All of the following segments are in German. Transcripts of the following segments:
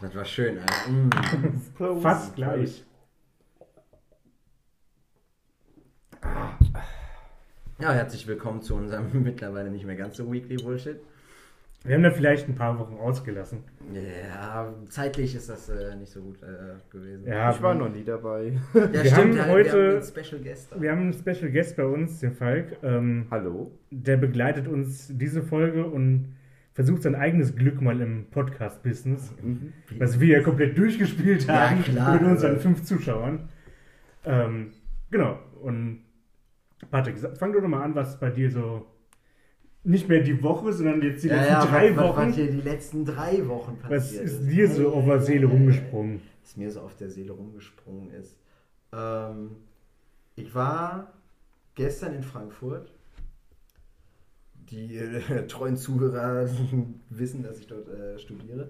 das war schön, Alter. Fast gleich. Ja, herzlich willkommen zu unserem mittlerweile nicht mehr ganz so Weekly Bullshit. Wir haben da vielleicht ein paar Wochen ausgelassen. Ja, zeitlich ist das nicht so gut gewesen. Ja, Ich war noch nie dabei. Ja, wir stimmt, haben wir heute- haben einen Special Guest da. Wir haben einen Special Guest bei uns, den Falk. Hallo? Der begleitet uns diese Folge und versucht sein eigenes Glück mal im Podcast-Business. Was wir ja komplett durchgespielt Ja, haben klar, mit unseren also. 5 Zuschauern. Genau. Und Patrick, fang doch mal an, was bei dir so nicht mehr die Woche, sondern jetzt die letzten 3 Wochen. Was hier die letzten 3 Wochen passiert Was ist dir so auf der Seele rumgesprungen? Was mir so auf der Seele rumgesprungen ist. Ich war gestern in Frankfurt. Die treuen Zuhörer wissen, dass ich dort studiere.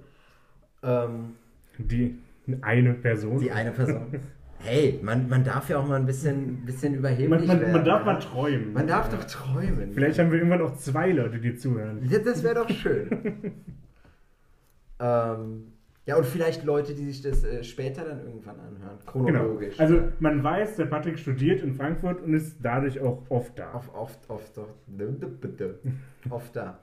Die eine Person. Die eine Person. Hey, man darf ja auch mal ein bisschen überheblich werden. Man darf ja. mal träumen. Man darf doch träumen. Vielleicht haben wir irgendwann auch 2 Leute, die zuhören. Ja, das wäre doch schön. Ja, und vielleicht Leute, die sich das später dann irgendwann anhören. Genau. Chronologisch. Also man weiß, der Patrick studiert in Frankfurt und ist dadurch auch oft da. Oft da.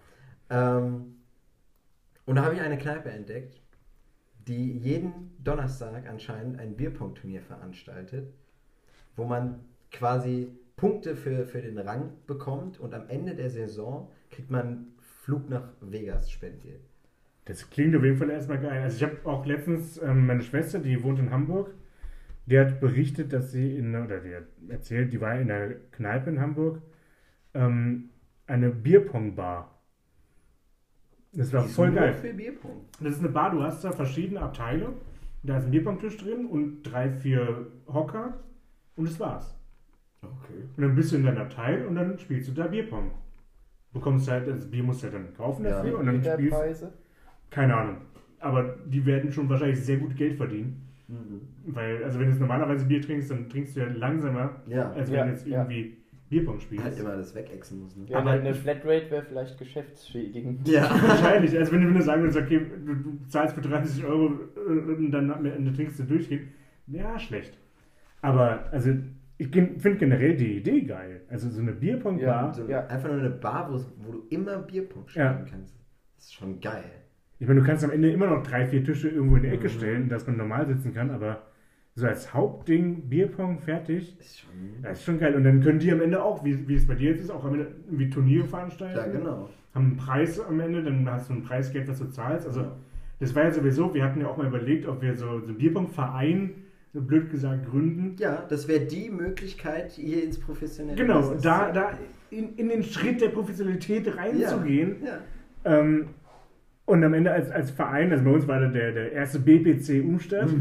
Und da habe ich eine Kneipe entdeckt, die jeden Donnerstag anscheinend ein Bierpong-Turnier veranstaltet, wo man quasi Punkte für den Rang bekommt und am Ende der Saison kriegt man Flug nach Vegas spendiert. Das klingt auf jeden Fall erstmal geil. Also ich habe auch letztens meine Schwester, die wohnt in Hamburg, die hat berichtet, dass sie die hat erzählt, die war in einer Kneipe in Hamburg, eine Bierpong-Bar. Das war Die ist voll nur geil. für Bierpong. Das ist eine Bar, du hast da verschiedene Abteile. Da ist ein Bierpong-Tisch drin und 3, 4 Hocker und das war's. Okay. Und dann bist du in deinem Abteil und dann spielst du da Bierpong. Bekommst halt, das Bier musst du halt dann kaufen Ja, dafür und dann spielst Preise? keine Ahnung. Aber die werden schon wahrscheinlich sehr gut Geld verdienen. Weil, also wenn du jetzt normalerweise Bier trinkst, dann trinkst du ja langsamer, Ja, als wenn Ja, du jetzt ja. irgendwie Bierpong spielst. halt immer das wegexen muss. Ne? Ja, Aber eine ich- Flatrate wäre vielleicht geschäftsschädigend. Ja. Wahrscheinlich. Also wenn du sagen würdest, okay, du zahlst für 30 Euro und dann trinkst du durchgehend. Ja, schlecht. Aber, also ich finde generell die Idee geil. Also so eine Bierpong-Bar. So Ja. Einfach nur eine Bar, wo du immer Bierpong spielen Ja. kannst. Das ist schon geil. Ich meine, du kannst am Ende immer noch 3, 4 Tische irgendwo in die Ecke stellen, dass man normal sitzen kann, aber so als Hauptding Bierpong fertig, Ist schon. das ist schon geil. Und dann können die am Ende auch, wie es bei dir jetzt ist, auch am Ende irgendwie Turniere veranstalten. Ja, genau. Haben einen Preis am Ende, dann hast du ein Preisgeld, was du zahlst. Also Ja. das war ja sowieso, wir hatten ja auch mal überlegt, ob wir so einen Bierpong-Verein, so blöd gesagt, gründen. Ja, das wäre die Möglichkeit, hier ins professionelle Genau, Business da in den Schritt der Professionalität reinzugehen. Ja. Und am Ende als Verein, also bei uns war der erste BPC Umstadt.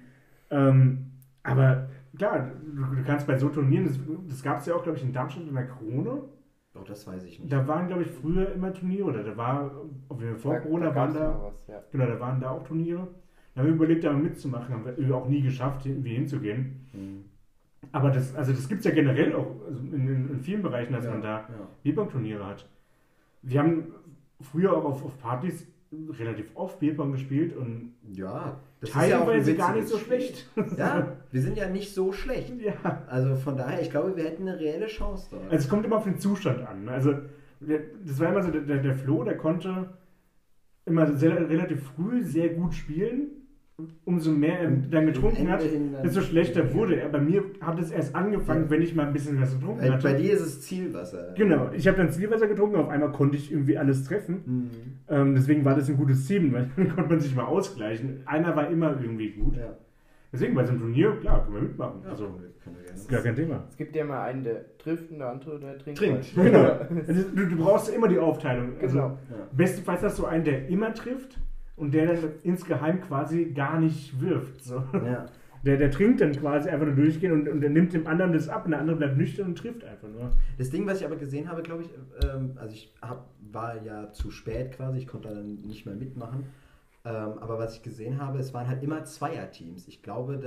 Aber klar, du kannst bei so Turnieren, das gab es ja auch, glaube ich, in Darmstadt in der Krone. Oh, das weiß ich nicht. Da waren, glaube ich, früher immer Turniere, oder da war, vor Corona waren gab's da, mal was, ja. genau, da waren da auch Turniere. Da haben wir überlegt, da mal mitzumachen, haben wir auch nie geschafft, irgendwie hinzugehen. Hm. Aber das gibt es ja generell auch also in vielen Bereichen, dass man da Ja. Bierpong-Turniere hat. Wir haben früher auch auf Partys relativ oft Bierpong gespielt und Ja, das ist ja auch ein teilweise gar nicht witziges so schlecht. Spiel. Ja, wir sind ja nicht so schlecht. Ja. Also von daher, ich glaube, wir hätten eine reelle Chance dort. Also es kommt immer auf den Zustand an. Ne? Also das war immer so, der Flo, der konnte immer relativ früh sehr gut spielen. Umso mehr er dann getrunken hat, desto schlechter wurde er. Bei mir hat es erst angefangen, Ja. wenn ich mal ein bisschen was getrunken Bei hatte. dir ist es Zielwasser. Genau, ich habe dann Zielwasser getrunken, auf einmal konnte ich irgendwie alles treffen. Deswegen war das ein gutes Team, weil dann konnte man sich mal ausgleichen. Einer war immer irgendwie gut. Ja. Deswegen bei so einem Turnier, klar, können wir mitmachen. Ja, Also, können wir gerne. ist gar kein Thema. Es gibt ja mal einen, der trifft und der andere, der trinkt. Trinkt. Genau. Also, du brauchst ja immer die Aufteilung. Also, Genau. Ja. bestenfalls hast du einen, der immer trifft und der dann insgeheim quasi gar nicht wirft. So. Ja. Der trinkt dann quasi einfach nur durchgehen und der nimmt dem anderen das ab und der andere bleibt nüchtern und trifft einfach nur. Das Ding, was ich aber gesehen habe, glaube ich, also war ja zu spät quasi, ich konnte dann nicht mehr mitmachen. Aber was ich gesehen habe, es waren halt immer Zweierteams. Ich glaube,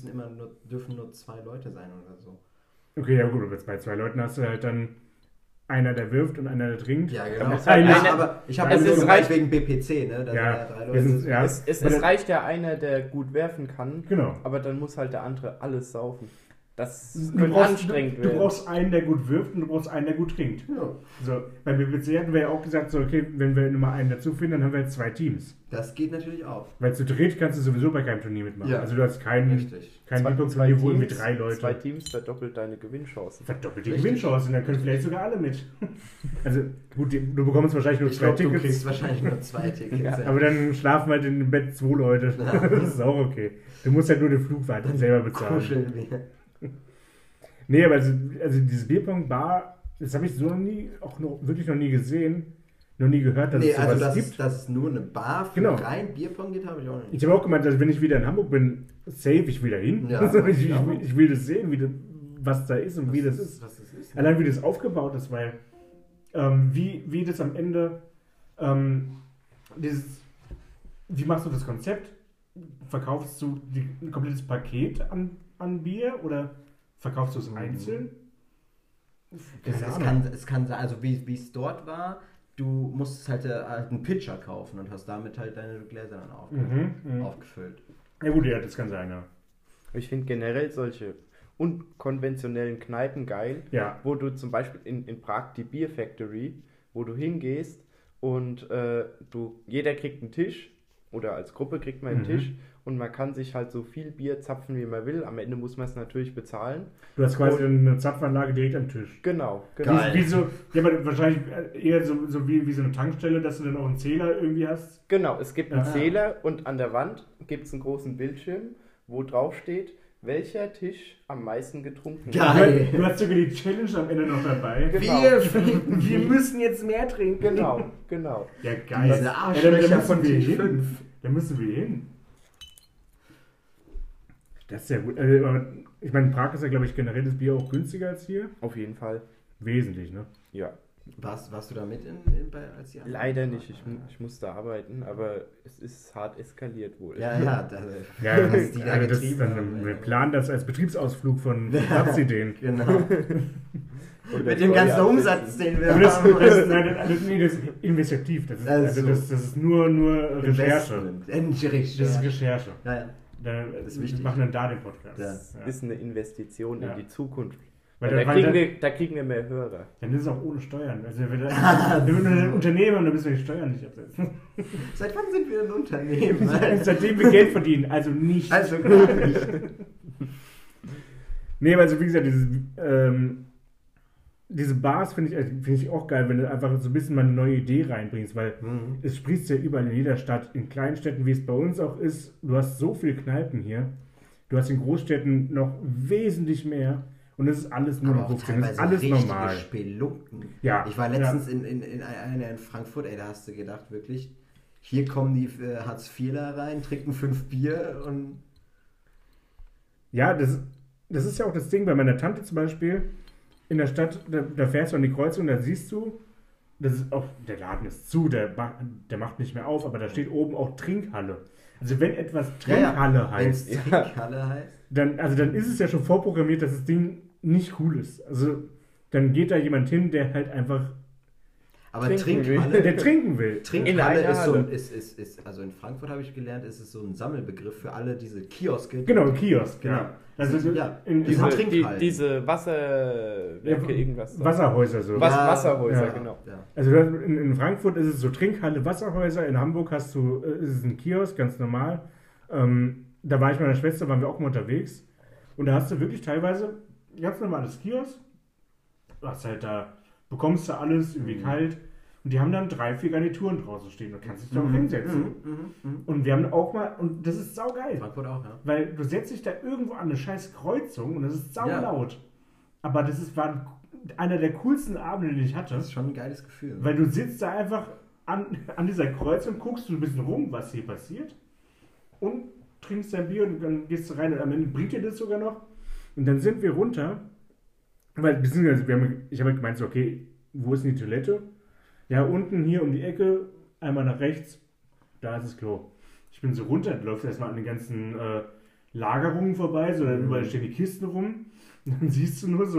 dürfen nur 2 Leute sein oder so. Okay, ja gut, aber jetzt bei 2 Leuten hast du halt dann einer, der wirft und einer, der trinkt. Ja, Da genau. muss halt Ja, einer- aber ich habe Es nur ist gemeint reicht- wegen BPC, ne? Da Ja, sind 3 wir sind- Leute. ja. Es reicht ja einer, der gut werfen kann, Genau. aber dann muss halt der andere alles saufen. Das Du könnte brauchst, anstrengend du werden. brauchst einen, der gut wirft und du brauchst einen, der gut trinkt. Ja, So, beim BBC hatten wir ja auch gesagt, so, okay, wenn wir nur mal einen dazu finden, dann haben wir jetzt 2 Teams. das geht natürlich auch. Weil zu dritt kannst du sowieso bei keinem Turnier mitmachen. Ja. Also du hast kein Richtig. Bierpong-Turnier, wo irgendwie 3 Leute... Zwei Teams verdoppelt deine Gewinnchancen. Verdoppelte Richtig. Gewinnchancen, dann können vielleicht sogar alle mit. Also gut, du bekommst wahrscheinlich nur Ich 2 glaube, du Tickets. kriegst wahrscheinlich nur 2 Tickets. Ja, ja. Aber dann schlafen halt in dem Bett 2 Leute. Ja. Das ist auch okay. Du musst halt nur den Flug weiter selber bezahlen. Kuscheln wir. Nee, aber also diese Bierpong-Bar, das habe ich so wirklich noch nie gesehen, noch nie gehört, dass Nee, es sowas also gibt. dass es nur eine Bar für Genau. rein Bierpong geht, habe ich auch nicht. Ich habe auch gemeint, dass wenn ich wieder in Hamburg bin, safe ich wieder hin. Ja, Also ich ja. will das sehen, was da ist und wie das ist. Was das ist. Allein wie das aufgebaut ist, weil wie das am Ende wie machst du das Konzept? Verkaufst du ein komplettes Paket an Bier oder verkaufst du es einzeln? Es kann sein, also wie es dort war, du musstest halt einen Pitcher kaufen und hast damit halt deine Gläser dann aufgefüllt. Ja gut, ja, das kann sein, ja. Ich finde generell solche unkonventionellen Kneipen geil, Ja, wo du zum Beispiel in Prag die Beer Factory, wo du hingehst und jeder kriegt einen Tisch oder als Gruppe kriegt man einen Tisch und man kann sich halt so viel Bier zapfen, wie man will. Am Ende muss man es natürlich bezahlen. du hast quasi eine Zapfanlage direkt am Tisch. Genau. Geil. Wie so, ja, aber wahrscheinlich eher so wie so eine Tankstelle, dass du dann auch einen Zähler irgendwie hast. Genau, es gibt einen Ja. Zähler und an der Wand gibt es einen großen Bildschirm, wo drauf steht, welcher Tisch am meisten getrunken Geil. Du hast sogar die Challenge am Ende noch dabei. Genau. Wir müssen jetzt mehr trinken. Genau. Ja, geil. Diese Ja, Arschlöcher da müssen von wir Tisch hin. 5. Da müssen wir hin. Das ist ja gut. Also, aber ich meine, in Prag ist ja, glaube ich, generell das Bier auch günstiger als hier. Auf jeden Fall. Wesentlich, ne? Ja. Warst du da mit als die anderen? Leider nicht, ich musste arbeiten, aber es ist hart eskaliert wohl. Ja, Ja, was die da also das, getrieben haben. wir planen das als Betriebsausflug von Platsideen. Genau. Und Mit dem ganzen Umsatz, den wir Aber das, haben. das, nein, das ist investigativ. Das ist, Also das ist nur Recherche. Recherche. Das ist Recherche. Ja, ja. Da, Das ist wichtig. wir machen dann da den Podcast. Ja. Das ist eine Investition Ja. in die Zukunft. Weil Da dann, da kriegen wir mehr Hörer. dann ist es auch ohne Steuern. Also wenn wir ein Unternehmen haben, dann müssen wir die Steuern nicht absetzen. Seit wann sind wir ein Unternehmen? Seitdem wir Geld verdienen, also nicht. Also gar nicht. Nee, aber also wie gesagt, diese Bars finde ich auch geil, wenn du einfach so ein bisschen mal eine neue Idee reinbringst, weil es sprießt ja überall in jeder Stadt, in kleinen Städten, wie es bei uns auch ist. Du hast so viele Kneipen hier. Du hast in Großstädten noch wesentlich mehr. Und es ist alles nur Aber noch auch 15. Das ist teilweise alles richtige normal. Spelunken. Ja. Ich war letztens in einer in Frankfurt, ey, da hast du gedacht, wirklich, hier kommen die Hartz-IVler rein, trinken 5 Bier und... Ja, das ist ja auch das Ding bei meiner Tante zum Beispiel. In der Stadt, da fährst du an die Kreuzung, da siehst du, das ist auch, der Laden ist zu, der macht nicht mehr auf, aber da steht oben auch Trinkhalle. Also wenn etwas Trinkhalle heißt, Wenn's Trinkhalle heißt. dann ist es ja schon vorprogrammiert, dass das Ding nicht cool ist. Also dann geht da jemand hin, der halt einfach, Aber Trinken Trinkhalle... der trinken will. Trinkhalle In einer ist so Halle. ist, also in Frankfurt habe ich gelernt, ist es so ein Sammelbegriff für alle diese Kioske. Genau, ein Kiosk. Genau. Ja. Also Ja, in diese- Diese, Trinkhallen. diese Wasserwerke, irgendwas. Wasserhäuser so. Wasserhäuser, Ja. genau. Ja. Also in Frankfurt ist es so Trinkhalle, Wasserhäuser. In Hamburg ist es ein Kiosk, ganz normal. Da war ich mit meiner Schwester, waren wir auch mal unterwegs. Und da hast du wirklich teilweise ganz normales Kiosk. Du hast halt da, bekommst du alles irgendwie kalt. Und die haben dann 3, 4 Garnituren draußen stehen und kannst dich da auch hinsetzen. Und wir haben auch mal, und das ist saugeil. Frankfurt auch, ja. Weil du setzt dich da irgendwo an eine scheiß Kreuzung und das ist saulaut. Aber war einer der coolsten Abende, den ich hatte. Das ist schon ein geiles Gefühl. Weil du sitzt da einfach an dieser Kreuzung, guckst du ein bisschen rum, was hier passiert und trinkst dein Bier und dann gehst du rein und am Ende bringt dir das sogar noch. Und dann sind wir runter, weil beziehungsweise ich habe gemeint so, okay, wo ist denn die Toilette? Ja, unten hier um die Ecke, einmal nach rechts, da ist das Klo. Ich bin so runter, du läufst erstmal an den ganzen Lagerungen vorbei, so dann überall stehen die Kisten rum und dann siehst du nur so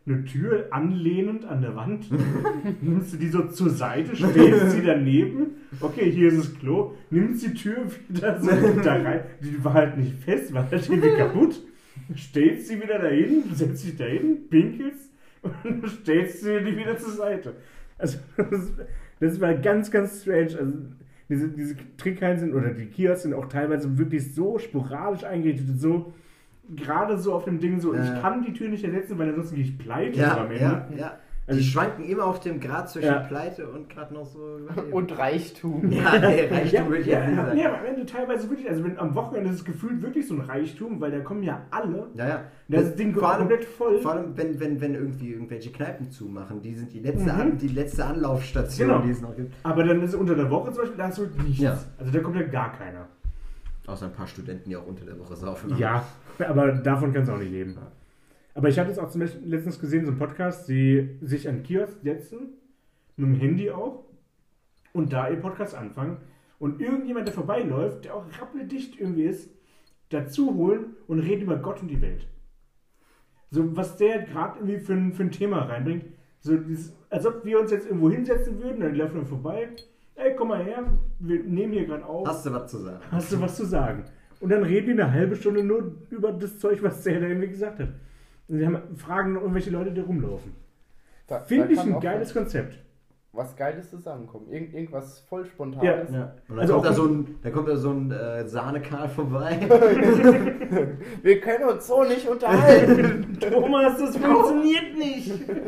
eine Tür anlehnend an der Wand, nimmst du die so zur Seite, stellst sie daneben, okay, hier ist das Klo, nimmst die Tür wieder so da rein, die war halt nicht fest, war halt irgendwie kaputt, stellst sie wieder dahin, setzt dich dahin, pinkelst und stellst sie wieder zur Seite. Also das war ganz, ganz strange. Also diese Trickhallen sind, oder die Kiosks sind auch teilweise wirklich so sporadisch eingerichtet, so gerade so auf dem Ding so, ich kann die Tür nicht ersetzen, weil ansonsten gehe ich pleite am Ende. Ja. Also die schwanken immer auf dem Grad zwischen Pleite und gerade noch so... Und Reichtum. Ja, der Reichtum würde ich ja nicht sagen. Ja, aber am Ende teilweise wirklich, also am Wochenende ist es gefühlt wirklich so ein Reichtum, weil da kommen ja alle. Ja. Das Ding komplett voll. Vor allem, wenn irgendwie irgendwelche Kneipen zumachen, die sind die letzte Anlaufstation, genau, die es noch gibt. Aber dann ist unter der Woche zum Beispiel, da hast du nichts. Ja. Also da kommt ja gar keiner. Außer ein paar Studenten, die auch unter der Woche saufen. Ja, aber davon kannst du auch nicht leben. Aber ich hatte es auch zum Beispiel letztens gesehen, so einen Podcast, die sich an Kiosk setzen, mit dem Handy auch, und da ihr Podcast anfangen. Und irgendjemand, der vorbeiläuft, der auch rappeldicht irgendwie ist, dazu holen und reden über Gott und die Welt. So, was der gerade irgendwie für ein Thema reinbringt. So, als ob wir uns jetzt irgendwo hinsetzen würden, dann laufen wir vorbei. Ey, komm mal her, wir nehmen hier gerade auf. Hast du was zu sagen? Hast du was zu sagen? Und dann reden die eine halbe Stunde nur über das Zeug, was der da irgendwie gesagt hat. Und sie fragen irgendwelche Leute, die rumlaufen. Finde ich ein geiles Konzept. Was Geiles zusammenkommen. Irgendwas voll Spontanes. Ja. Und dann kommt da so ein Sahnekarl vorbei. Wir können uns so nicht unterhalten. Thomas, das funktioniert nicht.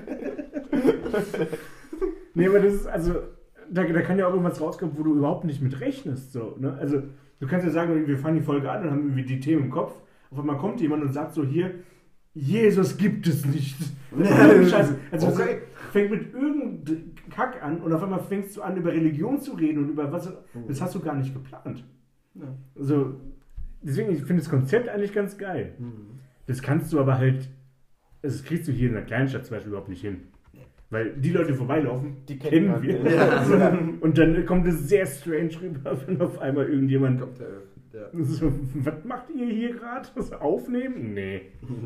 Nee, aber das ist, also, da kann ja auch irgendwas rauskommen, wo du überhaupt nicht mit rechnest. So, ne? Also, du kannst ja sagen, wir fangen die Folge an und haben irgendwie die Themen im Kopf. Auf einmal kommt jemand und sagt so, hier, Jesus gibt es nicht. Scheiße. Also okay. Fängt mit irgendeinem Kack an und auf einmal fängst du an, über Religion zu reden und über was. Das hast du gar nicht geplant. Ja. Also, deswegen, ich finde das Konzept eigentlich ganz geil. Das kannst du aber halt, das kriegst du hier in der Kleinstadt zum Beispiel überhaupt nicht hin. Weil die Leute, die vorbeilaufen, die kennen wir. Ja. Und dann kommt es sehr strange rüber, wenn auf einmal irgendjemand kommt. Ja. So, was macht ihr hier gerade? Was aufnehmen? Nee.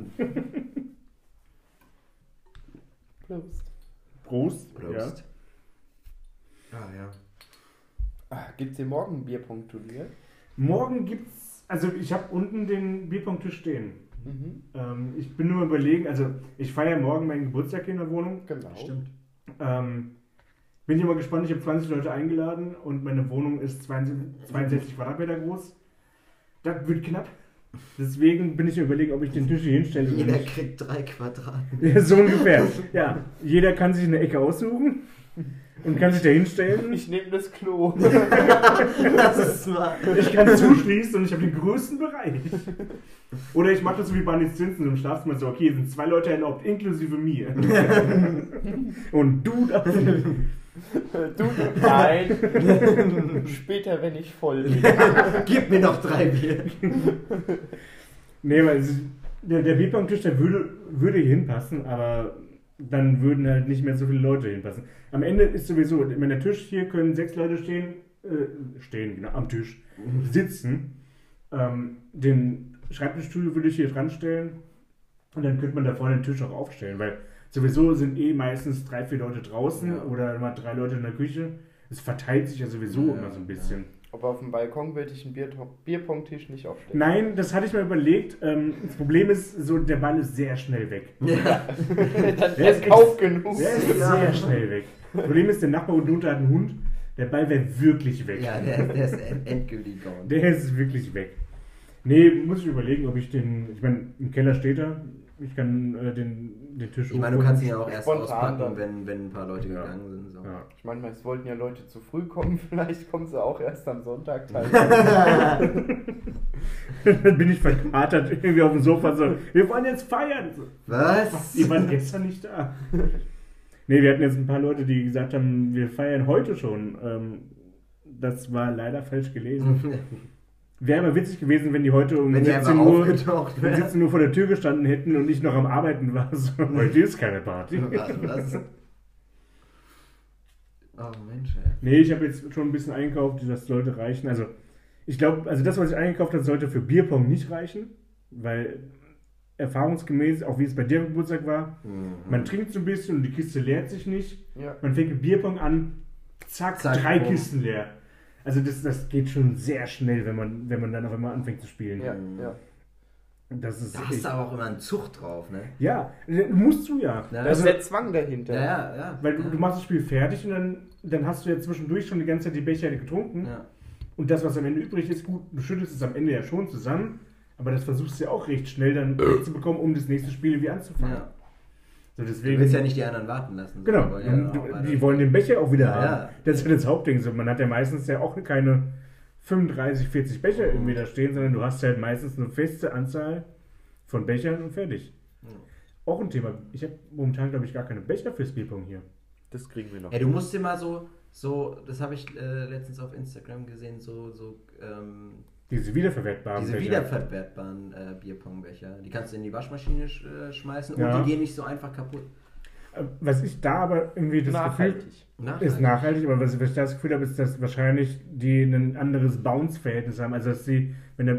Prost. Prost. Ja. Gibt's hier morgen ein Bierpunktturnier? Morgen gibt's, also ich habe unten den Bierpunkttisch stehen. Ich bin nur überlegen, also ich feiere morgen meinen Geburtstag in der Wohnung. Genau. Stimmt. Bin ich mal gespannt, ich habe 20 Leute eingeladen und meine Wohnung ist 62 Quadratmeter groß. Das wird knapp. Deswegen bin ich überlegen, ob ich den Tisch hier hinstelle. Jeder kriegt 3 Quadratmeter. Ja, so ungefähr. Ja, jeder kann sich eine Ecke aussuchen und kann sich da hinstellen. Ich nehme das Klo. Das ist smart. Ich kann zuschließen und ich habe den größten Bereich. Oder ich mache das so wie bei den Zinsen im Schlafzimmer so, okay, sind 2 Leute erlaubt, inklusive mir. Und du darfst nicht. Du, nein. Später, wenn ich voll bin. Gib mir noch 3 Bier. Nee, weil der Bierpunkttisch, der würde hier hinpassen, aber dann würden halt nicht mehr so viele Leute hinpassen. Am Ende ist sowieso, wenn der Tisch hier können 6 Leute stehen, genau, am Tisch, sitzen. Den Schreibtischstuhl würde ich hier dran stellen und dann könnte man da vorne den Tisch auch aufstellen, weil sowieso sind meistens 3, 4 Leute draußen oder mal 3 Leute in der Küche. Es verteilt sich ja sowieso immer so ein bisschen. Aber auf dem Balkon würde ich einen Bierpunkttisch nicht aufstellen. Nein, das hatte ich mir überlegt. Das Problem ist, so der Ball ist sehr schnell weg. Ja. Der ist Kauf genug. Der ist sehr schnell weg. Das Problem ist, der Nachbar unten drunter hat einen Hund. Der Ball wäre wirklich weg. Ja, der ist endgültig gone. Der ist wirklich weg. Nee, muss ich überlegen, ob ich ich meine, im Keller steht er. Ich kann den Tisch Ich meine, du kannst ihn ja auch erst auspacken, wenn ein paar Leute gegangen sind. So. Ja. Ich meine, es wollten ja Leute zu früh kommen, vielleicht kommen sie auch erst am Sonntag teilweise. Dann bin ich verkatert irgendwie auf dem Sofa so, wir wollen jetzt feiern. Was? Die waren gestern nicht da. Nee, wir hatten jetzt ein paar Leute, die gesagt haben, wir feiern heute schon. Das war leider falsch gelesen. Wäre aber witzig gewesen, wenn die heute um 17 Uhr vor der Tür gestanden hätten und ich noch am Arbeiten war. So, heute ist keine Party. Was? Oh Mensch, ey. Nee, ich habe jetzt schon ein bisschen eingekauft, das sollte reichen. Also, ich glaube, das, was ich eingekauft habe, sollte für Bierpong nicht reichen, weil erfahrungsgemäß, auch wie es bei dir Geburtstag war, man trinkt so ein bisschen und die Kiste leert sich nicht. Ja. Man fängt mit Bierpong an, zack 3 bumm. Kisten leer. Also das geht schon sehr schnell, wenn man dann auf einmal anfängt zu spielen. Ja, ja. Das ist Da hast du aber auch immer einen Zug drauf, ne? ja, musst du ja. Ja, Da ist der Zwang dahinter. Ja. Weil du machst das Spiel fertig und dann hast du ja zwischendurch schon die ganze Zeit die Becher getrunken. Ja. Und das, was am Ende übrig ist, gut, du schüttelst es am Ende ja schon zusammen, aber das versuchst du ja auch recht schnell dann zu bekommen, um das nächste Spiel irgendwie anzufangen. Ja. So, Du deswegen, willst ja nicht die anderen warten lassen. genau, Die wollen ja auch die wollen den Becher auch wieder Ja, haben. ja. Das ist ja das Hauptding. So, man hat ja meistens ja auch keine 35, 40 Becher irgendwie da stehen, sondern du hast halt meistens eine feste Anzahl von Bechern und fertig. Auch ein Thema. Ich habe momentan, glaube ich, gar keine Becher fürs Bierpong hier. Das kriegen wir noch. Ja, du musst dir mal so das habe ich letztens auf Instagram gesehen, Diese wiederverwertbaren diese Becher. wiederverwertbaren Bierpongbecher. Die kannst du in die Waschmaschine schmeißen Ja. und die gehen nicht so einfach kaputt. Was ich da aber irgendwie das Gefühl... Nachhaltig. Ist nachhaltig, aber was ich das Gefühl habe, ist, dass wahrscheinlich die ein anderes Bounce-Verhältnis haben. Also dass sie,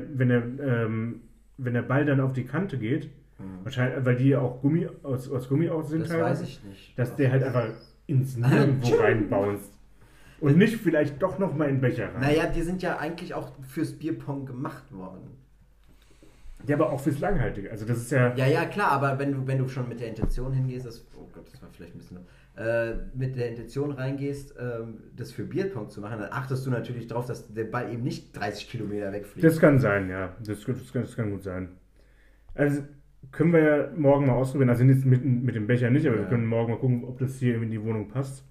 wenn der Ball dann auf die Kante geht, wahrscheinlich, weil die auch aus Gummi aus sind, Das weiß ich nicht. dass der halt einfach ins Nirgendwo reinbounced. Und nicht vielleicht doch nochmal in den Becher rein. Naja, die sind ja eigentlich auch fürs Bierpong gemacht worden. Ja, aber auch fürs Langhaltige. Also das ist ja... Ja, klar, aber wenn du schon mit der Intention hingehst, oh Gott, das war vielleicht ein bisschen... mit der Intention reingehst, das für Bierpong zu machen, dann achtest du natürlich darauf, dass der Ball eben nicht 30 Kilometer wegfliegt. Das kann sein, ja. Das kann gut sein. Also können wir ja morgen mal ausprobieren. Also nicht mit dem Becher nicht, aber wir können morgen mal gucken, ob das hier in die Wohnung passt.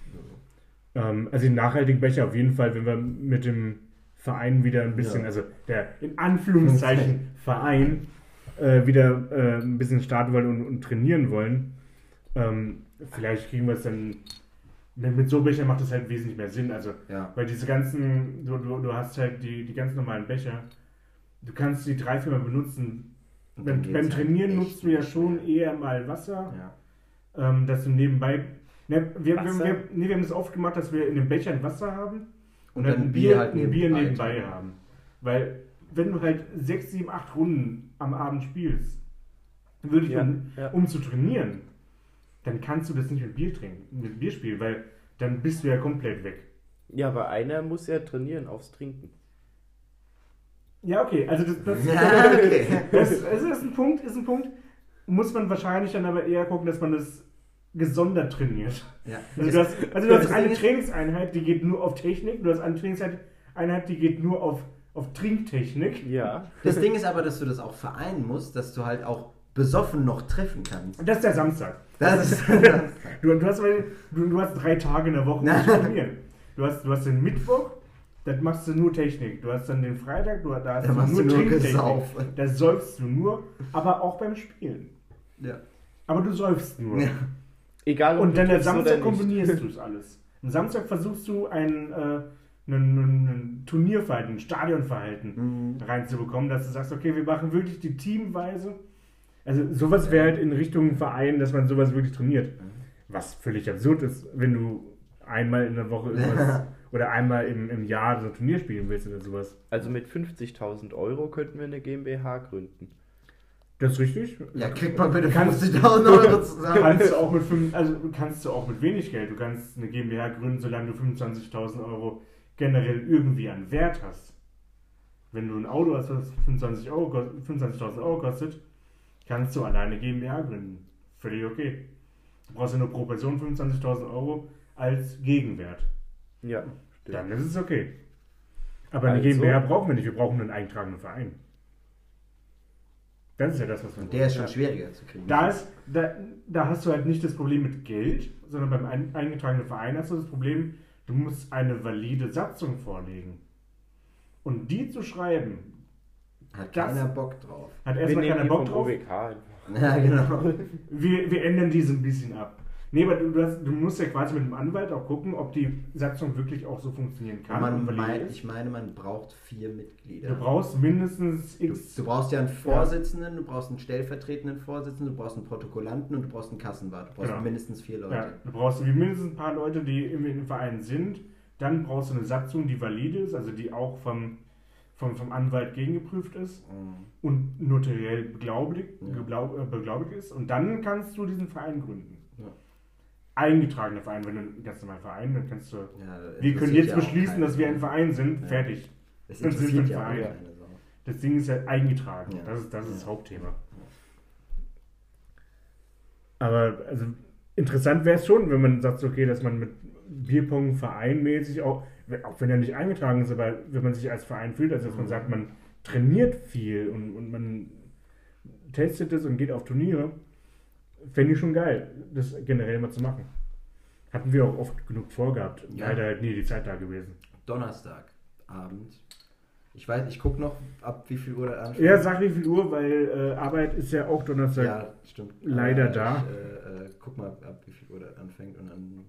Also den nachhaltigen Becher auf jeden Fall, wenn wir mit dem Verein wieder ein bisschen, also der in Anführungszeichen Verein wieder ein bisschen starten wollen und trainieren wollen. Vielleicht kriegen wir es dann, mit so Bechern macht das halt wesentlich mehr Sinn, also, weil diese ganzen, du hast halt die ganz normalen Becher, du kannst die 3-4 Mal benutzen. Beim Trainieren halt nutzt du ja schon eher mal Wasser, dass du nebenbei, wir haben das oft gemacht, dass wir in den Bechern Wasser haben und dann ein Bier nebenbei haben, weil wenn du halt 6, 7, 8 Runden am Abend spielst, würde ich um zu trainieren, dann kannst du das nicht mit Bier spielen, weil dann bist du ja komplett weg. Ja, aber einer muss ja trainieren aufs Trinken. Ja, okay, also das ist ein Punkt, muss man wahrscheinlich dann aber eher gucken, dass man das gesondert trainiert. Ja. Also du hast eine Trainingseinheit, die geht nur auf Technik, du hast eine Trainingseinheit, die geht nur auf Trinktechnik. Ja. Das Ding ist aber, dass du das auch vereinen musst, dass du halt auch besoffen noch treffen kannst. Und das ist der Samstag. Das ist Du hast 3 Tage in der Woche zu trainieren. Du hast den Mittwoch, da machst du nur Technik. Du hast dann den Freitag, da hast du nur Trinktechnik. Da säufst du nur, aber auch beim Spielen. Ja. Aber du säufst nur. Ja. Egal, ob und dann du der trinkst Samstag oder nicht. kombinierst du es alles. Am Samstag versuchst du ein Turnierverhalten, ein Stadionverhalten reinzubekommen, dass du sagst, okay, wir machen wirklich die Teamweise. Also sowas wäre halt in Richtung Verein, dass man sowas wirklich trainiert. Was völlig absurd ist, wenn du einmal in der Woche irgendwas oder einmal im Jahr so ein Turnier spielen willst oder sowas. Also mit 50.000 € könnten wir eine GmbH gründen. Das ist richtig. Ja, kriegt man bitte 50.000 € zusammen. Kannst du auch mit wenig Geld. Du kannst eine GmbH gründen, solange du 25.000 € generell irgendwie an Wert hast. Wenn du ein Auto hast, das 25.000 € kostet, kannst du alleine GmbH gründen. Völlig okay. Du brauchst ja nur pro Person 25.000 € als Gegenwert. Ja, stimmt. Dann ist es okay. Aber eine GmbH brauchen wir nicht, wir brauchen einen eingetragenen Verein. Das ist ja das, was wir Und der ist schon schwieriger zu kriegen. Da hast du halt nicht das Problem mit Geld, sondern beim eingetragenen Verein hast du das Problem, du musst eine valide Satzung vorlegen. Und die zu schreiben, hat keiner Bock drauf. Hat erstmal keiner Bock drauf. OWK einfach. Ja, genau. Wir ändern diese ein bisschen ab. Nee, aber du musst ja quasi mit dem Anwalt auch gucken, ob die Satzung wirklich auch so funktionieren kann. Ich meine, man braucht 4 Mitglieder. Du brauchst mindestens X. Du brauchst ja einen Vorsitzenden, du brauchst einen stellvertretenden Vorsitzenden, du brauchst einen Protokollanten und du brauchst einen Kassenwart. Du brauchst mindestens 4 Leute. Ja, du brauchst mindestens ein paar Leute, die im Verein sind. Dann brauchst du eine Satzung, die valide ist, also die auch vom vom Anwalt gegengeprüft ist und notariell beglaubigt ist. Und dann kannst du diesen Verein gründen. Ja. Eingetragener Verein, wenn du ein ganz normaler Verein, dann kannst du. Ja, Wir können jetzt beschließen, dass wir ein Verein sind, fertig. Es Dann sind wir interessiert ein ja auch Verein. keine Sau. Das Ding ist halt eingetragen. Ja. Das ist das Hauptthema. Aber also interessant wäre es schon, wenn man sagt, okay, dass man mit Bierpong vereinmäßig auch wenn er nicht eingetragen ist, aber wenn man sich als Verein fühlt, also dass man sagt, man trainiert viel und man testet es und geht auf Turniere, fände ich schon geil, das generell mal zu machen. Hatten wir auch oft genug vorgehabt. Ja. Leider halt nie die Zeit da gewesen. Donnerstagabend. Ich weiß, ich gucke noch, ab wie viel Uhr das anfängt. Ja, sag wie viel Uhr, weil Arbeit ist ja auch Donnerstag. Ja, stimmt. Leider Aber da. Ich guck mal, ab wie viel Uhr das anfängt und dann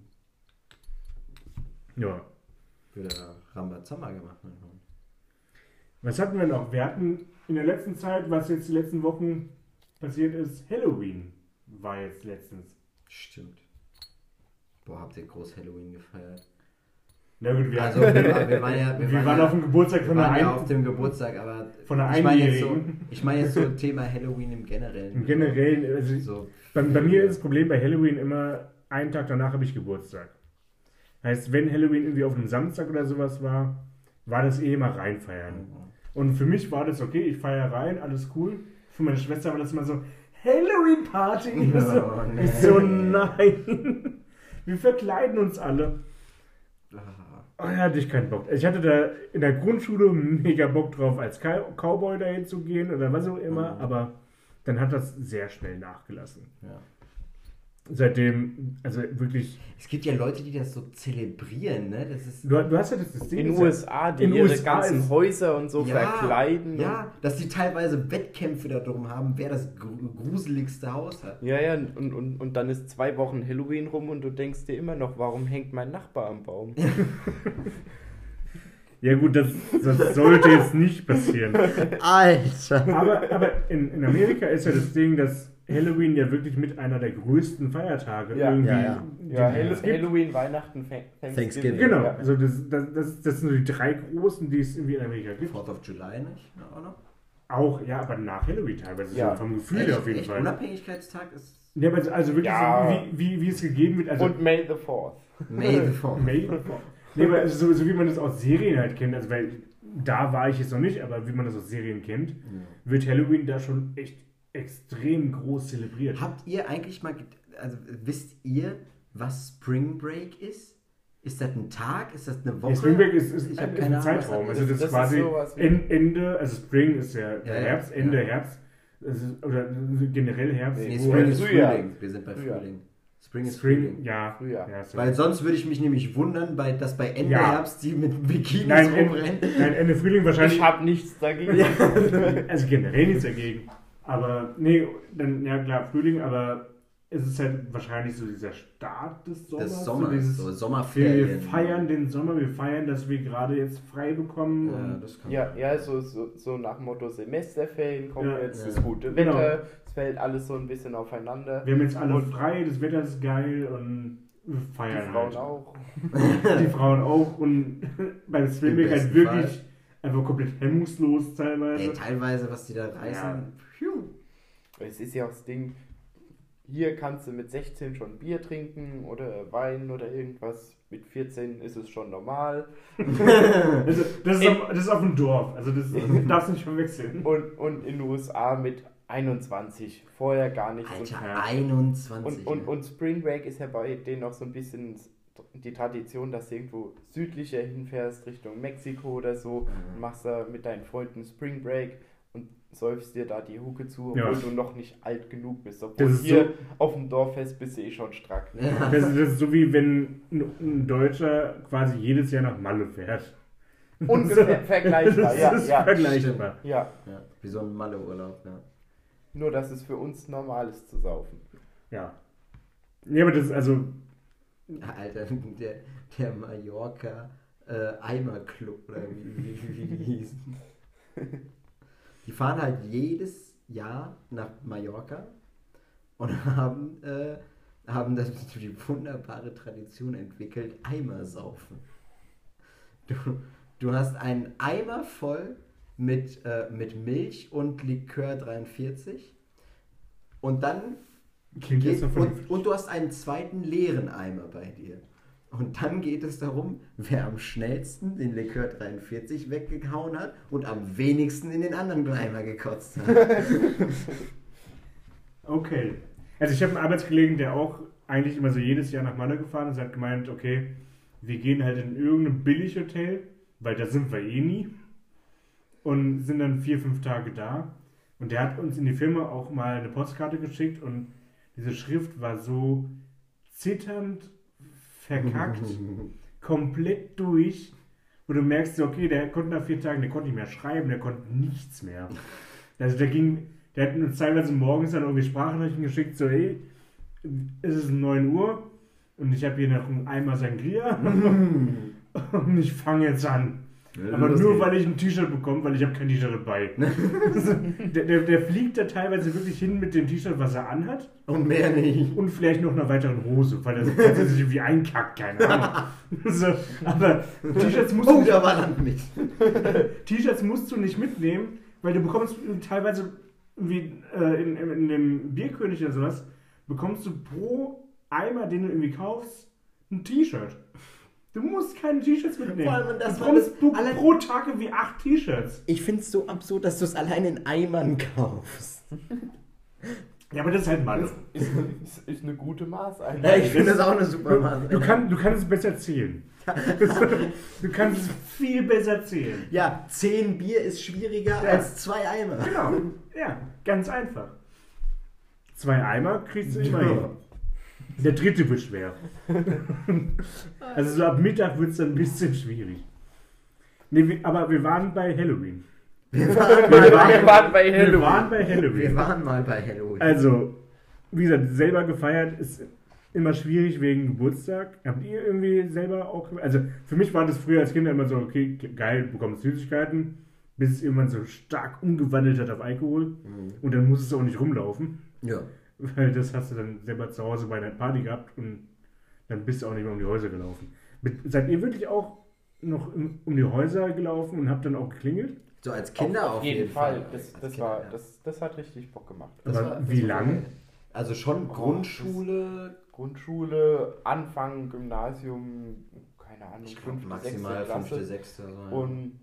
Ja. wird Rambazamba gemacht. Was hatten wir noch? Wir hatten in der letzten Zeit, was jetzt die letzten Wochen passiert ist, Halloween war jetzt letztens. Stimmt. Boah, habt ihr groß Halloween gefeiert? Na gut, wir, Also wir waren auf dem Geburtstag wir von einer waren ja auf dem Geburtstag, aber von einer ich meine Einjährigen. jetzt so Thema Halloween im Generellen. Im Generellen, also So, bei mir ist das Problem bei Halloween immer, einen Tag danach habe ich Geburtstag. Heißt, wenn Halloween irgendwie auf einem Samstag oder sowas war das immer reinfeiern. Und für mich war das okay, ich feiere rein, alles cool. Für meine Schwester war das immer so, Halloween-Party! Oh, Ich so, nein! Wir verkleiden uns alle. Oh, da hatte ich keinen Bock. Ich hatte da in der Grundschule mega Bock drauf, als Cowboy dahin zu gehen oder was auch immer, aber dann hat das sehr schnell nachgelassen. Ja. Seitdem, also wirklich. Es gibt ja Leute, die das so zelebrieren, ne? Das ist Du hast ja das Ding. In den ist USA, die in ihre USA ganzen ist- Häuser und so verkleiden. Ja, dass die teilweise Wettkämpfe darum haben, wer das gruseligste Haus hat. Ja, und dann ist 2 Wochen Halloween rum und du denkst dir immer noch, warum hängt mein Nachbar am Baum? Ja gut, das sollte jetzt nicht passieren. Alter! Aber in Amerika ist ja das Ding, dass Halloween ja wirklich mit einer der größten Feiertage Ja. irgendwie. Ja. Ja, es gibt. Halloween, Weihnachten, Thanksgiving. Genau, Ja. also das sind so die 3 großen, die es irgendwie in Amerika gibt. 4th of July nicht? Auch noch? Auch, ja, aber nach Halloween teilweise, Ja. so vom Gefühl her auf jeden Fall. Unabhängigkeitstag ist Ja, aber also wirklich Ja. so, wie es gegeben wird. Also Und May the 4th. May the 4th. May. Nee, aber also so wie man das aus Serien halt kennt, also weil da war ich jetzt noch nicht, aber wie man das aus Serien kennt, wird Halloween da schon echt extrem groß zelebriert. Habt ihr eigentlich mal, also wisst ihr, was Spring Break ist? Ist das ein Tag? Ist das eine Woche? Nee, Spring Break ist Ich hab ein keine Ahnung, Zeitraum. was Also das das ist quasi ist sowas wie- Ende, also Spring ist ja Ja, Herbst, ja. Ende Ja. Herbst, oder generell Herbst. Nee, Nee, wo Spring halt ist Frühjahr. Frühling. Wir sind bei Frühjahr. Frühling. Spring ist Spring, Frühling. ja. Frühjahr. Ja, so. Weil sonst würde ich mich nämlich wundern, dass bei Ende Ja. Herbst die mit Bikinis Nein, rumrennen. Ende Frühling wahrscheinlich. Ich habe nichts dagegen. Also generell nichts dagegen. Aber, nee, dann, ja klar, Frühling, aber es ist halt wahrscheinlich so dieser Start des Sommers. Des Sommers, so dieses, so wir Sommerferien. feiern den Sommer, wir feiern, dass wir gerade jetzt frei bekommen. Ja, und das kann Ja, so nach dem Motto Semesterferien kommen Ja. jetzt, Ja. das gute Genau. Wetter, es fällt alles so ein bisschen aufeinander. wir haben jetzt alle Und- frei, das Wetter ist geil und wir Die feiern Frauen halt. auch. Die Frauen auch und beim Streaming Im halt besten wirklich Fall. einfach komplett hemmungslos teilweise. Ey, teilweise, was die da reißen. Ja. Pfiuh. Es ist ja auch das Ding, hier kannst du mit 16 schon Bier trinken oder Wein oder irgendwas. Mit 14 ist es schon normal. Also, das ist auf dem Dorf, also das darfst du nicht verwechseln. Und in den USA mit 21. Vorher gar nicht. Alter, Ja. 21. Und Spring Break ist ja bei denen noch so ein bisschen die Tradition, dass du irgendwo südlicher hinfährst, Richtung Mexiko oder so, und machst da mit deinen Freunden Spring Break und säufst dir da die Hucke zu, obwohl Ja. du noch nicht alt genug bist. Obwohl Das ist hier so- auf dem Dorffest bist du eh schon strack. Ja. Das ist so wie wenn ein Deutscher quasi jedes Jahr nach Malle fährt. Ungefähr vergleichbar, Das ja, ist ja. vergleichbar. Ja, Ja, wie so ein Malle-Urlaub, ja. nur dass es für uns normal ist zu saufen. Ja. Nee, aber das ist also, Alter, der Mallorca Eimerclub oder wie die hießen. Die fahren halt jedes Jahr nach Mallorca und haben das die wunderbare Tradition entwickelt, Eimer saufen. Du hast einen Eimer voll mit Milch und Likör 43. Und dann Klingt jetzt noch vernünftig. und du hast einen zweiten leeren Eimer bei dir. Und dann geht es darum, wer am schnellsten den Likör 43 weggehauen hat und am wenigsten in den anderen Eimer gekotzt hat. Okay. Also ich habe einen Arbeitskollegen, der auch eigentlich immer so jedes Jahr nach Malle gefahren ist, hat gemeint, okay, wir gehen halt in irgendein Billighotel, weil da sind wir eh nie. Und sind dann 4-5 Tage da. Und der hat uns in die Firma auch mal eine Postkarte geschickt und diese Schrift war so zitternd, verkackt, komplett durch, wo du merkst, okay, der konnte nach 4 Tagen, der konnte nicht mehr schreiben, der konnte nichts mehr. Also der hat uns teilweise morgens dann irgendwie Sprachnachrichten geschickt, so, hey, es ist 9 Uhr und ich habe hier noch einen Eimer Sangria und ich fange jetzt an. Aber nur, weil ich ein T-Shirt bekomme, weil ich habe kein T-Shirt dabei. der fliegt da teilweise wirklich hin mit dem T-Shirt, was er anhat. Und mehr nicht. Und vielleicht noch einer weiteren Hose, weil er sich irgendwie einkackt, keine Ahnung. So, aber T-Shirts musst du da war dann mit. T-Shirts musst du nicht mitnehmen, weil du bekommst teilweise wie in dem Bierkönig oder sowas, bekommst du pro Eimer, den du irgendwie kaufst, ein T-Shirt. Du musst keine T-Shirts mitnehmen. Vor allem, das du bekommst pro Tag irgendwie 8 T-Shirts. Ich finde es so absurd, dass du es allein in Eimern kaufst. Ja, aber das ist halt Malle. Ist eine gute Maßeinheit. Ja, ich finde das auch eine super Maßeinheit. Du kannst es besser zählen. Du kannst es viel besser zählen. Ja, 10 Bier ist schwieriger als 2 Eimer. Genau, ja, ganz einfach. 2 Eimer kriegst du immer hin. Der dritte wird schwer. Also so ab Mittag wird es dann ein bisschen schwierig. Nee, aber wir waren bei Halloween. Wir waren bei Halloween. Wir waren mal bei Halloween. Also, wie gesagt, selber gefeiert ist immer schwierig wegen Geburtstag. Habt ihr irgendwie selber auch... Also für mich war das früher als Kind immer so, okay, geil, du bekommst Süßigkeiten, bis es irgendwann so stark umgewandelt hat auf Alkohol. Und dann muss es auch nicht rumlaufen. Ja. Weil das hast du dann selber zu Hause bei einer Party gehabt und dann bist du auch nicht mehr um die Häuser gelaufen. Seid ihr wirklich auch noch um die Häuser gelaufen und habt dann auch geklingelt? So als Kinder auf jeden Fall. Das hat richtig Bock gemacht. Wie lang? Also schon Grundschule. Grundschule, Anfang, Gymnasium, keine Ahnung, Ich glaube 5., maximal 6. 5., 6. Und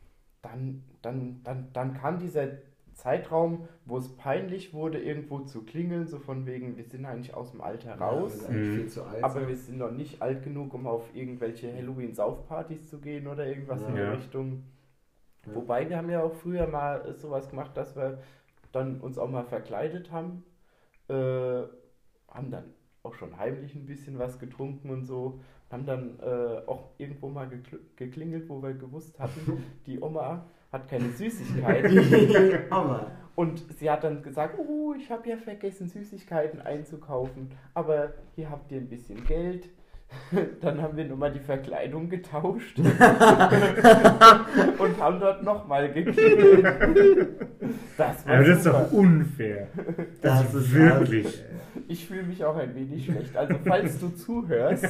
dann kam dieser Zeitraum, wo es peinlich wurde, irgendwo zu klingeln, so von wegen, wir sind eigentlich aus dem Alter raus, Ja, wir sind eigentlich viel zu alt. aber wir sind noch nicht alt genug, um auf irgendwelche Halloween-Saufpartys zu gehen oder irgendwas in die Richtung. Ja. Wobei, wir haben ja auch früher mal sowas gemacht, dass wir dann uns auch mal verkleidet haben, haben dann auch schon heimlich ein bisschen was getrunken und so, haben dann auch irgendwo mal geklingelt, wo wir gewusst hatten, die Oma hat keine Süßigkeiten. Oma. Und sie hat dann gesagt, oh, ich habe ja vergessen, Süßigkeiten einzukaufen, aber hier habt ihr ein bisschen Geld. Dann haben wir nur mal die Verkleidung getauscht und haben dort nochmal geklingelt. Das war Aber das ist super. doch unfair. Das ist wirklich. Ich fühle mich auch ein wenig schlecht. Also falls du zuhörst,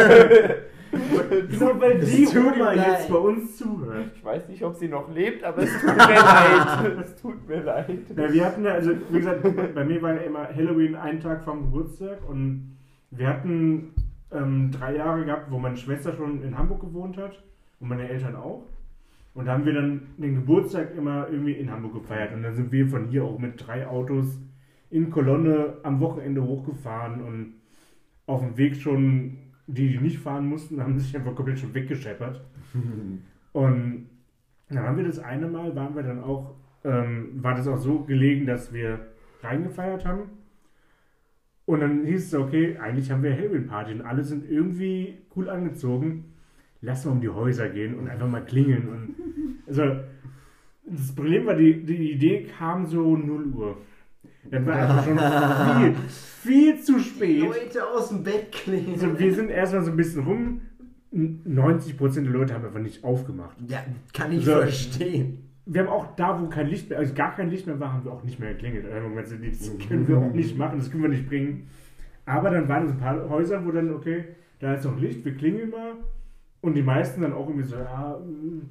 Nur weil die tut Oma mir jetzt leid. bei uns zuhört. ich weiß nicht, ob sie noch lebt, aber es tut mir leid. Es tut mir leid. Ja, wir hatten ja, also wie gesagt, bei mir war ja immer Halloween einen Tag vorm Geburtstag und wir hatten 3 Jahre gehabt, wo meine Schwester schon in Hamburg gewohnt hat und meine Eltern auch. Und da haben wir dann den Geburtstag immer irgendwie in Hamburg gefeiert. Und dann sind wir von hier auch mit 3 Autos in Kolonne am Wochenende hochgefahren und auf dem Weg schon die nicht fahren mussten, haben sich einfach komplett schon weggescheppert. Und dann haben wir das eine Mal, waren wir dann auch, war das auch so gelegen, dass wir reingefeiert haben. Und dann hieß es, okay, eigentlich haben wir Halloween-Party und alle sind irgendwie cool angezogen. Lass mal um die Häuser gehen und einfach mal klingeln. Und also, das Problem war, die Idee kam so 0 Uhr. Dann war einfach schon viel zu spät. Leute aus dem Bett klingeln. Also wir sind erstmal so ein bisschen rum. 90% der Leute haben einfach nicht aufgemacht. Ja, kann ich So. verstehen. Wir haben auch da, wo kein Licht mehr, also gar kein Licht mehr war, haben wir auch nicht mehr geklingelt. Das können wir auch nicht machen, das können wir nicht bringen. Aber dann waren es ein paar Häuser, wo dann, okay, da ist noch Licht, wir klingeln mal. Und die meisten dann auch irgendwie so, ja,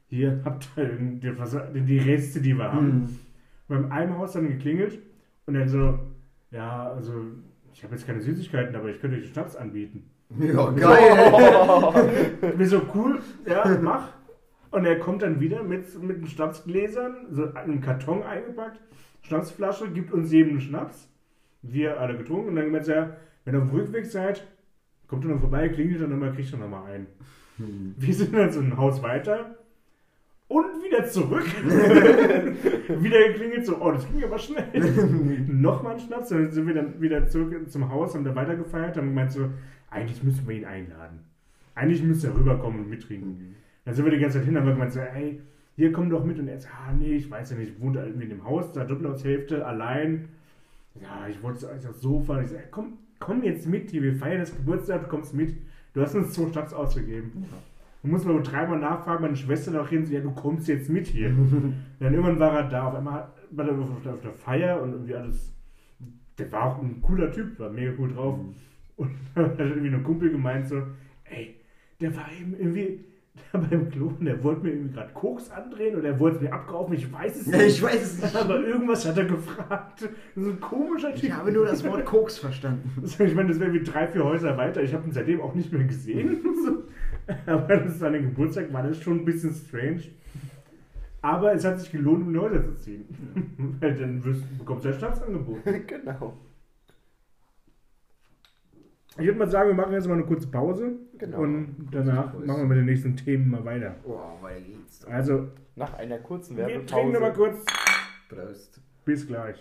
hier habt ihr die Reste, die wir haben. Beim einem Haus dann geklingelt und er so, ja, also ich habe jetzt keine Süßigkeiten, aber ich könnte euch Schnaps anbieten. Ja, geil. Mir so, cool, ja, mach. Und er kommt dann wieder mit den Schnapsgläsern, so einem Karton eingepackt, Schnapsflasche, gibt uns jedem einen Schnaps. Wir alle getrunken und dann meint er, wenn ihr auf dem Rückweg seid, kommt ihr noch vorbei, klingelt dann nochmal, kriegt ihr nochmal einen. Wir sind dann so ein Haus weiter und wieder zurück. Wieder geklingelt, so, oh, das ging aber schnell. Nochmal ein Schnaps, dann sind wir dann wieder zurück zum Haus, haben da weitergefeiert, dann meint so, eigentlich müssen wir ihn einladen. Eigentlich müsste er rüberkommen und mittrinken. Dann sind wir die ganze Zeit hin, haben wir gemeint so, ey, hier komm doch mit. Und er sagt, nee, ich weiß ja nicht, ich wohne irgendwie in dem Haus, da Doppelhaushälfte, allein. Ja, ich wollte eigentlich aufs Sofa. Und ich sage, komm jetzt mit hier, wir feiern das Geburtstag, du kommst mit. Du hast uns 2 Schnaps ausgegeben. Ja. Dann muss man aber 3-mal nachfragen, meine Schwester noch hin, so, ja, du kommst jetzt mit hier. Dann irgendwann war er da, auf einmal war er auf der Feier und irgendwie alles, der war auch ein cooler Typ, war mega cool drauf. Und dann hat irgendwie ein Kumpel gemeint so, ey, der war eben irgendwie da beim Klo und der wollte mir irgendwie gerade Koks andrehen oder er wollte es mir abkaufen, ich weiß es nicht. Ich weiß es nicht. Aber irgendwas hat er gefragt. So ein komischer Typ. Ich habe nur das Wort Koks verstanden. Ich meine, das wäre wie 3-4 Häuser weiter. Ich habe ihn seitdem auch nicht mehr gesehen. Aber das ist an dem Geburtstag, war das schon ein bisschen strange. Aber es hat sich gelohnt, um die Häuser zu ziehen. Weil dann bekommst du ein Schnapsangebot. Genau. Ich würde mal sagen, wir machen jetzt mal eine kurze Pause. Genau. Und danach machen wir mit den nächsten Themen mal weiter. Wow, weiter geht's. Also, Nach einer kurzen wir trinken Werbepause. noch mal kurz. Prost. Bis gleich.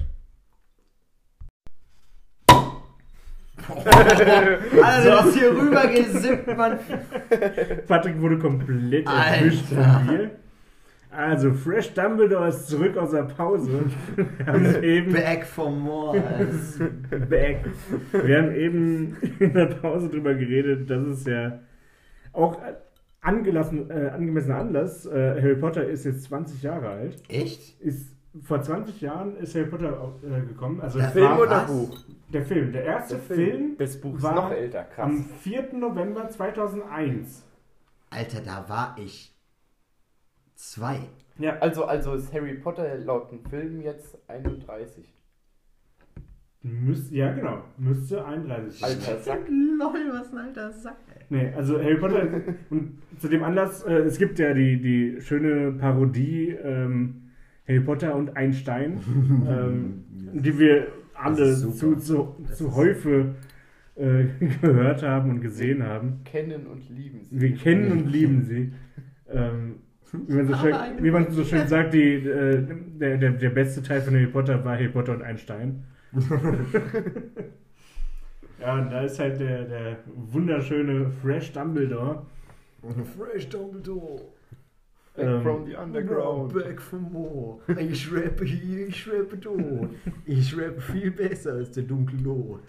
Also, das hier rüber gesippt, Mann. Patrick wurde komplett erwischt von mir. Also, Fresh Dumbledore ist zurück aus der Pause. Wir haben eben Back for more. back. Wir haben eben in der Pause drüber geredet, dass es ja auch angemessener Anlass. Harry Potter ist jetzt 20 Jahre alt. Echt? Vor 20 Jahren ist Harry Potter gekommen. Also Der es Film war oder was? Buch? der Film. Der erste Film Das Buch ist war noch älter, krass. am 4. November 2001. Alter, da war ich 2. Ja, Also ist Harry Potter laut dem Film jetzt 31. ja genau. Müsste 31 sein. Alter Sack. Lol, was ein alter Sack, ey. Nee, also Harry Potter, und zu dem Anlass, es gibt ja die schöne Parodie Harry Potter und Einstein, die wir alle Das ist super. zu Häufe gehört haben und gesehen haben. Kennen und lieben sie. Wir kennen und lieben sie. Wie man so schön sagt, der beste Teil von Harry Potter war Harry Potter und Einstein. Ja, und da ist halt der wunderschöne Fresh Dumbledore. Fresh Dumbledore. Back from the underground. Back for more. Ich rappe hier, ich rappe dort. Ich rappe viel besser als der dunkle Lord.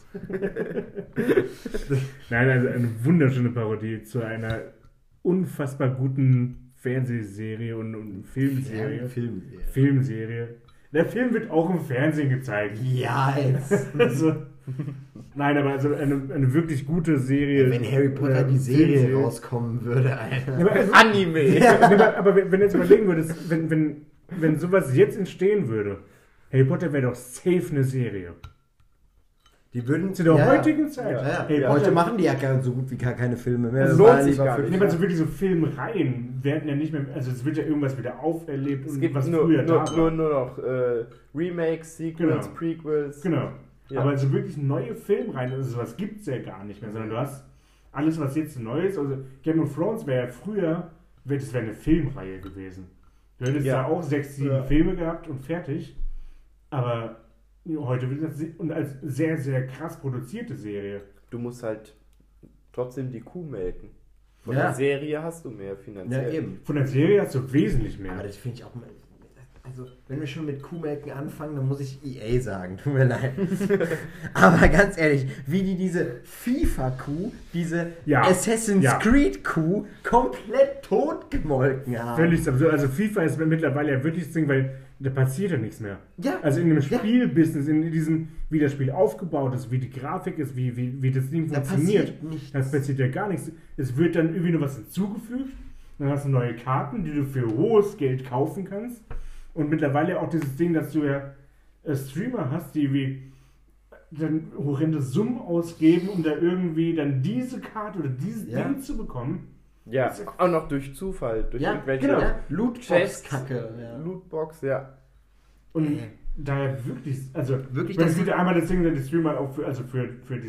Nein, also eine wunderschöne Parodie zu einer unfassbar guten Fernsehserie und Filmserie. Filmserie. Der Film wird auch im Fernsehen gezeigt. Ja, jetzt. Also, nein, aber also eine wirklich gute Serie. Wenn Harry Potter die Serie Filmserie. rauskommen würde, Alter. Ja, aber, also, Anime! aber wenn du jetzt überlegen würdest, wenn sowas jetzt entstehen würde, Harry Potter wäre doch safe eine Serie. Die würden Zu der heutigen Zeit. Ja. Harry Heute Potter- machen die ja so gut wie gar keine Filme mehr. Das Das lohnt war sich lieber gar für- nicht. Nee, also wirklich so Filmreihen werden ja nicht mehr, also es wird ja irgendwas wieder auferlebt Es und gibt was nur früher da war. noch Remakes, Sequels, Genau. Prequels. Genau. Ja. Aber also wirklich neue Filmreihen, also sowas gibt es ja gar nicht mehr, sondern du hast alles, was jetzt neu ist. Also Game of Thrones wäre ja früher, das wäre eine Filmreihe gewesen. Du hättest Ja. da auch 6, 7 Filme gehabt und fertig. Aber heute wird das und als sehr, sehr krass produzierte Serie. Du musst halt trotzdem die Kuh melken. Von Ja. der Serie hast du mehr Ja, finanziell. eben. Von der Serie hast du wesentlich mehr. Aber das finde ich auch mal. Also, wenn wir schon mit Kuhmelken anfangen, dann muss ich EA sagen. Tut mir leid. Aber ganz ehrlich, wie die diese FIFA-Kuh, diese Ja. Assassin's Ja. Creed-Kuh komplett tot gemolken haben. Völlig absurd. Also FIFA ist mittlerweile ja wirklich das Ding, weil da passiert ja nichts mehr. Ja. Also in dem Ja. Spielbusiness, in diesem, wie das Spiel aufgebaut ist, wie die Grafik ist, wie das Ding Da funktioniert, passiert nichts. das passiert ja gar nichts. Es wird dann irgendwie nur was hinzugefügt dann hast du neue Karten, die du für hohes Geld kaufen kannst. Und mittlerweile auch dieses Ding, dass du ja Streamer hast, die wie dann horrende Summen ausgeben, um da irgendwie dann diese Karte oder dieses Ding zu bekommen. Ja, auch noch durch Zufall, durch irgendwelche Lootbox-Kacke. Ja. Lootbox, ja. Und daher wirklich, also Wirklich, weil das es gibt ja einmal das Ding, dass die Streamer auch für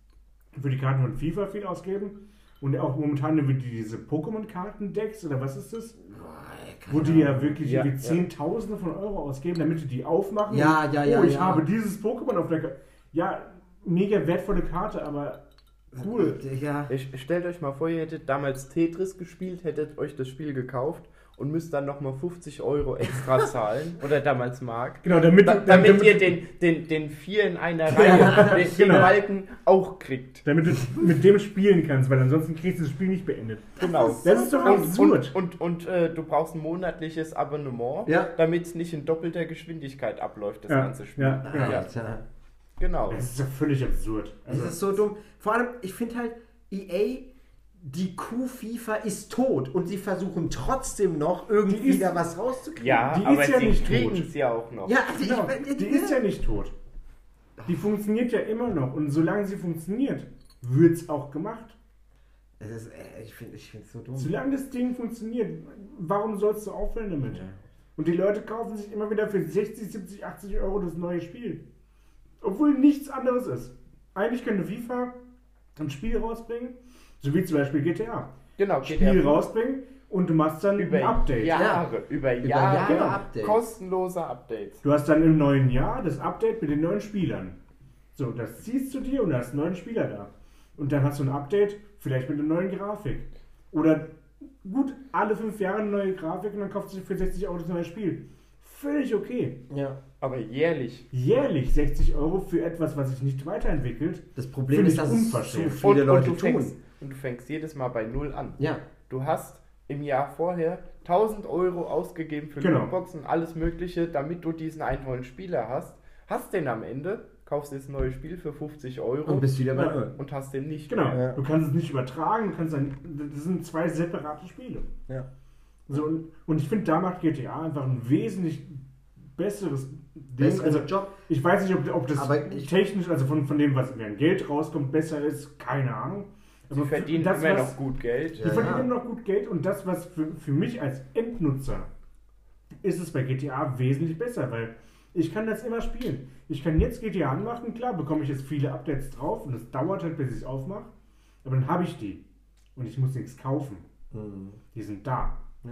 die Karten von FIFA viel ausgeben. Und auch momentan diese Pokémon-Karten-Decks, oder was ist das? Wo die ja wirklich Zehntausende von Euro ausgeben, damit die die aufmachen. Ich habe dieses Pokémon auf der Karte. Ja, mega wertvolle Karte, aber cool. Ja. Stellt euch mal vor, ihr hättet damals Tetris gespielt, hättet euch das Spiel gekauft und müsst dann nochmal 50 Euro extra zahlen, oder damals Mark. Genau, damit ihr den 4 in einer Reihe, den Balken auch kriegt. Damit du mit dem spielen kannst, weil ansonsten kriegst du das Spiel nicht beendet. Genau. Das ist doch absurd. Und du brauchst ein monatliches Abonnement, damit es nicht in doppelter Geschwindigkeit abläuft, das ganze Spiel. Alter. Genau. Das ist doch völlig absurd. Das ist so dumm. Vor allem, ich finde halt, EA, die Kuh FIFA ist tot und sie versuchen trotzdem noch irgendwie da was rauszukriegen. Ja, die aber ist ja sie nicht kriegen tot. es ja auch noch. Ja, Genau, die ist ja nicht tot. Die funktioniert ja immer noch. Und solange sie funktioniert, wird es auch gemacht. Das ist, ich finde es so dumm. Solange das Ding funktioniert, warum sollst du aufhören damit? Ja. Und die Leute kaufen sich immer wieder für 60, 70, 80 Euro das neue Spiel. Obwohl nichts anderes ist. Eigentlich könnte FIFA ein Spiel rausbringen, so wie zum Beispiel GTA. Genau, Spiel rausbringen und du machst dann ein Update. Über Jahre Updates. kostenlose Updates. Du hast dann im neuen Jahr das Update mit den neuen Spielern. So, das ziehst du dir und hast einen neuen Spieler da. Und dann hast du ein Update, vielleicht mit einer neuen Grafik. Oder gut, alle 5 Jahre eine neue Grafik und dann kaufst du für 60 Euro das neue Spiel. Völlig okay. Ja. Aber jährlich. Jährlich 60 Euro für etwas, was sich nicht weiterentwickelt. Das Problem ist, dass es so viele Leute tun. Und du fängst jedes Mal bei Null an. Ja. Du hast im Jahr vorher 1000 Euro ausgegeben für Lootboxen und alles Mögliche, damit du diesen einen neuen Spieler hast. Hast den am Ende, kaufst das neue Spiel für 50 Euro Und bist wieder bei Null. und hast den nicht Genau. mehr. Ja. Du kannst es nicht übertragen, das sind 2 separate Spiele. Ja. So, und ich finde, da macht GTA einfach ein wesentlich besseres Ding. Also, Job. ich weiß nicht, ob das Aber technisch, also von dem, was an Geld rauskommt, besser ist, keine Ahnung. Sie verdienen das, immer was- noch gut Geld. Die verdienen immer noch gut Geld und das, was für mich als Endnutzer ist es bei GTA wesentlich besser, weil ich kann das immer spielen. Ich kann jetzt GTA anmachen, klar, bekomme ich jetzt viele Updates drauf und es dauert halt, bis ich es aufmache, aber dann habe ich die und ich muss nichts kaufen. Die sind da. Ja.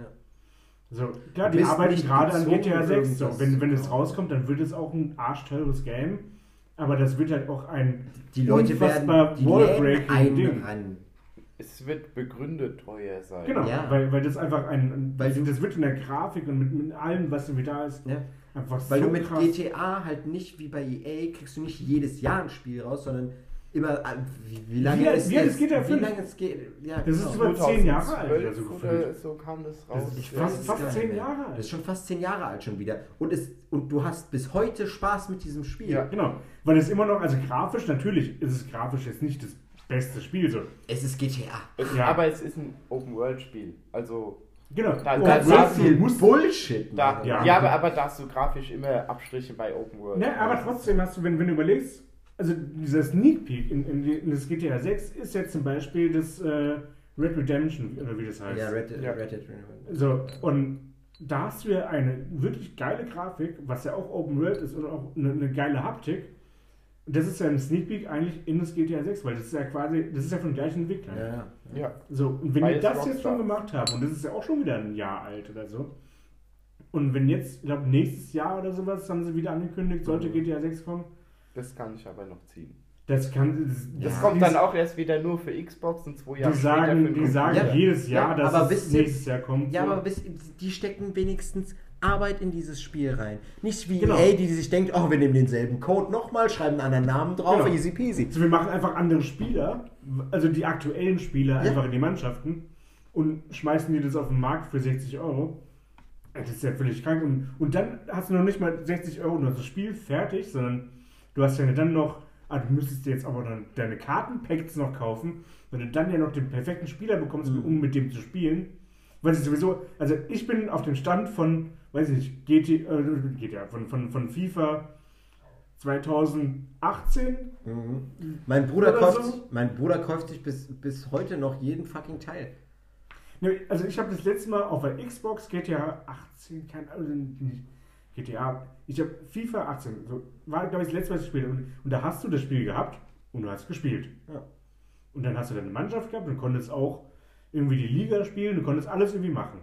So, klar, Du die bist arbeiten nicht gerade an gezwungen, GTA 6. So, irgendwas wenn zu es kaufen. rauskommt, dann wird es auch ein arschteures Game, aber das wird halt auch ein Die Leute werden unfassbar die Läden wallbreaking Ding. einrennen. Es wird begründet teuer sein. Genau, Ja. weil das einfach Weil du- das wird in der Grafik und mit allem, was irgendwie da ist, Ja. einfach Weil so du mit krass. GTA halt nicht wie bei EA kriegst du nicht jedes Jahr ein Spiel raus, sondern immer, wie lange es das geht ja wie fünf. lange es geht. Ja, Das ist genau. über 10 Jahre alt, also 2012 gefühlt. oder so kam das raus. ist Ja. fast gar nicht 10 mehr. Jahre alt. Das ist schon fast 10 Jahre alt schon wieder. Und du hast bis heute Spaß mit diesem Spiel. Ja. Genau, weil es immer noch, also grafisch, natürlich ist es grafisch jetzt nicht das beste Spiel, so. Es ist GTA. Ja. Aber es ist ein Open-World-Spiel. Also, Genau. Da- Und da- du da- hast- du musst- Bullshit. da, Mann. Ja. ja, aber da hast du grafisch immer Abstriche bei Open-World. Ne, aber trotzdem hast du, wenn du überlegst, also dieser Sneak Peek in das GTA 6 ist jetzt zum Beispiel das Red Redemption, oder wie das heißt. Ja, Red Ja. Dead Redemption. So, und da hast du ja eine wirklich geile Grafik, was ja auch Open World ist und auch eine geile Haptik. Und das ist ja ein Sneak Peek eigentlich in das GTA 6, weil das ist ja quasi, das ist ja von den gleichen Entwicklern. Ja. Ja. So, und wenn die Beides das jetzt Rockstar. schon gemacht haben, und das ist ja auch schon wieder ein Jahr alt oder so, und wenn jetzt, ich glaube nächstes Jahr oder sowas, haben sie wieder angekündigt, sollte GTA 6 kommen, Das kann ich aber noch ziehen. das kann... Das Ja. kommt dann auch erst wieder nur für Xbox und 2 Jahre Die später für sagen, den die sagen Computer. jedes Jahr, Ja, dass aber es wisst ihr- nächstes Jahr kommt. Ja, so. aber die stecken wenigstens Arbeit in dieses Spiel rein. Nicht wie Genau. EA, die sich denkt, oh, wir nehmen denselben Code nochmal, schreiben einen anderen Namen drauf, Genau. easy peasy. Also wir machen einfach andere Spieler, also die aktuellen Spieler Ja. einfach in die Mannschaften und schmeißen die das auf den Markt für 60 Euro. Das ist ja völlig krank. Und dann hast du noch nicht mal 60 Euro, du hast das Spiel fertig, sondern du hast ja dann noch, du müsstest dir jetzt aber dann deine Kartenpacks noch kaufen, weil du dann ja noch den perfekten Spieler bekommst, um mit dem zu spielen. weiß ich sowieso, also ich bin auf dem Stand von, weiß ich nicht, GTA, von FIFA 2018. Mein Bruder Oder kauft sich bis heute noch jeden fucking Teil. Ne, also ich habe das letzte Mal auf der Xbox GTA 18, ich habe FIFA 18, so, war glaube ich das letzte Mal das Spiel und da hast du das Spiel gehabt und du hast gespielt. Ja. Und dann hast du deine Mannschaft gehabt und konntest auch irgendwie die Liga spielen, du konntest alles irgendwie machen.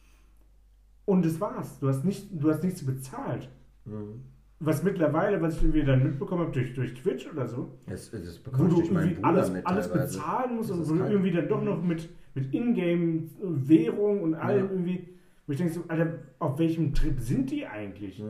Und das war's. Du hast nichts bezahlt. Was mittlerweile, was ich irgendwie dann mitbekommen habe durch Twitch oder so, Das wo bekomme ich du durch meinen irgendwie Bruder alles teilweise. bezahlen musst Das und ist wo du kalt. irgendwie dann doch noch mit Ingame-Währung und allem irgendwie, wo ich denke so, Alter, auf welchem Trip sind die eigentlich?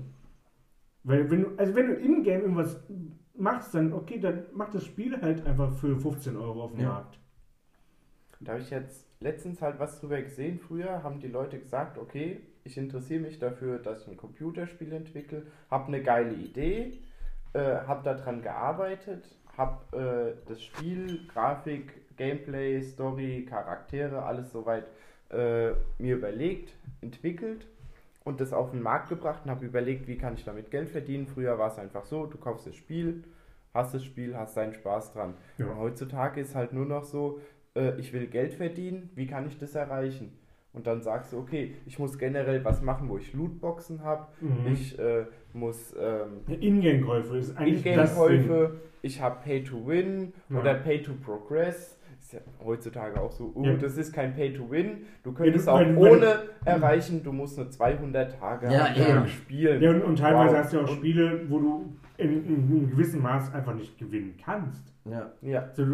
Weil wenn du Ingame irgendwas machst, dann okay, dann mach das Spiel halt einfach für 15 Euro auf dem Markt. Da habe ich jetzt letztens halt was drüber gesehen. Früher haben die Leute gesagt, okay, ich interessiere mich dafür, dass ich ein Computerspiel entwickle, habe eine geile Idee, habe daran gearbeitet, habe das Spiel, Grafik, Gameplay, Story, Charaktere, alles soweit mir überlegt, entwickelt und das auf den Markt gebracht und habe überlegt, wie kann ich damit Geld verdienen. Früher war es einfach so, du kaufst das Spiel, hast deinen Spaß dran. Ja. Und heutzutage ist halt nur noch so, ich will Geld verdienen, wie kann ich das erreichen? Und dann sagst du, okay, ich muss generell was machen, wo ich Lootboxen habe, ich muss Ingame-Käufe ist eigentlich das Ding. Ingame-Käufe, ich habe Pay-to-Win oder Pay-to-Progress. Ist ja heutzutage auch so, das ist kein Pay-to-Win, du könntest auch ohne erreichen, du musst nur 200 Tage am Tag spielen. Ja, und teilweise hast du ja auch Spiele, wo du in einem gewissen Maß einfach nicht gewinnen kannst. Ja. Also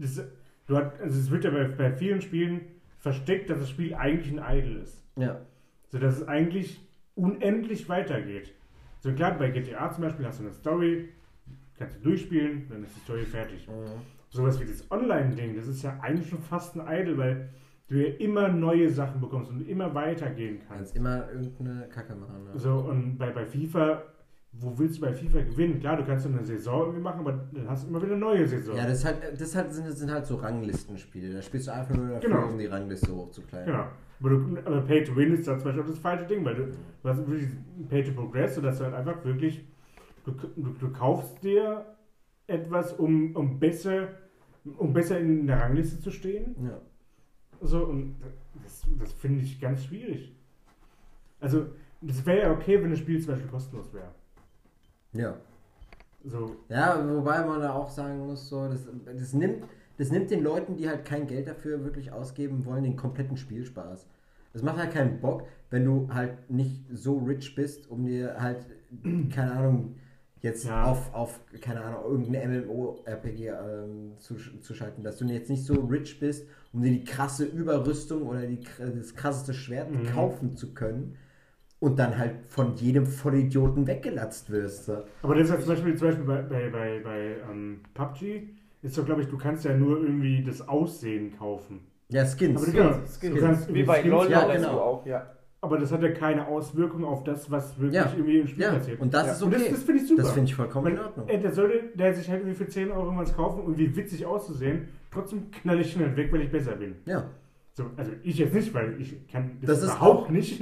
es wird ja bei vielen Spielen versteckt, dass das Spiel eigentlich ein Idle ist. Ja. So dass es eigentlich unendlich weitergeht. So klar, bei GTA zum Beispiel hast du eine Story, kannst du durchspielen, dann ist die Story fertig. Sowas wie das Online-Ding, das ist ja eigentlich schon fast ein Idle, weil du ja immer neue Sachen bekommst und immer weitergehen kannst. Kannst immer irgendeine Kacke machen. Ne? So, und bei FIFA, wo willst du bei FIFA gewinnen? Klar, du kannst so eine Saison irgendwie machen, aber dann hast du immer wieder eine neue Saison. Ja, sind halt so Ranglistenspiele. Da spielst du einfach nur dafür, um die Rangliste hochzukleiden. Genau. Aber Pay to Win ist da zum Beispiel auch das falsche Ding, weil du hast wirklich Pay to Progress, sodass du halt einfach wirklich, du kaufst dir etwas, um besser in der Rangliste zu stehen. Ja. So, und das finde ich ganz schwierig. Also, das wäre ja okay, wenn das Spiel zum Beispiel kostenlos wäre. Ja. So. Ja, wobei man da auch sagen muss, so, das nimmt den Leuten, die halt kein Geld dafür wirklich ausgeben wollen, den kompletten Spielspaß. Es macht halt keinen Bock, wenn du halt nicht so rich bist, um dir halt, keine Ahnung, jetzt auf keine Ahnung, irgendeine MMO-RPG zu schalten, dass du jetzt nicht so rich bist, um dir die krasse Überrüstung oder das krasseste Schwert kaufen zu können und dann halt von jedem Vollidioten weggelatzt wirst. So. Aber das ist ja zum Beispiel bei PUBG ist doch, glaube ich, du kannst ja nur irgendwie das Aussehen kaufen. Ja, Skins. Aber Skins. Du kannst wie bei LoL ja, oder genau. so auch, ja. Aber das hat ja keine Auswirkung auf das, was wirklich irgendwie im Spiel passiert. Und das ist okay. Und das finde ich super. Das finde ich vollkommen in Ordnung. Der sich halt irgendwie für 10 Euro irgendwas kaufen und wie witzig auszusehen, trotzdem knall ich schnell weg, weil ich besser bin. Ja. So, also ich jetzt nicht, weil ich kann das ist überhaupt auch nicht.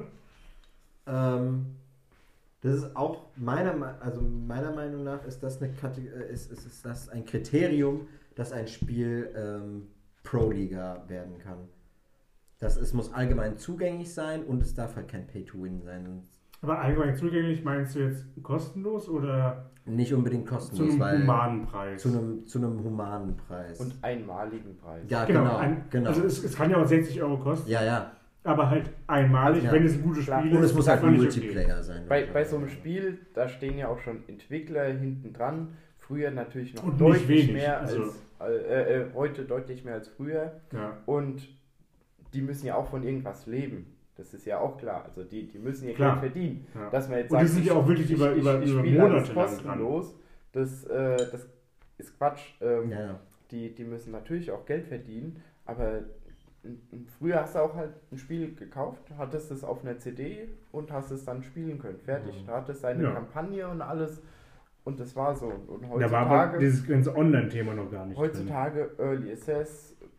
Das ist auch meiner Meinung nach ist das ist das ein Kriterium, dass ein Spiel Pro-Liga werden kann. Es muss allgemein zugänglich sein und es darf halt kein Pay-to-Win sein. Aber allgemein zugänglich meinst du jetzt kostenlos oder nicht unbedingt kostenlos, zu einem humanen Preis? Zu einem humanen Preis. Und einmaligen Preis. Ja, genau. Also es kann ja auch 60 Euro kosten. Ja. Aber halt einmalig, wenn es ein gutes Spiel ist. Und es muss halt Multiplayer sein. Bei so einem Spiel, da stehen ja auch schon Entwickler hinten dran. Früher natürlich noch und deutlich mehr als heute deutlich mehr als früher. Ja. Und die müssen ja auch von irgendwas leben. Das ist ja auch klar. Also die müssen ihr Geld verdienen. Ja. Dass man jetzt und sagt, die sind ja auch wirklich über Monate lang kostenlos. Das ist Quatsch. Die müssen natürlich auch Geld verdienen, aber früher hast du auch halt ein Spiel gekauft, hattest es auf einer CD und hast es dann spielen können. Fertig. Da hattest du eine Kampagne und alles und das war so. Und heutzutage, da war aber dieses ganze Online-Thema noch gar nicht heutzutage drin. Early Access,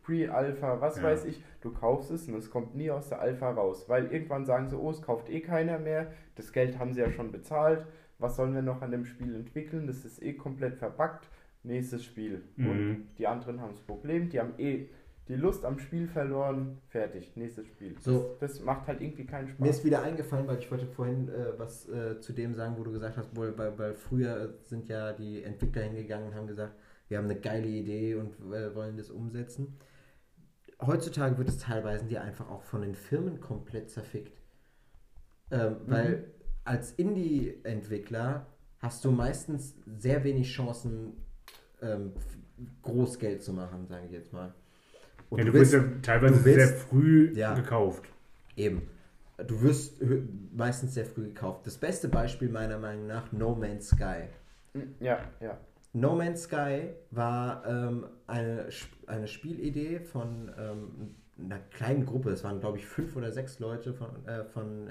Pre-Alpha, was weiß ich, du kaufst es und es kommt nie aus der Alpha raus, weil irgendwann sagen sie, oh, es kauft eh keiner mehr, das Geld haben sie ja schon bezahlt, was sollen wir noch an dem Spiel entwickeln, das ist eh komplett verbuggt, nächstes Spiel. Und die anderen haben das Problem, die haben eh die Lust am Spiel verloren, fertig, nächstes Spiel. So. Das macht halt irgendwie keinen Spaß. Mir ist wieder eingefallen, weil ich wollte vorhin was zu dem sagen, wo du gesagt hast, weil früher sind ja die Entwickler hingegangen und haben gesagt, wir haben eine geile Idee und wollen das umsetzen. Heutzutage wird es teilweise dir einfach auch von den Firmen komplett zerfickt. Weil als Indie-Entwickler hast du meistens sehr wenig Chancen, Großgeld zu machen, sage ich jetzt mal. Und du wirst ja teilweise sehr früh gekauft. Eben. Du wirst meistens sehr früh gekauft. Das beste Beispiel meiner Meinung nach, No Man's Sky. Ja. No Man's Sky war eine Spielidee von einer kleinen Gruppe. Es waren, glaube ich, 5 oder 6 Leute von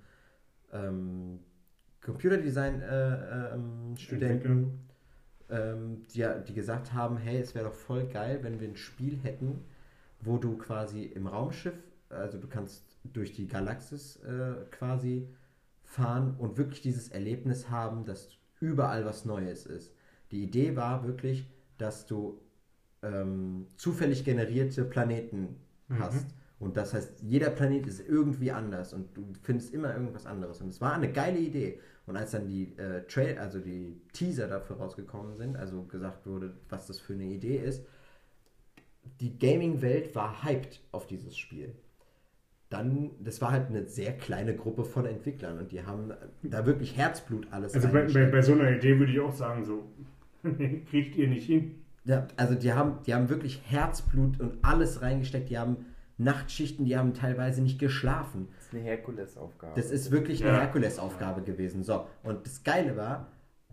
Computerdesign-Studenten, die gesagt haben, hey, es wäre doch voll geil, wenn wir ein Spiel hätten, wo du quasi im Raumschiff, also du kannst durch die Galaxis quasi fahren und wirklich dieses Erlebnis haben, dass überall was Neues ist. Die Idee war wirklich, dass du zufällig generierte Planeten hast. Und das heißt, jeder Planet ist irgendwie anders und du findest immer irgendwas anderes. Und es war eine geile Idee. Und als dann die die Teaser dafür rausgekommen sind, also gesagt wurde, was das für eine Idee ist, die Gaming-Welt war hyped auf dieses Spiel. Das war halt eine sehr kleine Gruppe von Entwicklern und die haben da wirklich Herzblut alles reingesteckt. Bei so einer Idee würde ich auch sagen, so, kriegt ihr nicht hin. Ja, also die haben wirklich Herzblut und alles reingesteckt, die haben Nachtschichten, die haben teilweise nicht geschlafen. Das ist eine Herkulesaufgabe. Das ist wirklich eine Herkulesaufgabe gewesen. So, und das Geile war,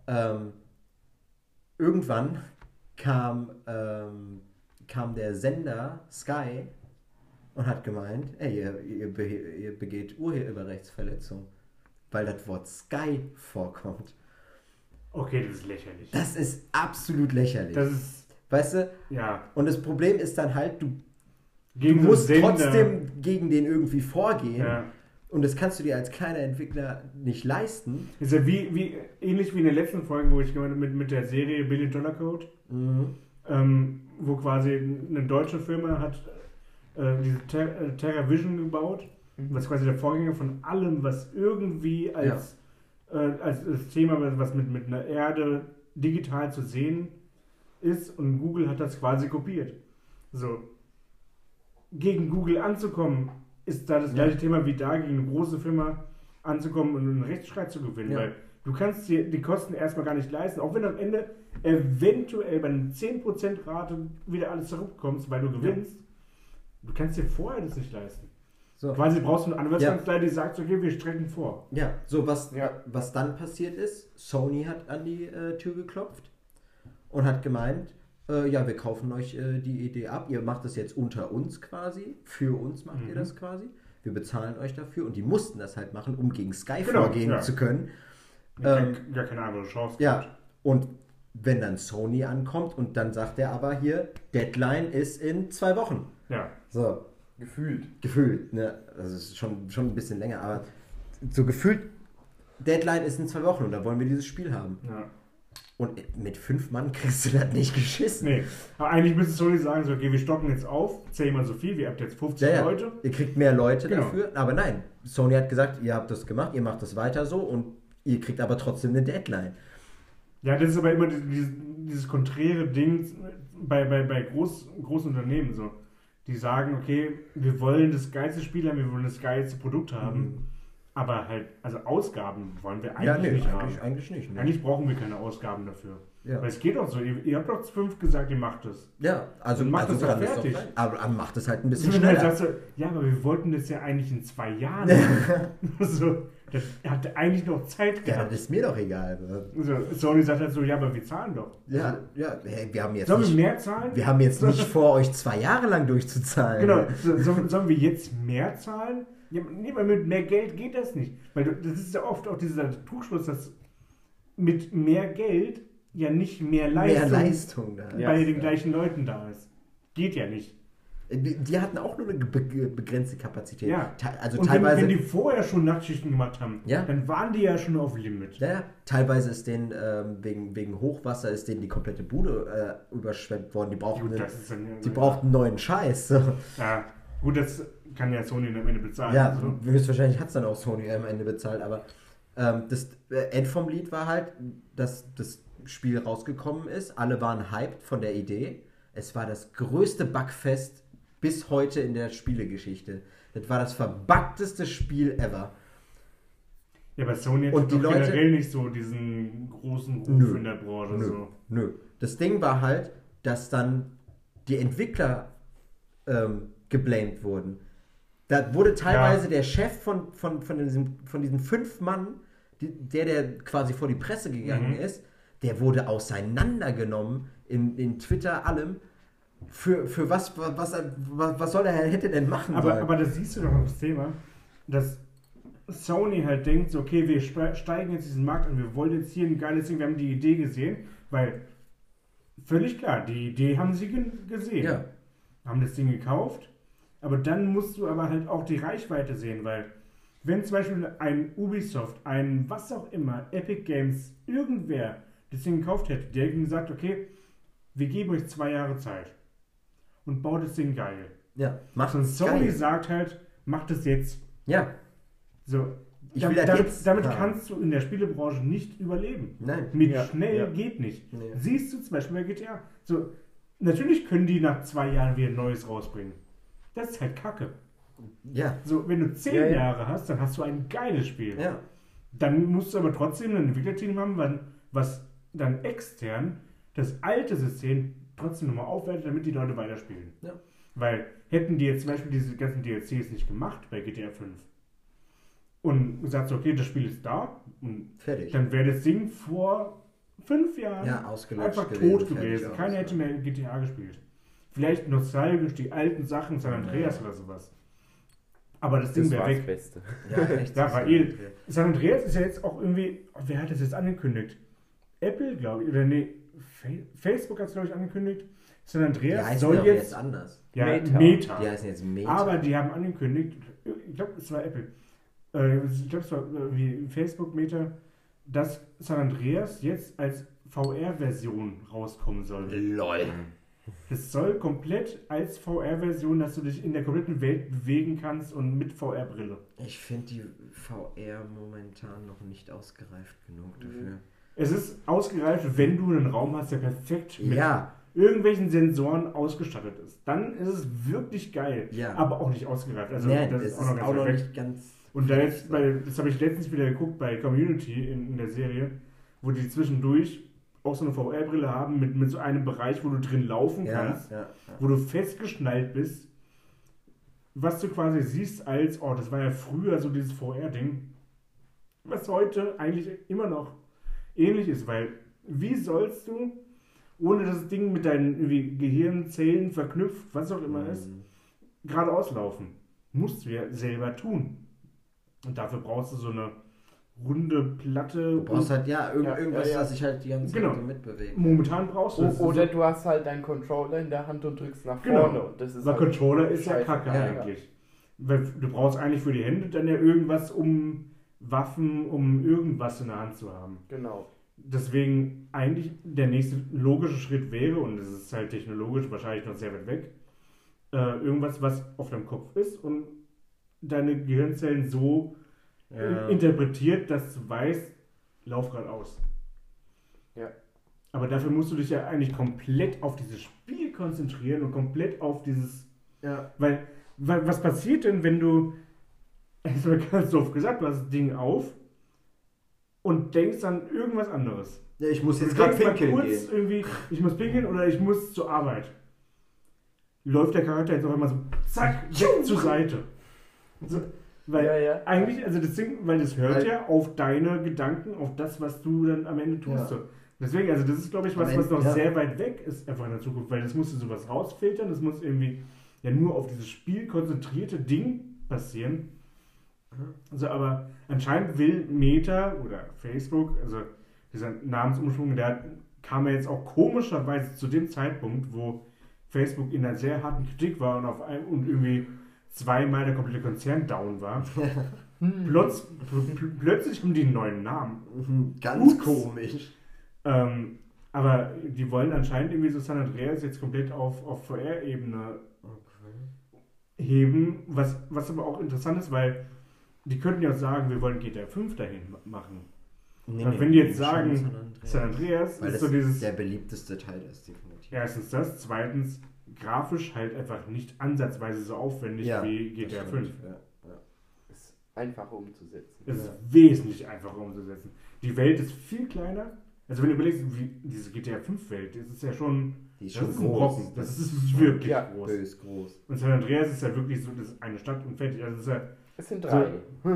irgendwann kam der Sender Sky und hat gemeint, ey, ihr begeht Urheberrechtsverletzung, weil das Wort Sky vorkommt. Okay, das ist lächerlich. Das ist absolut lächerlich. Das ist, weißt du? Ja. Und das Problem ist dann halt, du musst trotzdem gegen den irgendwie vorgehen. Ja. Und das kannst du dir als kleiner Entwickler nicht leisten. Das ist ja ähnlich wie in der letzten Folge, wo ich gemeint mit der Serie Billion Dollar Code, wo quasi eine deutsche Firma hat diese Terra Vision gebaut, was quasi der Vorgänger von allem, was irgendwie als das Thema, was mit einer Erde digital zu sehen ist, und Google hat das quasi kopiert. So. Gegen Google anzukommen, ist da das gleiche Thema wie da, gegen eine große Firma anzukommen und einen Rechtsstreit zu gewinnen, weil du kannst dir die Kosten erstmal gar nicht leisten, auch wenn du am Ende eventuell bei einer 10% Rate wieder alles zurückkommst, weil du gewinnst. Du kannst dir vorher das nicht leisten. So. Quasi brauchst du eine Anwaltskanzlei, die sagt, okay, wir strecken vor. Ja, so was dann passiert ist, Sony hat an die Tür geklopft und hat gemeint, wir kaufen euch die Idee ab, ihr macht das jetzt unter uns quasi, für uns macht ihr das quasi, wir bezahlen euch dafür, und die mussten das halt machen, um gegen Sky vorgehen zu können. Gar keine andere Chance. Ja, und wenn dann Sony ankommt und dann sagt er aber hier, Deadline ist in 2 Wochen. Ja. So. Gefühlt, ne? Also es ist schon ein bisschen länger, aber so gefühlt, Deadline ist in 2 Wochen und da wollen wir dieses Spiel haben. Ja. Und mit 5 Mann kriegst du das nicht geschissen. Nee, aber eigentlich müsste Sony sagen, so, okay, wir stocken jetzt auf, 10 mal so viel, ihr habt jetzt 50 Leute. Ihr kriegt mehr Leute dafür, aber nein, Sony hat gesagt, ihr habt das gemacht, ihr macht das weiter so und ihr kriegt aber trotzdem eine Deadline. Ja, das ist aber immer dieses konträre Ding bei großen Unternehmen so. Die sagen, okay, wir wollen das geilste Spiel haben, wir wollen das geilste Produkt haben, aber halt, also Ausgaben wollen wir eigentlich nicht haben. Eigentlich nicht. Ne? Eigentlich brauchen wir keine Ausgaben dafür. Ja. Weil es geht doch so, ihr habt doch 5 gesagt, ihr macht es. Ja, also macht es doch fertig. Aber macht es halt ein bisschen schneller. schneller. Halt ja, aber wir wollten das ja eigentlich in 2 Jahren. So, das hat eigentlich noch Zeit gehabt. Ja, das ist mir doch egal. So, Sony sagt halt so, ja, aber wir zahlen doch. Ja, hey, wir haben jetzt sollen wir mehr zahlen? Wir haben jetzt nicht vor, euch 2 Jahre lang durchzuzahlen. Genau, sollen wir jetzt mehr zahlen? Ja, nee, weil mit mehr Geld geht das nicht. Weil das ist ja oft auch dieser Trugschluss, dass mit mehr Geld ja nicht mehr Leistung da bei den gleichen Leuten da ist. Geht ja nicht. Die hatten auch nur eine begrenzte Kapazität. Ja. Also Und teilweise. wenn die vorher schon Nachtschichten gemacht haben, Ja. dann waren die ja schon auf Limit. Ja, teilweise ist denen wegen Hochwasser ist denen die komplette Bude überschwemmt worden. Die brauchten, Gut, das ist dann ja- die brauchten neuen Scheiß. So. Ja, gut, das kann ja Sony am Ende bezahlen. Ja, Also. höchstwahrscheinlich hat es dann auch Sony am Ende bezahlt, aber das End vom Lied war halt, dass das Spiel rausgekommen ist. Alle waren hyped von der Idee. Es war das größte Bugfest bis heute in der Spielegeschichte. Das war das verbugteste Spiel ever. Ja, aber Sony hat Und die doch Leute- generell nicht so diesen großen Ruf Nö. in der Branche. Nö, So. nö. Das Ding war halt, dass dann die Entwickler geblamed wurden. Da wurde teilweise der Chef von diesen 5 Mann, der quasi vor die Presse gegangen ist, der wurde auseinandergenommen in Twitter, allem. Für was soll er hätte denn machen sollen? Aber das siehst du doch das Thema, dass Sony halt denkt, so, okay, wir steigen jetzt diesen Markt an, wir wollen jetzt hier ein geiles Ding, wir haben die Idee gesehen, weil völlig klar, die Idee haben sie gesehen, Ja. haben das Ding gekauft, aber dann musst du aber halt auch die Reichweite sehen, weil wenn zum Beispiel ein Ubisoft, ein was auch immer, Epic Games, irgendwer das Ding gekauft hätte, der hätte gesagt, okay, wir geben euch 2 Jahre Zeit und baut das Ding geil. Ja, macht Und uns Sony geil. sagt halt, macht es jetzt. Ja, So, Ich will das jetzt damit haben. kannst du in der Spielebranche nicht überleben. nein. Mit Ja, schnell ja. geht nicht. Nee. Siehst du zum Beispiel bei GTA. So, natürlich können die nach 2 Jahren wieder Neues rausbringen. Das ist halt Kacke. Ja, So, wenn du 10 Ja, ja. Jahre hast, dann hast du ein geiles Spiel. ja. Dann musst du aber trotzdem ein Entwicklerteam haben, was dann extern das alte System trotzdem nochmal aufwertet, damit die Leute weiterspielen. Ja. Weil hätten die jetzt zum Beispiel diese ganzen DLCs nicht gemacht bei GTA 5 und gesagt, so, okay, das Spiel ist da, und Fertig. dann wäre das Ding vor 5 Jahren Ja, ausgelöscht einfach gewesen, tot fertig gewesen. aus, Keiner ja. hätte mehr GTA gespielt. Vielleicht nostalgisch die alten Sachen, San Andreas oder sowas. Aber das Ding Das wäre war das weg. Beste. Ja, echt. Ja, war eh. San Andreas ist ja jetzt auch irgendwie. Wer hat das jetzt angekündigt? Apple, glaube ich. Oder nee, Facebook hat es, glaube ich, angekündigt. San Die Andreas heißen soll ja auch jetzt. jetzt anders. Ja, Meta. Meta. Die heißen jetzt Meta. Aber die haben angekündigt, ich glaube, es war Apple. Ich glaube, es war wie Facebook Meta, dass San Andreas jetzt als VR-Version rauskommen soll. LOL. Das soll komplett als VR-Version, dass du dich in der kompletten Welt bewegen kannst und mit VR-Brille. Ich finde die VR momentan noch nicht ausgereift genug dafür. Es ist ausgereift, wenn du einen Raum hast, der perfekt mit Ja, irgendwelchen Sensoren ausgestattet ist. Dann ist es wirklich geil. Ja. Aber auch nicht ausgereift. Also nee, das ist auch noch ganz weit weg. nicht ganz. Und da jetzt, das habe ich letztens wieder geguckt bei Community in der Serie, wo die zwischendurch auch so eine VR-Brille haben mit so einem Bereich, wo du drin laufen kannst, Ja. wo du festgeschnallt bist, was du quasi siehst als, oh, das war ja früher so dieses VR-Ding, was heute eigentlich immer noch ähnlich ist, weil wie sollst du, ohne das Ding mit deinen irgendwie Gehirnzellen verknüpft, was auch immer ist, geradeaus laufen? Musst du ja selber tun. Und dafür brauchst du so eine runde Platte. Du brauchst halt Ja, irgendwas, ja. das sich halt die ganze Zeit Genau. so mitbewegt. Momentan brauchst du das. Oder du hast halt deinen Controller in der Hand und drückst nach Genau. vorne. Und das ist Weil halt Controller ist ja scheiße. kacke Ja. eigentlich. Weil du brauchst eigentlich für die Hände dann ja irgendwas, um Waffen, um irgendwas in der Hand zu haben. Genau. Deswegen eigentlich der nächste logische Schritt wäre, und es ist halt technologisch wahrscheinlich noch sehr weit weg, irgendwas, was auf deinem Kopf ist und deine Gehirnzellen so interpretiert, dass du weißt, lauf geradeaus. Ja. Aber dafür musst du dich ja eigentlich komplett auf dieses Spiel konzentrieren und komplett auf dieses. Ja. Weil was passiert denn, wenn du, es wird ganz doof gesagt, du hast das Ding auf und denkst an irgendwas anderes. Ja, ich muss jetzt Du gerade denkst mal pinkeln kurz gehen. irgendwie, ich muss pinkeln oder ich muss zur Arbeit. Läuft der Charakter jetzt auf einmal so, zack, weg zur Seite. So, weil Ja, ja. eigentlich, also das Ding, weil das hört Weil- ja auf deine Gedanken, auf das, was du dann am Ende tust. Ja. So. Deswegen, also das ist, glaube ich, was Am Ende, noch ja. sehr weit weg ist einfach in der Zukunft, weil das musst du sowas rausfiltern, das muss irgendwie ja nur auf dieses Spiel konzentrierte Ding passieren. Also, aber anscheinend will Meta oder Facebook, also dieser Namensumschwung, der kam ja jetzt auch komischerweise zu dem Zeitpunkt, wo Facebook in einer sehr harten Kritik war und irgendwie zweimal der komplette Konzern down war. Plötzlich haben die einen neuen Namen. Ganz Ups. komisch. Aber die wollen anscheinend irgendwie so San Andreas jetzt komplett auf VR-Ebene heben, was aber auch interessant ist, weil die könnten ja sagen, wir wollen GTA 5 dahin machen. Nee, Und wenn die jetzt schon sagen, San Andreas weil ist das so dieses... der beliebteste Teil ist, definitiv. Erstens das, zweitens grafisch halt einfach nicht ansatzweise so aufwendig wie GTA 5. Ja. Ist einfacher umzusetzen. Es ist wesentlich einfacher umzusetzen. Die Welt ist viel kleiner. Also wenn du überlegst, wie diese GTA 5 Welt, das ist ja schon... Die ist das schon ist ein groß. Brocken. Das ist wirklich groß. Bös groß. Und San Andreas ist ja wirklich so, das ist eine Stadt und fertig. Also das ist ja, Es sind 3.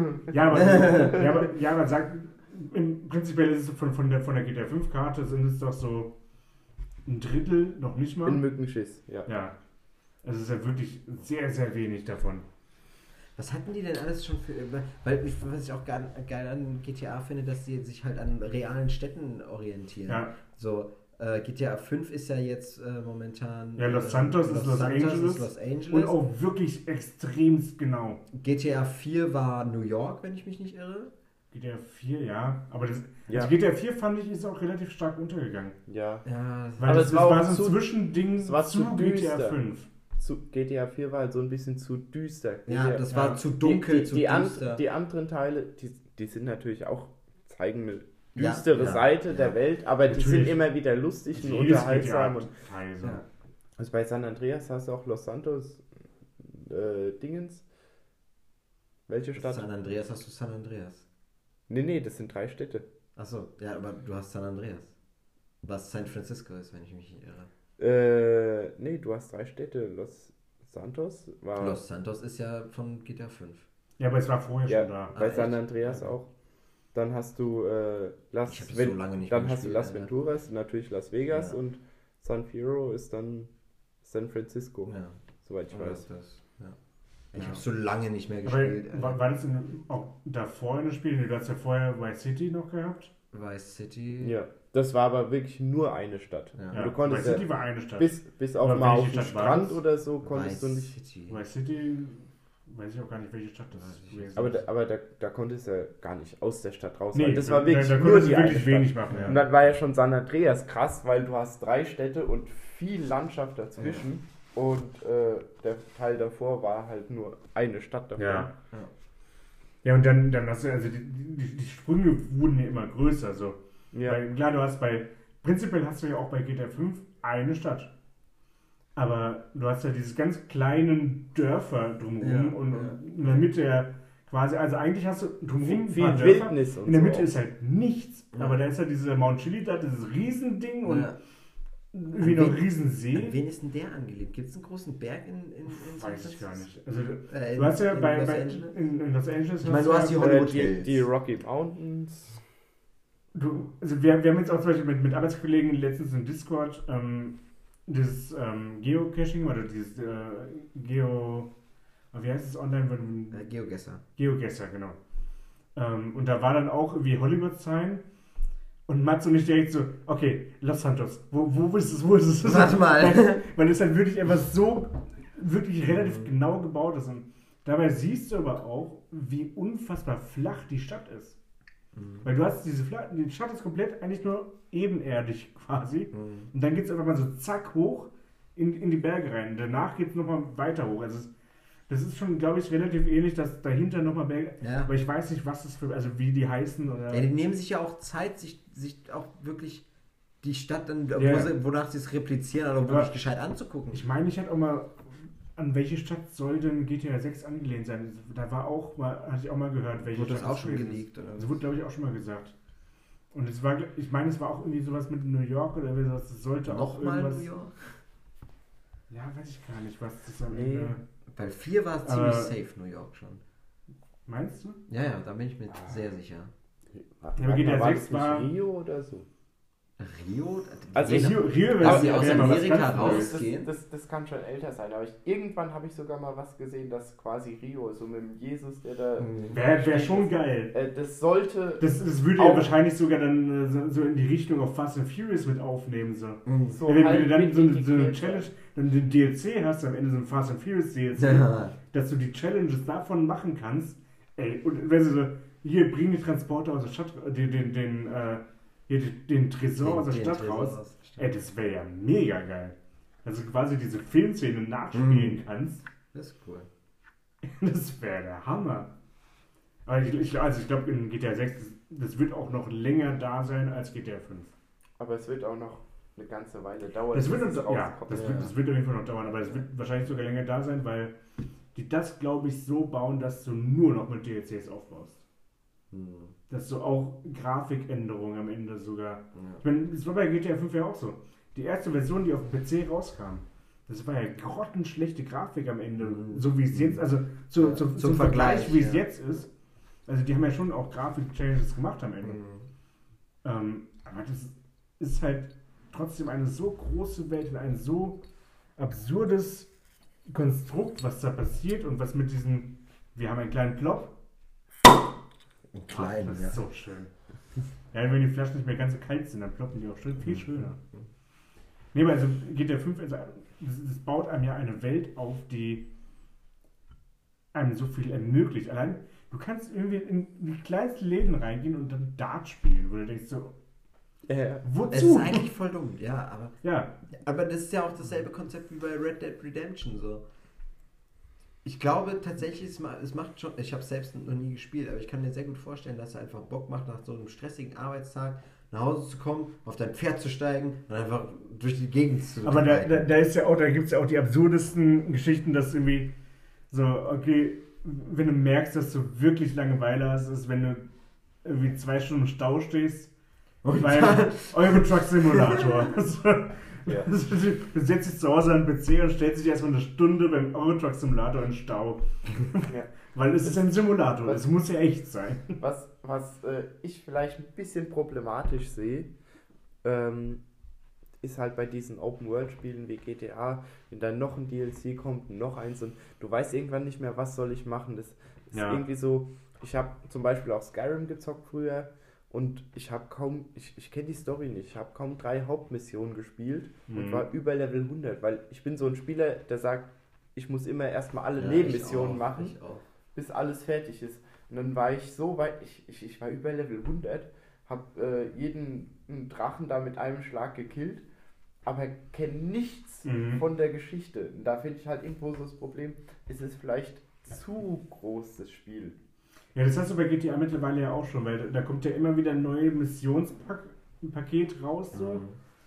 ja, aber sagt, prinzipiell ist es von der GTA 5 Karte sind es doch so ein Drittel, noch nicht mal. In Mückenschiss, ja. Ja. Also es ist ja wirklich sehr, sehr wenig davon. Was hatten die denn alles schon für... Weil was ich auch geil an GTA finde, dass die sich halt an realen Städten orientieren. Ja. So, GTA 5 ist ja jetzt momentan... Ja, Los Santos ist Los Angeles. Und auch wirklich extremst genau. GTA 4 war New York, wenn ich mich nicht irre. GTA 4, ja. Aber das, Ja. Also GTA 4 fand ich ist auch relativ stark untergegangen. Ja. Weil Aber das es war war auch so ein zu- Zwischending es war zu GTA düster. 5. GTA 4 war halt so ein bisschen zu düster. Ja, das war ja. zu dunkel, zu die düster. anderen Teile, die sind natürlich auch, zeigen eine Ja, düstere ja, Seite der Welt, aber die Natürlich. sind immer wieder lustig und Jedes unterhaltsam. Und GTA-Teil so. Ja. also bei San Andreas hast du auch Los Santos Dingens. Welche Stadt? San Andreas hast du San Andreas. Nee, das sind 3 Städte. Achso, ja, aber du hast San Andreas. Was San Francisco ist, wenn ich mich nicht irre. Nee, du hast 3 Städte. Los Santos war... Los Santos ist ja von GTA 5. Ja, aber es war vorher Ja, schon da. bei Ah, San echt? Andreas auch. Dann hast du Ich hab das so lange nicht dann mehr hast du gespielt, Las Alter. Venturas, natürlich Las Vegas Ja. und San Fierro ist dann San Francisco, Ja, soweit ich aber weiß. ja. Ich Ja. habe so lange nicht mehr Aber gespielt. war das auch davor in dem Spiel? Du hast ja vorher Vice City noch gehabt. Vice City. Ja, das war aber wirklich nur eine Stadt. Ja. Und du konntest Vice ja City war eine Stadt. bis auf Aber mal welche auf den Stadt war Strand das? oder so konntest du Vice nicht. City. Vice City, weiß ich auch gar nicht, welche Stadt das ist. gewesen Aber ist. da konntest du ja gar nicht aus der Stadt raus. Nee, weil das war wirklich da nur konntest die du eine wirklich Stadt. wenig machen. Ja. Und dann war ja schon San Andreas krass, weil du hast 3 Städte und viel Landschaft dazwischen. Und der Teil davor war halt nur eine Stadt davon. Ja. Ja, und dann hast du, also die Sprünge wurden ja immer größer. So. Ja. Weil, klar, prinzipiell hast du ja auch bei GTA 5 eine Stadt. Aber du hast ja diese ganz kleinen Dörfer drumherum Ja, und ja. in der Mitte ja quasi, also eigentlich hast du drumherum ein Viel paar Dörfer. Wildnis und In der so Mitte auch. ist halt nichts. Ja. Aber da ist ja dieser Mount Chili da, dieses Riesending und Ja. irgendwie noch ein An Riesensee. wen ist denn der angelegt? Gibt es einen großen Berg in San Weiß ich gar Francisco? nicht. Also, In- du hast ja in bei Los Angeles? in Los Angeles. Ich meine, du hast die ja, Hollywood die Hills. Rocky Mountains. Also wir haben jetzt auch zum Beispiel mit Arbeitskollegen letztens im Discord dieses Geocaching oder dieses wie heißt es online? Geogesser. Geogesser, genau. Und da war dann auch irgendwie Hollywood-Sign und Mats und ich direkt so, okay, Los Santos, wo ist es, wo ist es? Warte mal. Weil es halt wirklich etwas so, wirklich relativ genau gebaut ist und dabei siehst du aber auch, wie unfassbar flach die Stadt ist. Weil du hast die Stadt ist komplett eigentlich nur ebenerdig quasi. Und dann geht es einfach mal so zack hoch in die Berge rein. Danach geht es nochmal weiter hoch. Also das ist schon, glaube ich, relativ ähnlich, dass dahinter nochmal Berge. Ja. Aber ich weiß nicht, was das für, also wie die heißen oder. Ja, die nehmen sich ja auch Zeit, sich auch wirklich die Stadt dann, Ja. wonach sie es replizieren, oder wirklich Aber gescheit anzugucken. Ich meine, ich hatte auch mal, an welche Stadt soll denn GTA 6 angelehnt sein? Da war auch mal, hatte ich auch mal gehört, welche Wurde das Stadt auch schon gewesen ist. geleakt, oder? Das wurde, glaube ich, auch schon mal gesagt. Und es war, ich meine, es war auch irgendwie sowas mit New York oder sowas. Das sollte auch Nochmal irgendwas. New York? Ja, weiß ich gar nicht, was das am Nee. Ende. Weil 4 war ziemlich safe, New York schon. Meinst du? Ja, da bin ich mir sehr sicher. aber GTA war 6 das nicht war- Rio oder so? Rio? Also Rio dass sie wäre aus mal was Amerika ganz Neues. rausgehen. Das kann schon älter sein, aber irgendwann habe ich sogar mal was gesehen, dass quasi Rio, so mit dem Jesus, der da... Wäre schon geil. Das sollte... Das würde ja wahrscheinlich sogar dann so in die Richtung auf Fast and Furious mit aufnehmen. So. so Wenn halt du dann so eine integriert Challenge, dann den DLC hast, am Ende so ein Fast and Furious DLC, Ja. dass du die Challenges davon machen kannst. Ey, und wenn sie so, hier, bring die Transporter aus der Stadt, den Tresor aus der Stadt Tresor raus. aus der Stadt. Ey, das wäre ja mega geil. Dass du quasi diese Filmszene nachspielen kannst. Das ist cool. Das wäre der Hammer. Aber ich glaube, in GTA 6, das wird auch noch länger da sein als GTA 5. Aber es wird auch noch eine ganze Weile dauern. Das wird, bis es das rauskommt. wird auf jeden Fall noch dauern, aber es wird wahrscheinlich sogar länger da sein, weil die das, glaube ich, so bauen, dass du nur noch mit DLCs aufbaust. Dass du auch Grafikänderungen am Ende sogar... Ich meine, das war bei GTA 5 ja auch so. Die erste Version, die auf dem PC rauskam, das war ja grottenschlechte Grafik am Ende. So wie es jetzt, also zum Vergleich, wie es jetzt ist. Also die haben ja schon auch Grafik-Changes gemacht am Ende. Aber das ist halt trotzdem eine so große Welt und ein so absurdes Konstrukt, was da passiert und was mit diesem, wir haben einen kleinen Plop. Klein, das ja. ist so schön. Ja, wenn die Flaschen nicht mehr ganz so kalt sind, dann ploppen die auch schön, viel schöner. Nee, aber also GTA 5, also das baut einem ja eine Welt auf, die einem so viel ermöglicht. Allein, du kannst irgendwie in die kleinsten Läden reingehen und dann Dart spielen, wo du denkst so, wozu? Es ist eigentlich voll dumm, ja, aber... Ja. Aber das ist ja auch dasselbe Konzept wie bei Red Dead Redemption, so. Ich glaube tatsächlich, es macht schon, ich habe es selbst noch nie gespielt, aber ich kann mir sehr gut vorstellen, dass es einfach Bock macht, nach so einem stressigen Arbeitstag nach Hause zu kommen, auf dein Pferd zu steigen und einfach durch die Gegend zu Aber da ist ja auch, da gibt es ja auch die absurdesten Geschichten, dass irgendwie so, okay, wenn du merkst, dass du wirklich Langeweile hast, ist, wenn du irgendwie 2 Stunden im Stau stehst, weil Euro Truck Simulator. Ja. Du setzt dich zu Hause an den PC und stellst dich erstmal eine Stunde beim Euro Truck Simulator in Stau. Ja. Weil es ist ein Simulator, es muss ja echt sein. Was ich vielleicht ein bisschen problematisch sehe, ist halt bei diesen Open-World-Spielen wie GTA, wenn dann noch ein DLC kommt, noch eins und du weißt irgendwann nicht mehr, was soll ich machen. Das ist irgendwie so, ich habe zum Beispiel auch Skyrim gezockt früher und ich kenne die Story nicht, ich habe kaum 3 Hauptmissionen gespielt und war über Level 100, weil ich bin so ein Spieler, der sagt, ich muss immer erstmal alle Nebenmissionen machen, bis alles fertig ist. Und dann war ich so weit, ich war über Level 100, habe jeden Drachen da mit einem Schlag gekillt, aber kenne nichts von der Geschichte. Und da finde ich halt irgendwo so das Problem, ist es vielleicht zu groß, das Spiel. Ja, das hast du bei GTA mittlerweile ja auch schon, weil da kommt ja immer wieder ein neues Missionspaket raus. So.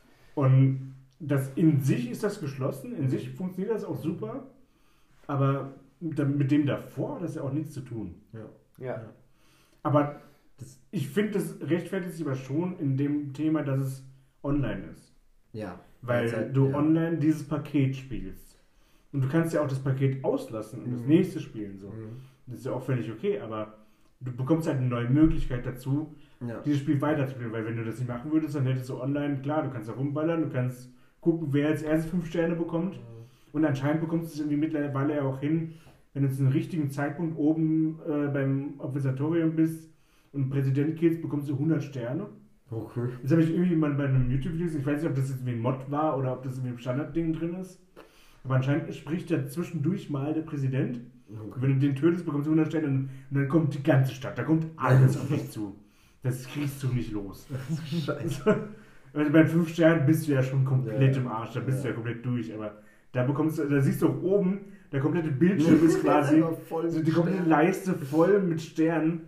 Und das in sich ist das geschlossen, in sich funktioniert das auch super, aber mit dem davor hat das ja auch nichts zu tun. Ja. Aber ich finde, das rechtfertigt sich aber schon in dem Thema, dass es online ist. Ja. Weil du online dieses Paket spielst. Und du kannst ja auch das Paket auslassen und das nächste spielen. So. Das ist ja auch völlig okay, aber du bekommst halt eine neue Möglichkeit dazu, dieses Spiel weiterzuspielen. Weil wenn du das nicht machen würdest, dann hättest du online, klar, du kannst da rumballern, du kannst gucken, wer als erstes 5 Sterne bekommt. Und anscheinend bekommst du es irgendwie mittlerweile ja auch hin, wenn du zu einem richtigen Zeitpunkt oben beim Observatorium bist und einen Präsident killst, bekommst du 100 Sterne. Okay. Das habe ich irgendwie mal bei einem YouTube-Video gesehen. Ich weiß nicht, ob das jetzt wie ein Mod war oder ob das irgendwie im Standardding drin ist. Aber anscheinend spricht ja zwischendurch mal der Präsident. Okay. Wenn du den tötest, bekommst du 100 Sterne und dann kommt die ganze Stadt. Da kommt alles auf dich zu. Das kriegst du nicht los. Scheiße. Also bei 5 Sternen bist du ja schon komplett im Arsch. Da bist du ja komplett durch. Aber da siehst du auch oben, der komplette Bildschirm ist quasi, die komplette Leiste voll mit Sternen.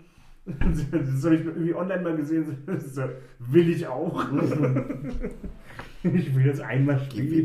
Das habe ich irgendwie online mal gesehen. So, will ich auch. Ich will das einmal spielen.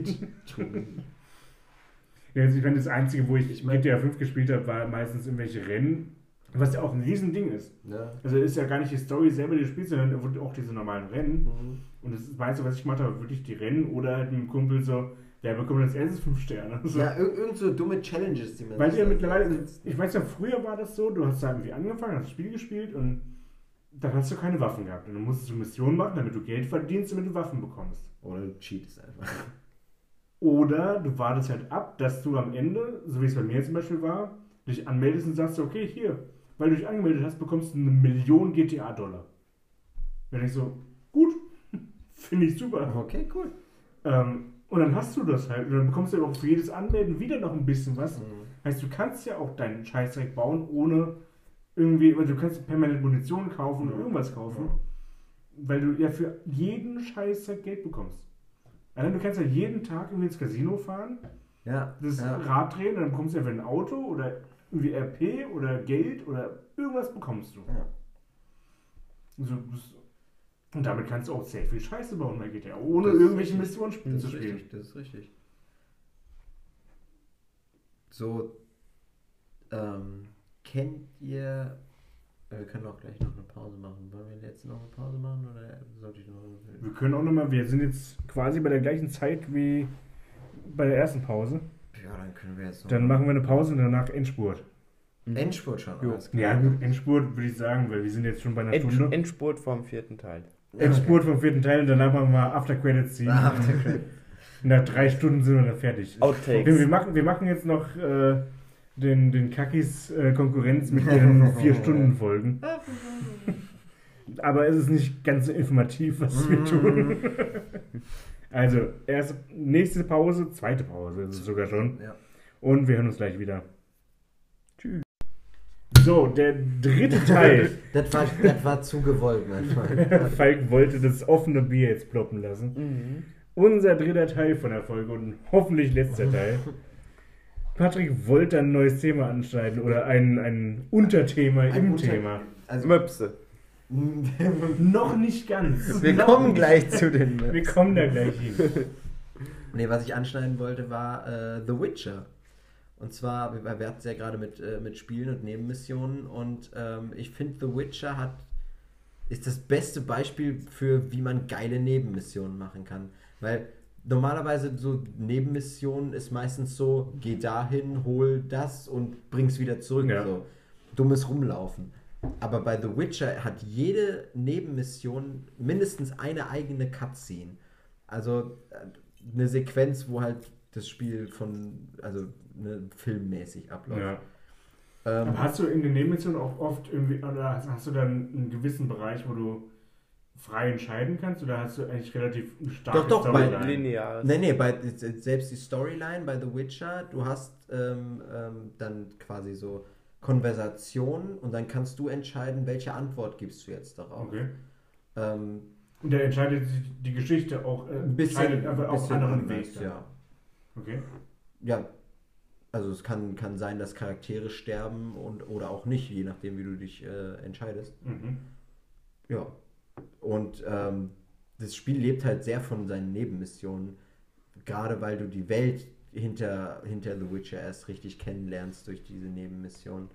Ja, also ich meine, das Einzige, wo ich GTA 5 gespielt habe, war meistens irgendwelche Rennen, was ja auch ein Riesending ist. Ja. Also ist ja gar nicht die Story selber, die du spielst, sondern auch diese normalen Rennen. Und das meiste, was ich gemacht habe, wirklich die Rennen oder halt mit dem Kumpel so, wer bekommt als erstes 5 Sterne? So. Ja, irgend so dumme Challenges, die man... Weil ja mittlerweile, ich weiß ja, früher war das so, du hast da irgendwie angefangen, hast das Spiel gespielt und dann hast du keine Waffen gehabt. Und dann musstest du Missionen machen, damit du Geld verdienst, damit du Waffen bekommst. Oder du cheatest einfach. Oder du wartest halt ab, dass du am Ende, so wie es bei mir zum Beispiel war, dich anmeldest und sagst, okay, hier, weil du dich angemeldet hast, bekommst du 1 Million GTA-Dollar. Dann denkst du so, gut, finde ich super. Okay, cool. Und dann hast du das halt. Und dann bekommst du auch für jedes Anmelden wieder noch ein bisschen was. Mhm. Heißt, du kannst ja auch deinen Scheißdreck bauen, ohne irgendwie, also du kannst permanent Munition kaufen oder irgendwas kaufen, weil du ja für jeden Scheißdreck Geld bekommst. Also du kannst ja jeden Tag irgendwie ins Casino fahren, Ja. das Rad drehen, und dann bekommst du einfach ein Auto oder irgendwie RP oder Geld oder irgendwas bekommst du. Ja. Und damit kannst du auch sehr viel Scheiße bauen bei GTA, ohne Das ist irgendwelche richtig. Missionsspiele Das zu ist spielen. richtig, das ist richtig. So, kennt ihr, wir können auch gleich noch eine Pause machen. Wollen wir jetzt noch eine Pause machen oder sollte ich noch eine... Wir können auch nochmal, wir sind jetzt quasi bei der gleichen Zeit wie bei der ersten Pause. Ja, dann können wir jetzt noch... Dann machen wir eine Pause und danach Endspurt. Endspurt schon, Jo. alles klar. Ja gut, Endspurt würde ich sagen, weil wir sind jetzt schon bei einer Stunde. Endspurt vom 4. Teil. Endspurt vom 4. Teil und danach machen wir After Credits Scene. After Credits. Nach 3 Stunden sind wir dann fertig. Outtakes. Wir machen jetzt noch den Kakis Konkurrenz mit ihren 4-Stunden-Folgen. Aber es ist nicht ganz so informativ, was wir tun. Also, erst nächste Pause, zweite Pause ist es sogar schon. Ja. Und wir hören uns gleich wieder. Tschüss. So, der dritte Teil. Das war zu gewollt, mein Freund. Falk wollte das offene Bier jetzt ploppen lassen. Mhm. Unser dritter Teil von der Folge und hoffentlich letzter Teil. Patrick wollte ein neues Thema anschneiden oder ein Unterthema im Thema. Also, Möpse. Noch nicht ganz. wir kommen gleich zu den... Wir kommen da gleich hin. Nee, was ich anschneiden wollte, war The Witcher. Und zwar, wir hatten es ja gerade mit Spielen und Nebenmissionen und ich finde, The Witcher ist das beste Beispiel für, wie man geile Nebenmissionen machen kann. Weil normalerweise so Nebenmissionen ist meistens so, geh dahin, hol das und bring's wieder zurück. Ja. So dummes Rumlaufen. Aber bei The Witcher hat jede Nebenmission mindestens eine eigene Cutscene. Also eine Sequenz, wo halt das Spiel filmmäßig abläuft. Ja. Aber hast du in den Nebenmissionen auch oft irgendwie, oder hast du dann einen gewissen Bereich, wo du frei entscheiden kannst, oder hast du eigentlich relativ starke Doch, bei Storyline? Lineares. Selbst die Storyline bei The Witcher, du hast dann quasi so Konversationen und dann kannst du entscheiden, welche Antwort gibst du jetzt darauf. Okay. Ähm, Und da entscheidet sich die Geschichte auch, entscheidet aber auf bisschen anderen anders, Weg. Dann. ja. Okay. Ja, also es kann sein, dass Charaktere sterben oder auch nicht, je nachdem, wie du dich entscheidest. Mhm. Ja. Und das Spiel lebt halt sehr von seinen Nebenmissionen, gerade weil du die Welt hinter The Witcher erst richtig kennenlernst durch diese Nebenmissionen.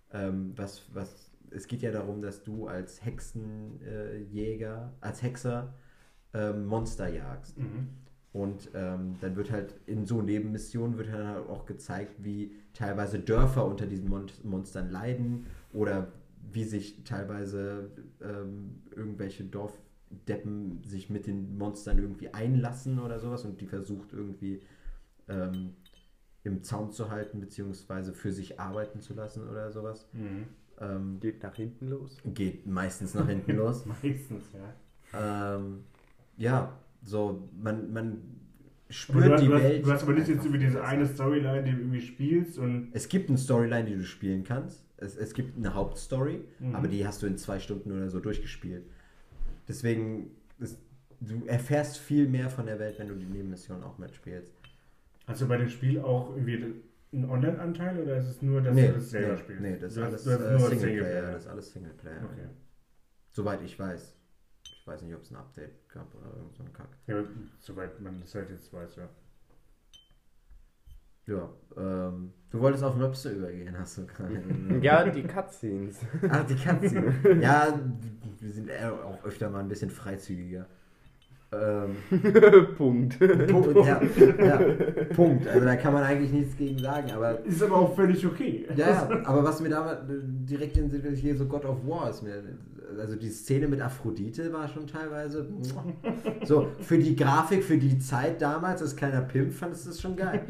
Es geht ja darum, dass du als Hexenjäger, als Hexer Monster jagst. Mhm. Und dann wird halt in so Nebenmissionen wird halt auch gezeigt, wie teilweise Dörfer unter diesen Monstern leiden oder wie sich teilweise irgendwelche Dorfdeppen sich mit den Monstern irgendwie einlassen oder sowas und die versucht irgendwie im Zaum zu halten, beziehungsweise für sich arbeiten zu lassen oder sowas. Mhm. Geht nach hinten los. Geht meistens nach hinten los. Meistens, ja. Ja, so, man Aber spürt die Welt. Du hast aber nicht jetzt einfach über diese besser. eine Storyline, die du irgendwie spielst und. Es gibt eine Storyline, die du spielen kannst. Es gibt eine Hauptstory, Mhm. aber die hast du in 2 Stunden oder so durchgespielt. Deswegen, du erfährst viel mehr von der Welt, wenn du die Nebenmission auch mitspielst. Hast du bei dem Spiel auch irgendwie einen Online-Anteil oder ist es nur, dass du das selber spielst? Nee, das ist Du alles hast nur Singleplayer. Das ist alles Singleplayer. Okay. Soweit ich weiß. Ich weiß nicht, ob es ein Update gab oder irgend so ein Kack. Ja, soweit man das halt jetzt weiß, ja. Ja, du wolltest auf Möpse übergehen, hast du gerade. Ja, die Cutscenes. Ach, die Cutscene. Ja, wir sind auch öfter mal ein bisschen freizügiger. Punkt. Punkt. Also da kann man eigentlich nichts gegen sagen. Aber ist aber auch völlig okay. ja, aber was mir da direkt in den Sinn hier so God of War ist mir. Also die Szene mit Aphrodite war schon teilweise. So, für die Grafik, für die Zeit damals, als kleiner Pimp, fandest du das schon geil.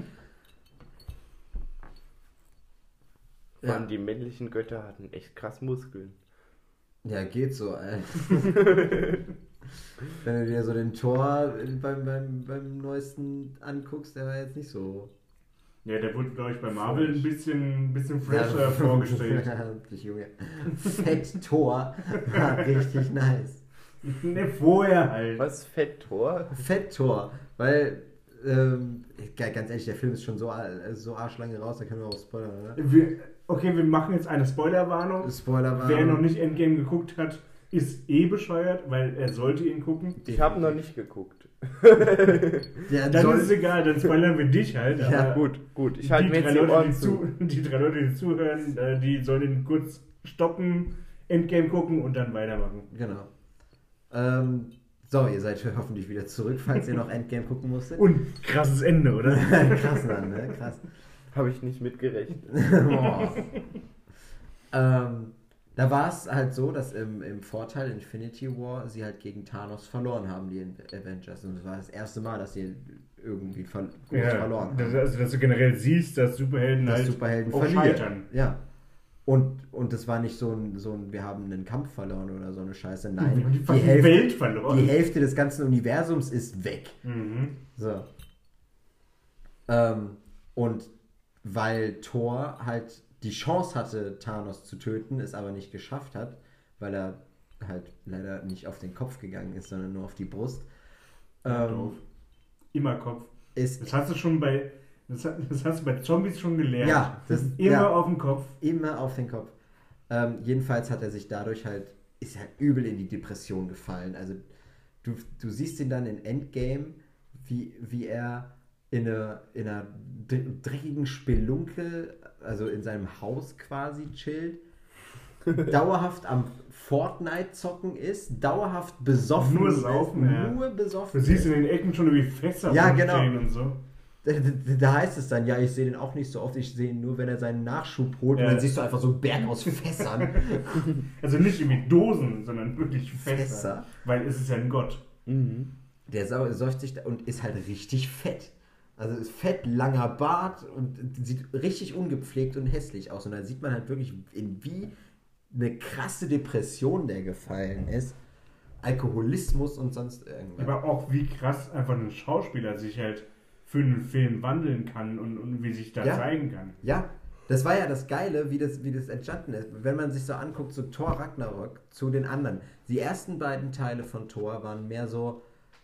Vor allem die männlichen Götter hatten echt krass Muskeln. Ja, geht so, Alter. Wenn du dir so den Thor beim neuesten anguckst, der war jetzt nicht so. Ja, der wurde, glaube ich, bei Marvel ein bisschen fresher vorgestellt. Junge. Fett Thor war richtig nice. Ne, vorher halt. Was? Fett Thor? Fett Thor, weil, ganz ehrlich, der Film ist schon so arschlange raus, da können wir auch spoilern, oder? Wir machen jetzt eine Spoilerwarnung. Spoilerwarnung. Wer noch nicht Endgame geguckt hat, ist bescheuert, weil er sollte ihn gucken. Ich habe noch nicht geguckt. Ja, dann ist es egal, dann spoilern wir dich halt. Ja, gut. Ich halte mir jetzt die Ohren zu. Die 3 Leute, die zuhören, die sollen ihn kurz stoppen, Endgame gucken und dann weitermachen. Genau. So, ihr seid hoffentlich wieder zurück, falls ihr noch Endgame gucken musstet. Und krasses Ende, oder? Krass, Mann, ne? Krass. Habe ich nicht mitgerechnet. Da war es halt so, dass im Vorteil Infinity War sie halt gegen Thanos verloren haben, die Avengers. Und das war das erste Mal, dass sie irgendwie verloren haben. Also, dass du generell siehst, dass Superhelden verlieren. scheitern. Ja. Und das war nicht so ein, wir haben einen Kampf verloren oder so eine Scheiße. Nein, die Welt verloren. Die Hälfte des ganzen Universums ist weg. Mhm. So. Und weil Thor halt die Chance hatte, Thanos zu töten, es aber nicht geschafft hat, weil er halt leider nicht auf den Kopf gegangen ist, sondern nur auf die Brust. Immer Kopf. Das hast du bei Zombies schon gelernt. Ja, immer auf den Kopf. Immer auf den Kopf. Jedenfalls hat er sich dadurch ist er übel in die Depression gefallen. Also du siehst ihn dann in Endgame, wie er in einer dreckigen Spelunke, also in seinem Haus quasi chillt, dauerhaft am Fortnite zocken ist, dauerhaft besoffen nur saufen, ist, nur besoffen. Du siehst in den Ecken schon irgendwie Fässer stehen und so. Da heißt es dann, ja, ich sehe den auch nicht so oft, ich sehe ihn nur, wenn er seinen Nachschub holt, und dann siehst du einfach so einen Berg aus Fässern. Also nicht irgendwie Dosen, sondern wirklich Fässer. Weil es ist ja ein Gott. Mhm. Der säuft sich und ist halt richtig fett. Also ist fett, langer Bart und sieht richtig ungepflegt und hässlich aus. Und da sieht man halt wirklich, in wie eine krasse Depression der gefallen ist. Alkoholismus und sonst irgendwas. Aber auch wie krass einfach ein Schauspieler sich halt für einen Film wandeln kann und wie sich da zeigen kann. Ja, das war ja das Geile, wie das entstanden ist. Wenn man sich so anguckt, so Thor Ragnarok zu den anderen. Die ersten beiden Teile von Thor waren mehr so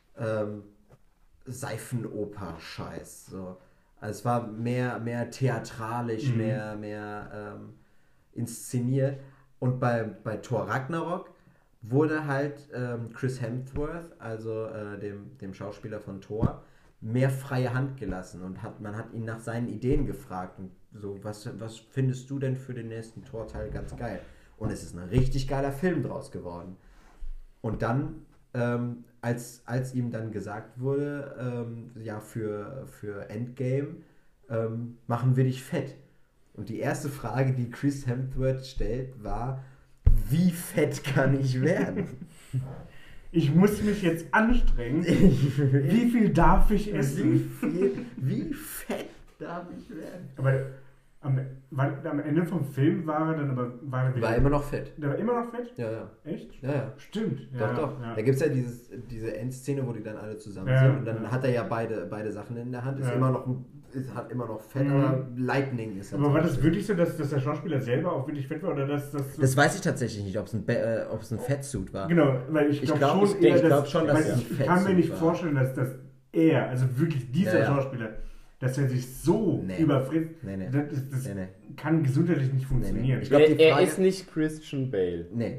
Seifenoper-Scheiß. So. Also es war mehr theatralisch, mehr inszeniert. Und bei Thor Ragnarok wurde halt Chris Hemsworth, also dem Schauspieler von Thor, mehr freie Hand gelassen und man hat ihn nach seinen Ideen gefragt und so, was findest du denn für den nächsten Thor-Teil ganz geil? Und es ist ein richtig geiler Film draus geworden. Und dann, als ihm dann gesagt wurde, für Endgame machen wir dich fett. Und die erste Frage, die Chris Hemsworth stellt, war, wie fett kann ich werden? Ich muss mich jetzt anstrengen. Wie viel darf ich essen? Wie fett darf ich werden? Aber am Ende vom Film war er dann war immer noch fett. Der war immer noch fett? Ja. Echt? Ja. Stimmt. Doch. Ja. Da gibt es ja diese Endszene, wo die dann alle zusammen sind. Und dann hat er ja beide Sachen in der Hand. Hat immer noch Fett, aber Lightning ist. Aber war das wirklich so, dass der Schauspieler selber auch wirklich fett war? Oder das weiß ich tatsächlich nicht, ob es ein Fettsuit war. Genau, weil ich glaube schon, dass es ein Fettsuit war. Ich kann mir nicht vorstellen, dass er, also wirklich dieser Schauspieler, dass er sich so überfrisst. Das kann gesundheitlich nicht funktionieren. Ich glaub, er ist nicht Christian Bale. Nee.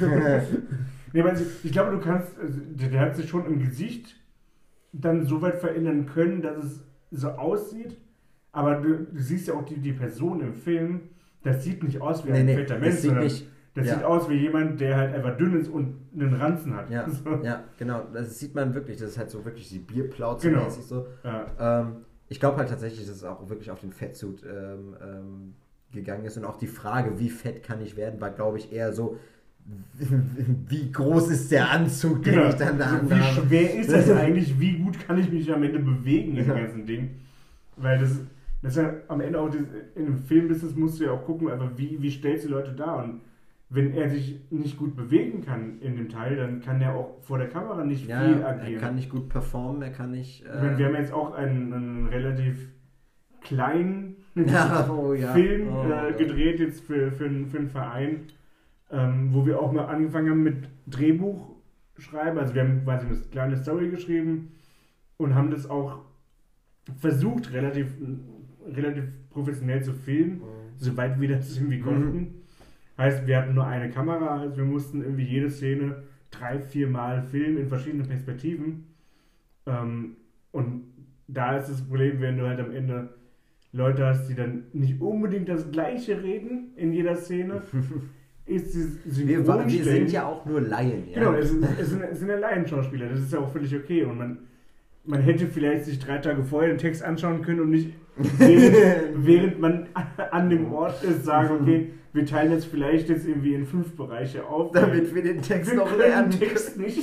Ich glaube, du kannst, der hat sich schon im Gesicht dann so weit verändern können, dass es so aussieht, aber du siehst ja auch die Person im Film, das sieht nicht aus wie ein fetter Mensch, sondern Das Ja. sieht aus wie jemand, der halt einfach dünn ist und einen Ranzen hat. Ja, So. ja, genau. Das sieht man wirklich. Das ist halt so wirklich die Bierplauze Genau. mäßig so. Ja. Ich glaube halt tatsächlich, dass es auch wirklich auf den Fettsuit gegangen ist. Und auch die Frage, wie fett kann ich werden, war, glaube ich, eher so, wie groß ist der Anzug, den Genau. ich dann da Also, wie anhabe. schwer ist das eigentlich? Wie gut kann ich mich am Ende bewegen im ganzen Ding? Weil das ist ja am Ende auch, in einem Filmbusiness musst du ja auch gucken, aber wie stellst du die Leute dar? Und wenn er sich nicht gut bewegen kann in dem Teil, dann kann er auch vor der Kamera nicht viel Ja, agieren. er kann nicht gut performen, er kann nicht... Ich meine, wir haben jetzt auch einen relativ kleinen Ja, oh ja. Film Oh. gedreht jetzt für einen Verein, wo wir auch mal angefangen haben mit Drehbuch schreiben. Also wir haben quasi eine kleine Story geschrieben und haben das auch versucht, relativ professionell zu filmen, soweit wir das irgendwie konnten. Heißt, wir hatten nur eine Kamera, also wir mussten irgendwie jede Szene 3-4 Mal filmen in verschiedenen Perspektiven. Und da ist das Problem, wenn du halt am Ende Leute hast, die dann nicht unbedingt das Gleiche reden in jeder Szene, ist die Wir Synchronstellen- sind ja auch nur Laien. Ja? Genau, es sind ja Laienschauspieler, das ist ja auch völlig okay. Und man hätte vielleicht sich 3 Tage vorher den Text anschauen können und nicht während man an dem Ort ist, sagen, okay, wir teilen jetzt vielleicht irgendwie in 5 Bereiche auf. Damit wir den Text wir noch können lernen den Text nicht.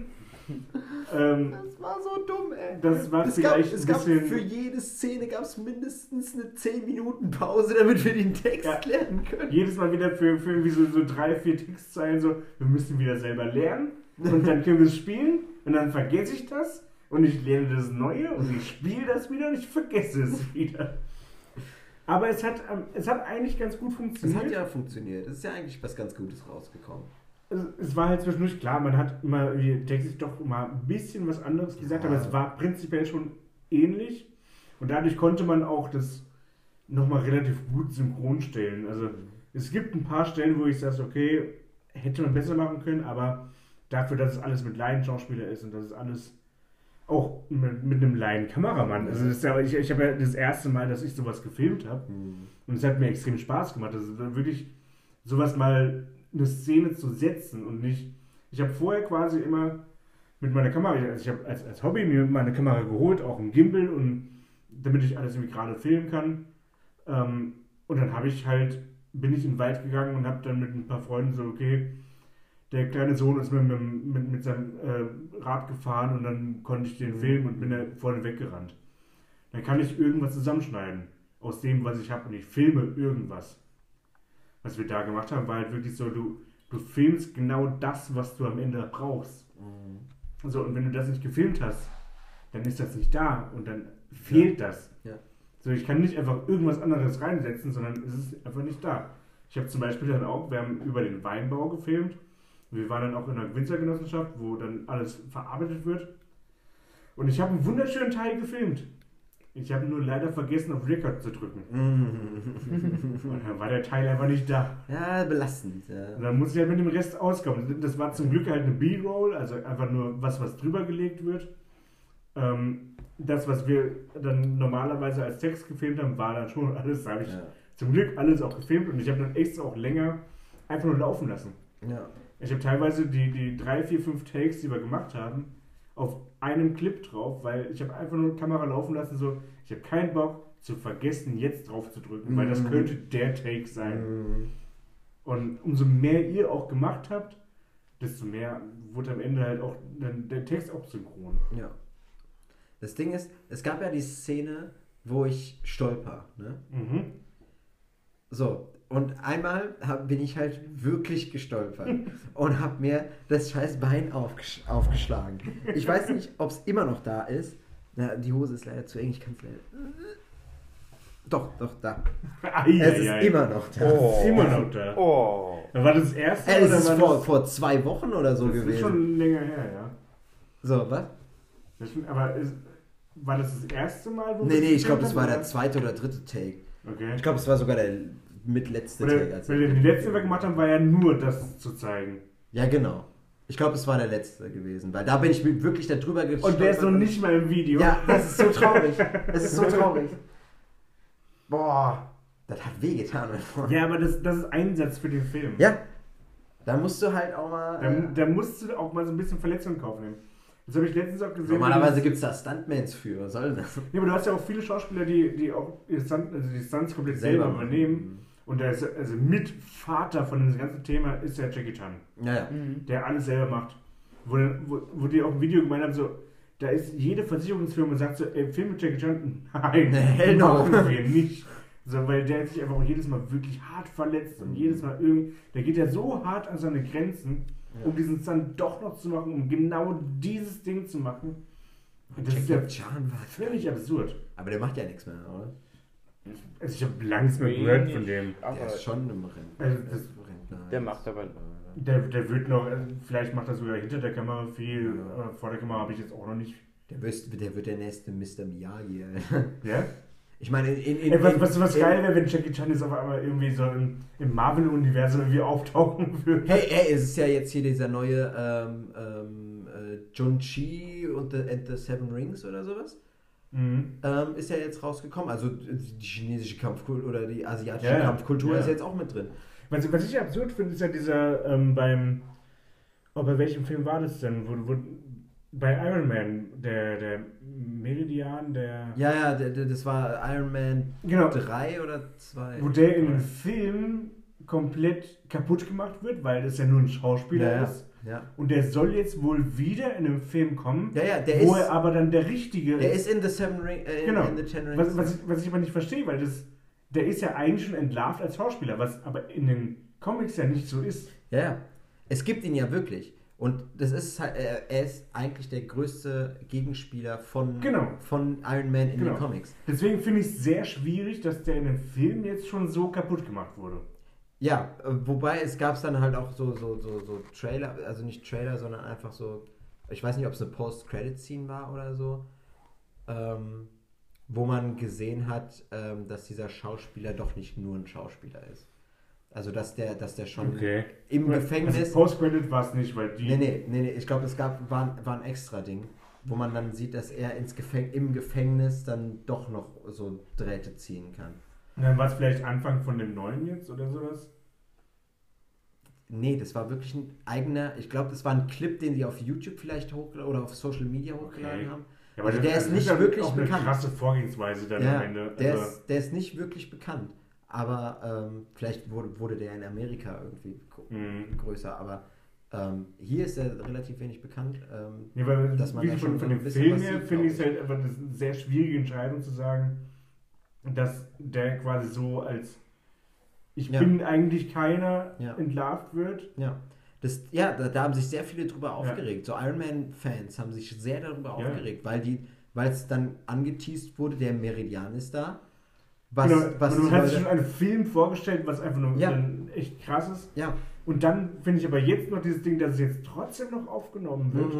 Das war so dumm, ey. Das war Es vielleicht gab ein bisschen... für jede Szene gab es mindestens eine 10 Minuten Pause, damit wir den Text Ja. lernen können. Jedes Mal wieder für irgendwie so 3-4 Textzeilen so, wir müssen wieder selber lernen und dann können wir es spielen und dann vergesse ich das und ich lerne das Neue und ich spiele das wieder und ich vergesse es wieder. Aber es hat eigentlich ganz gut Das funktioniert. hat ja funktioniert. Es ist ja eigentlich was ganz Gutes rausgekommen. Es war halt zwischendurch klar, man hat immer textlich doch mal ein bisschen was anderes gesagt, Ja. aber es war prinzipiell schon ähnlich und dadurch konnte man auch das nochmal relativ gut synchron stellen. Also es gibt ein paar Stellen, wo ich sage, okay, hätte man besser machen können, aber dafür, dass es alles mit Laienschauspieler ist und dass es alles auch mit einem Laienkameramann. Also das ist ja, ich habe ja das erste Mal, dass ich sowas gefilmt habe und es hat mir extrem Spaß gemacht. Also wirklich sowas mal eine Szene zu setzen und nicht. Ich habe vorher quasi immer mit meiner Kamera, also ich habe als Hobby mir meine Kamera geholt, auch im Gimbal und damit ich alles irgendwie gerade filmen kann. Und dann bin ich in den Wald gegangen und habe dann mit ein paar Freunden so, okay, der kleine Sohn ist mit seinem Rad gefahren und dann konnte ich den filmen und bin da vorne weggerannt. Dann kann ich irgendwas zusammenschneiden aus dem, was ich habe und ich filme irgendwas. Was wir da gemacht haben, war halt wirklich so, du filmst genau das, was du am Ende brauchst. So, und wenn du das nicht gefilmt hast, dann ist das nicht da und dann fehlt das. Ja. So, ich kann nicht einfach irgendwas anderes reinsetzen, sondern es ist einfach nicht da. Ich habe zum Beispiel dann auch, wir haben über den Weinbau gefilmt. Wir waren dann auch in einer Winzergenossenschaft, wo dann alles verarbeitet wird. Und ich habe einen wunderschönen Teil gefilmt. Ich habe nur leider vergessen, auf Record zu drücken. Und dann war der Teil einfach nicht da. Ja, belastend. Ja. Und dann musste ich halt mit dem Rest auskommen. Das war zum Glück halt eine B-Roll, also einfach nur was drüber gelegt wird. Das, was wir dann normalerweise als Text gefilmt haben, war dann schon alles, da habe ich zum Glück alles auch gefilmt und ich habe dann extra auch länger einfach nur laufen lassen. Ja. Ich habe teilweise die 3, 4, 5 Takes, die wir gemacht haben, auf einem Clip drauf, weil ich habe einfach nur die Kamera laufen lassen, so, ich habe keinen Bock zu vergessen, jetzt drauf zu drücken, weil das könnte der Take sein. Und umso mehr ihr auch gemacht habt, desto mehr wurde am Ende halt auch dann der Text auch synchron. Ja. Das Ding ist, es gab ja die Szene, wo ich stolper, ne? So, und einmal bin ich halt wirklich gestolpert und habe mir das scheiß Bein aufgeschlagen. Ich weiß nicht, ob es immer noch da ist. Na, die Hose ist leider zu eng, ich kann es leider... Doch, da. Es ist immer noch da. Es ist immer noch da. Oh. War das erste Es oder ist war das... vor 2 Wochen oder so Das ist gewesen. schon länger her, ja. So, was? Aber war das erste Mal, wo Nee, ich glaube, das war der 2. oder 3. Take. Okay. Ich glaube, es war sogar der mitletzte Take. Oder, weil die letzte, die wir gemacht haben, war ja nur das zu zeigen. Ja, genau. Ich glaube, es war der letzte gewesen, weil da bin ich wirklich da drüber gestolpert. Und der ist noch nicht mal im Video. Ja, das ist so traurig. Es ist so traurig. Boah, das hat wehgetan, mein Freund. Ja, aber das ist Einsatz für den Film. Ja, Da musst du halt auch mal... Da musst du auch mal so ein bisschen Verletzungen in Kauf nehmen. Das habe ich letztens auch gesehen. Normalerweise gibt es da Stuntmans für, was soll das? Ja, aber du hast ja auch viele Schauspieler, die auch die Stunts komplett selber übernehmen. Und der ist also Mitvater von dem ganzen Thema ist der Jackie Chan. Ja. Der alles selber macht. Wo die auch ein Video gemeint haben, so, da ist jede Versicherungsfirma und sagt so, ey, Film mit Jackie Chan, nein, hell no. machen wir nicht. So, weil der sich einfach auch jedes Mal wirklich hart verletzt und jedes Mal irgendwie, der geht ja so hart an seine Grenzen, um diesen Stunt doch noch zu machen, um genau dieses Ding zu machen. Und das ist ja völlig absurd. Aber der macht ja nichts mehr, oder? Also ich habe langs mehr gehört von dem. Der ist schon im Rennen. Der macht aber... Der wird noch, vielleicht macht er sogar hinter der Kamera viel, vor der Kamera habe ich jetzt auch noch nicht. Der wird der nächste Mr. Miyagi, Ja? Ich meine, was geil wäre, wenn Jackie Chan jetzt auf einmal irgendwie so im Marvel-Universum irgendwie auftauchen würde. Hey, es ist ja jetzt hier dieser neue Chun-Chi und the Seven Rings oder sowas. Ist ja jetzt rausgekommen. Also die chinesische Kampfkultur oder die asiatische Kampfkultur ist jetzt auch mit drin. Was ich absurd finde, ist ja dieser bei welchem Film war das denn? Wo bei Iron Man, der Meridian, der... Ja, das war Iron Man 3 oder 2. Wo der in dem Film komplett kaputt gemacht wird, weil das ja nur ein Schauspieler ist. Ja. Und der soll jetzt wohl wieder in einem Film kommen, wo er aber dann der Richtige ist. Der ist in The Seven Rings. Genau. In the Ten Rings. Was ich aber nicht verstehe, weil der ist ja eigentlich schon entlarvt als Schauspieler, was aber in den Comics ja nicht so ist. Ja. Es gibt ihn ja wirklich. Und das ist halt, er ist eigentlich der größte Gegenspieler von Iron Man in den Comics. Deswegen finde ich es sehr schwierig, dass der in dem Film jetzt schon so kaputt gemacht wurde. Ja, wobei es gab dann halt auch so Trailer, also nicht Trailer, sondern einfach so, ich weiß nicht, ob es eine Post-Credit-Scene war oder so, wo man gesehen hat, dass dieser Schauspieler doch nicht nur ein Schauspieler ist. Also dass der schon im Gefängnis... Also Post-Credit war es nicht, weil die... Nee, ich glaube, war ein extra Ding, wo man dann sieht, dass er im Gefängnis dann doch noch so Drähte ziehen kann. Und dann war es vielleicht Anfang von dem neuen jetzt oder sowas? Nee, das war wirklich ein eigener, ich glaube, das war ein Clip, den sie auf YouTube vielleicht hochgeladen oder auf Social Media hochgeladen haben. Ja, aber also der ist nicht wirklich auch bekannt. Eine krasse Vorgehensweise dann am Ende. Der ist nicht wirklich bekannt. Aber vielleicht wurde der in Amerika irgendwie größer, aber hier ist er relativ wenig bekannt. Weil dass man da schon von dem Film her finde ich es halt einfach eine sehr schwierige Entscheidung zu sagen, dass der quasi so als ich bin eigentlich keiner entlarvt wird. Ja. Da haben sich sehr viele drüber aufgeregt. So Iron Man-Fans haben sich sehr darüber aufgeregt, weil es dann angeteased wurde, der Meridian ist da. Du hast schon einen Film vorgestellt, was einfach nur echt krass ist. Ja. Und dann finde ich aber jetzt noch dieses Ding, dass es jetzt trotzdem noch aufgenommen wird.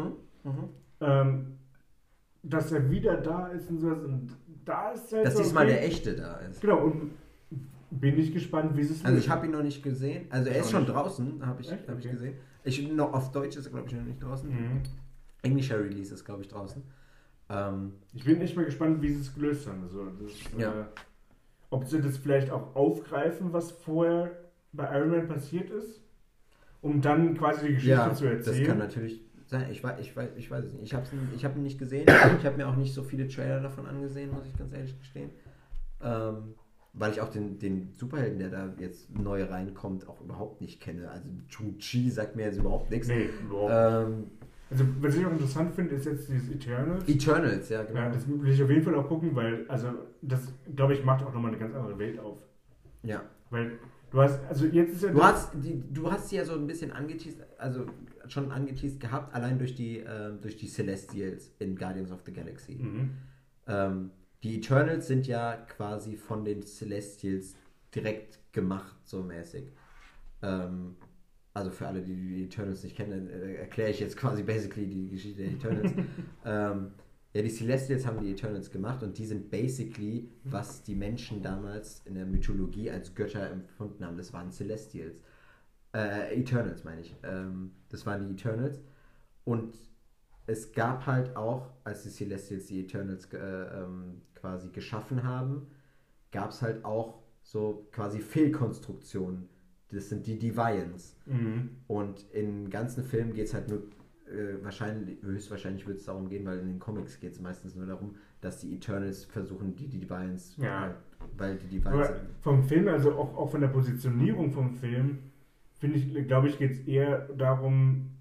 Dass er wieder da ist und sowas. Und da ist halt dass diesmal der Echte da ist. Genau, und bin ich gespannt, wie es ist. Also ich habe ihn noch nicht gesehen. Also er ist schon draußen, habe ich gesehen. Noch auf Deutsch ist er, glaube ich, noch nicht draußen. Englischer Release ist, glaube ich, draußen. Ich bin echt mal gespannt, wie sie es gelöst haben. Also ob sie das vielleicht auch aufgreifen, was vorher bei Iron Man passiert ist, um dann quasi die Geschichte zu erzählen. Das kann natürlich sein. Ich weiß es nicht. Ich habe ihn nicht gesehen. Ich habe mir auch nicht so viele Trailer davon angesehen, muss ich ganz ehrlich gestehen. Weil ich auch den Superhelden, der da jetzt neu reinkommt, auch überhaupt nicht kenne. Also Chun-Chi sagt mir jetzt überhaupt nichts. Nee, überhaupt nicht. Also, was ich auch interessant finde, ist jetzt dieses Eternals. Eternals, ja, genau. Ja, das will ich auf jeden Fall auch gucken, weil, also, das, glaube ich, macht auch nochmal eine ganz andere Welt auf. Ja. Weil, du hast, also jetzt ist ja... Du hast sie ja so ein bisschen angeteased, also schon angeteased gehabt, allein durch die Celestials in Guardians of the Galaxy. Die Eternals sind ja quasi von den Celestials direkt gemacht, so mäßig. Also für alle, die die Eternals nicht kennen, erkläre ich jetzt quasi basically die Geschichte der Eternals. Die Celestials haben die Eternals gemacht und die sind basically, was die Menschen damals in der Mythologie als Götter empfunden haben. Das waren Celestials. Eternals meine ich. Das waren die Eternals. Und es gab halt auch, als die Celestials die Eternals quasi geschaffen haben, gab es halt auch so quasi Fehlkonstruktionen Das sind die Deviants. Mhm. Und im ganzen Film geht es halt nur, höchstwahrscheinlich wird es darum gehen, weil in den Comics geht es meistens nur darum, dass die Eternals versuchen, die Deviants, weil die Deviants... Aber vom Film, also auch von der Positionierung vom Film, glaube ich, geht es eher darum,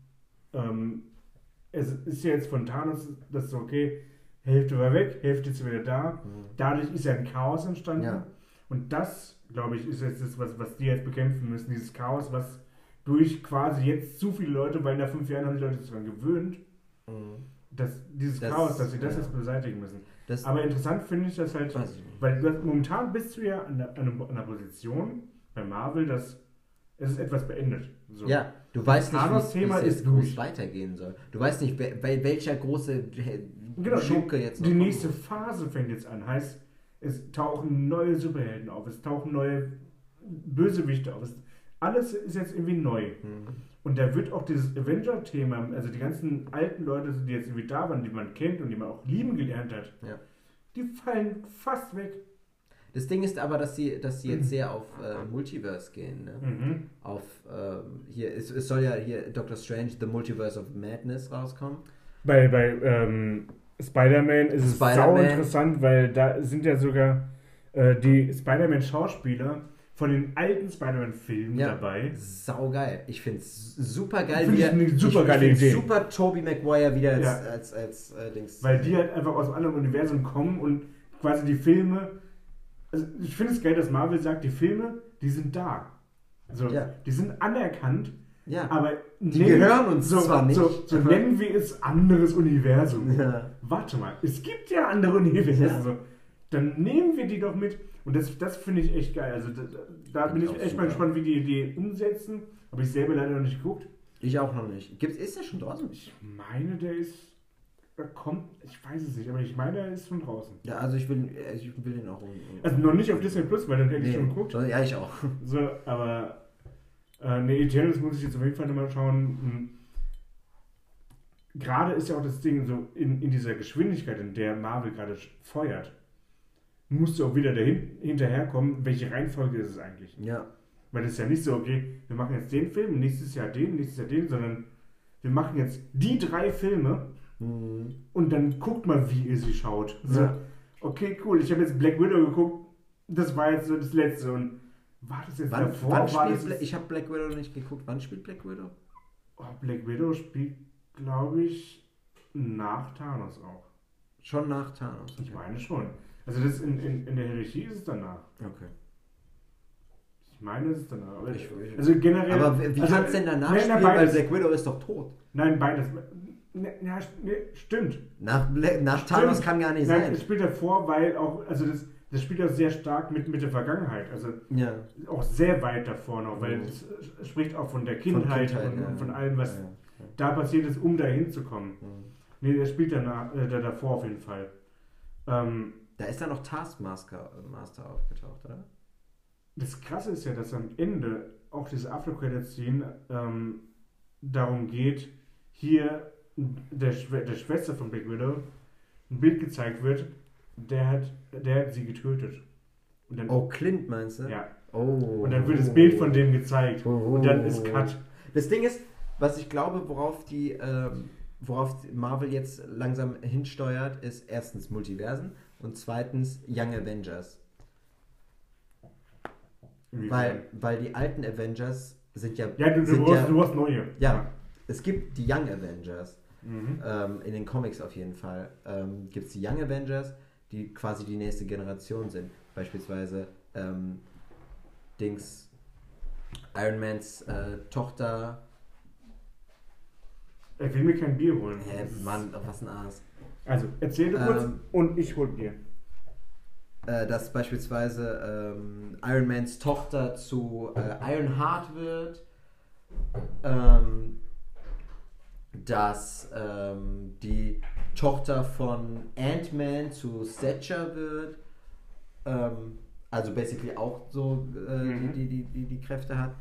es ist ja jetzt von Thanos, dass so, okay, Hälfte war weg, Hälfte ist wieder da. Dadurch ist ja ein Chaos entstanden. Ja. Und das, glaube ich, ist jetzt das, was die jetzt bekämpfen müssen. Dieses Chaos, was durch quasi jetzt zu viele Leute, weil nach 5 Jahren haben die Leute sich daran gewöhnt, dieses Chaos, dass sie das jetzt beseitigen müssen. Aber interessant finde ich das halt, weil momentan bist du ja an einer Position bei Marvel, dass es ist etwas beendet. So. Ja, du weißt nicht, wie es weitergehen soll. Du weißt nicht, welcher große Schurke jetzt noch die nächste Phase fängt jetzt an. Heißt, es tauchen neue Superhelden auf, es tauchen neue Bösewichte auf. Alles ist jetzt irgendwie neu. Und da wird auch dieses Avenger-Thema, also die ganzen alten Leute, die jetzt irgendwie da waren, die man kennt und die man auch lieben gelernt hat, die fallen fast weg. Das Ding ist aber, dass sie jetzt sehr auf Multiverse gehen. Ne? Auf es soll ja hier Doctor Strange, The Multiverse of Madness rauskommen. Bei Spider-Man ist es sau interessant, weil da sind ja sogar die Spider-Man-Schauspieler von den alten Spider-Man-Filmen dabei. Saugeil. Ich finde es super geil. Ich finde super Tobey Maguire wieder als Dings. Weil die halt einfach aus einem anderen Universum kommen und quasi die Filme. Also ich finde es geil, dass Marvel sagt, die Filme, die sind da. Also, die sind anerkannt, aber die gehören uns zwar nicht. So nennen wir es anderes Universum. Ja. Warte mal, es gibt ja andere Universen. Ja. So, dann nehmen wir die doch mit. Und das finde ich echt geil. Also da bin ich echt mal gespannt, wie die Idee umsetzen. Habe ich selber leider noch nicht geguckt. Ich auch noch nicht. Ist der schon draußen? Ich meine, ich weiß es nicht, aber ich meine, er ist schon draußen. Ja, also ich will den auch. Also noch nicht auf Disney Plus, weil dann hätte ich schon geguckt. Ja, ich auch. So, aber Eternals muss ich jetzt auf jeden Fall nochmal schauen. Gerade ist ja auch das Ding so in dieser Geschwindigkeit, in der Marvel gerade feuert, musst du auch wieder hinterherkommen, welche Reihenfolge ist es eigentlich? Ja. Weil das ist ja nicht so, okay, wir machen jetzt den Film, nächstes Jahr den, sondern wir machen jetzt die 3 Filme und dann guckt mal, wie ihr sie schaut. So, okay, cool, ich habe jetzt Black Widow geguckt, das war jetzt so das Letzte und war das jetzt davor? Ich habe Black Widow nicht geguckt. Wann spielt Black Widow? Black Widow spielt, glaube ich, nach Thanos auch. Schon nach Thanos? Okay. Ich meine schon. Also das in der Hierarchie ist es danach. Okay. Ich meine, es ist danach. Also generell... Aber wie kann es denn danach spielen, weil Black Widow ist doch tot? Nein, beides. Stimmt. Nach Thanos kann gar nicht sein. Es spielt davor, weil auch... Also das spielt auch sehr stark mit der Vergangenheit. Also auch sehr weit davor noch, weil es spricht auch von der Kindheit und von allem, was da passiert ist, um da hinzukommen. Nee, der spielt davor auf jeden Fall. Da ist dann noch Taskmaster aufgetaucht, oder? Das Krasse ist ja, dass am Ende auch diese After-Credit-Scene darum geht, hier der Schwester von Black Widow ein Bild gezeigt wird, der hat sie getötet. Und dann, Clint meinst du? Ja. Und dann wird das Bild von dem gezeigt. Und dann ist Cut. Das Ding ist, was ich glaube, worauf Marvel jetzt langsam hinsteuert, ist erstens Multiversen und zweitens Young Avengers. Weil die alten Avengers sind ja... Ja, du hast neue. Ja, es gibt die Young Avengers. In den Comics auf jeden Fall. Gibt es die Young Avengers, die quasi die nächste Generation sind. Beispielsweise Iron Mans Tochter. Ich will mir kein Bier holen. Mann, was ein Aas. Also, erzähl du kurz und ich hol Bier. Dass beispielsweise Iron Mans Tochter zu Ironheart wird. Dass die Tochter von Ant-Man zu Stature wird. Also basically auch so die Kräfte hat.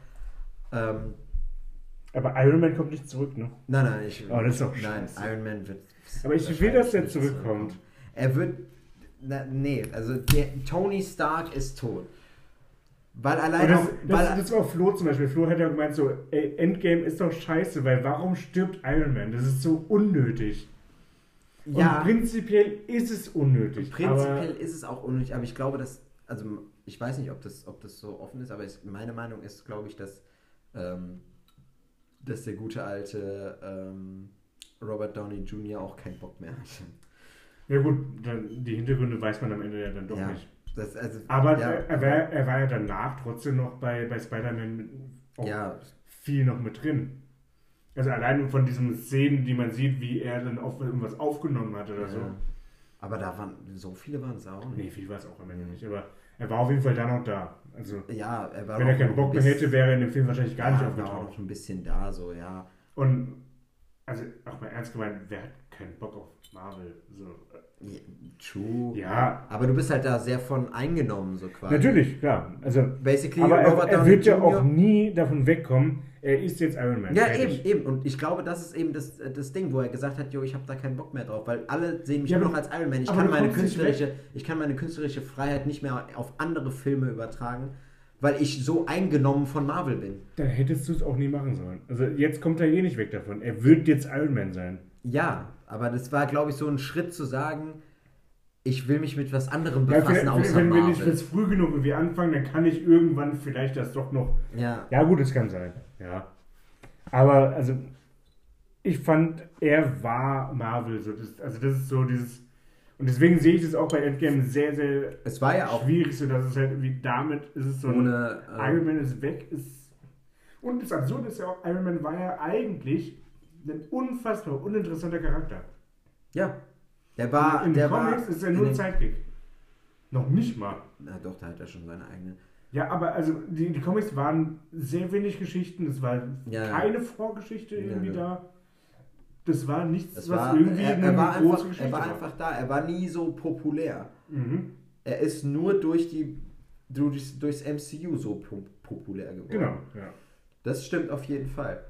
Aber Iron Man kommt nicht zurück, ne? Nein, das ist doch scheiße. Iron Man wird... Aber ich will, dass er zurückkommt. Er wird... Tony Stark ist tot. Weil allein auch... Das war Flo zum Beispiel. Flo hat ja gemeint so, ey, Endgame ist doch scheiße, weil warum stirbt Iron Man? Das ist so unnötig. Ja, Und prinzipiell ist es unnötig. prinzipiell ist es auch unnötig, aber ich glaube, dass... Also ich weiß nicht, ob das so offen ist, aber meine Meinung ist, glaube ich, dass der gute alte Robert Downey Jr. auch keinen Bock mehr hat. Ja gut, die Hintergründe weiß man am Ende ja dann doch Ja. nicht. Also, Aber ja, er war ja danach trotzdem noch bei Spider-Man auch viel noch mit drin. Also allein von diesen Szenen, die man sieht, wie er dann auf irgendwas aufgenommen hat oder so. Aber so viele waren es auch nicht. Nee, viel war es auch am Ende nicht. Aber er war auf jeden Fall da noch da. Also, Ja, er war wenn er keinen Bock mehr hätte, wäre er in dem Film wahrscheinlich gar nicht Er war auch aufgetaucht. noch ein bisschen da, so, ja. Und, also auch mal ernst gemeint, wer hat keinen Bock auf Marvel? So. Ja, true. Ja, Aber du bist halt da sehr von eingenommen, so quasi. natürlich, klar. Also, Basically, aber Robert er Downey wird ja Jr. auch nie davon wegkommen, er ist jetzt Iron Man. Ja, Fertig. eben. Und ich glaube, das ist eben das Ding, wo er gesagt hat, jo, ich habe da keinen Bock mehr drauf, weil alle sehen mich Ja, nur aber- noch als Iron Man. Ich aber kann du meine kommst nicht künstlerische Freiheit nicht mehr auf andere Filme übertragen, weil ich so eingenommen von Marvel bin. Dann hättest du es auch nie machen sollen. Also jetzt kommt er eh nicht weg davon. Er wird jetzt Iron Man sein. Ja, aber das war, glaube ich, so ein Schritt zu sagen, ich will mich mit was anderem Ja, befassen, außer wenn ich Marvel. das früh genug irgendwie anfangen, dann kann ich irgendwann vielleicht das doch noch. Ja. Ja, gut, es kann sein. Ja. Aber, also, ich fand, er war Marvel. So, das ist so dieses. Und deswegen sehe ich das auch bei Endgame sehr, sehr Es war ja auch schwierig, so dass es halt irgendwie damit ist es so ohne... Iron Man ist weg. Und das Absurde ist ja auch, Iron Man war ja eigentlich ein unfassbar uninteressanter Charakter. ja. Der war... In der den Comics war ist er nur ein Sidekick. Noch nicht mal. Na doch, da hat er schon seine eigene... Ja, aber also die Comics waren sehr wenig Geschichten, es war Ja. keine Vorgeschichte irgendwie Ja. da. Das war nichts, Das was war, irgendwie er eine war große einfach, Geschichte er war einfach da. Er war nie so populär. Mhm. Er ist nur durchs MCU so populär geworden. Genau, ja. Das stimmt auf jeden Fall.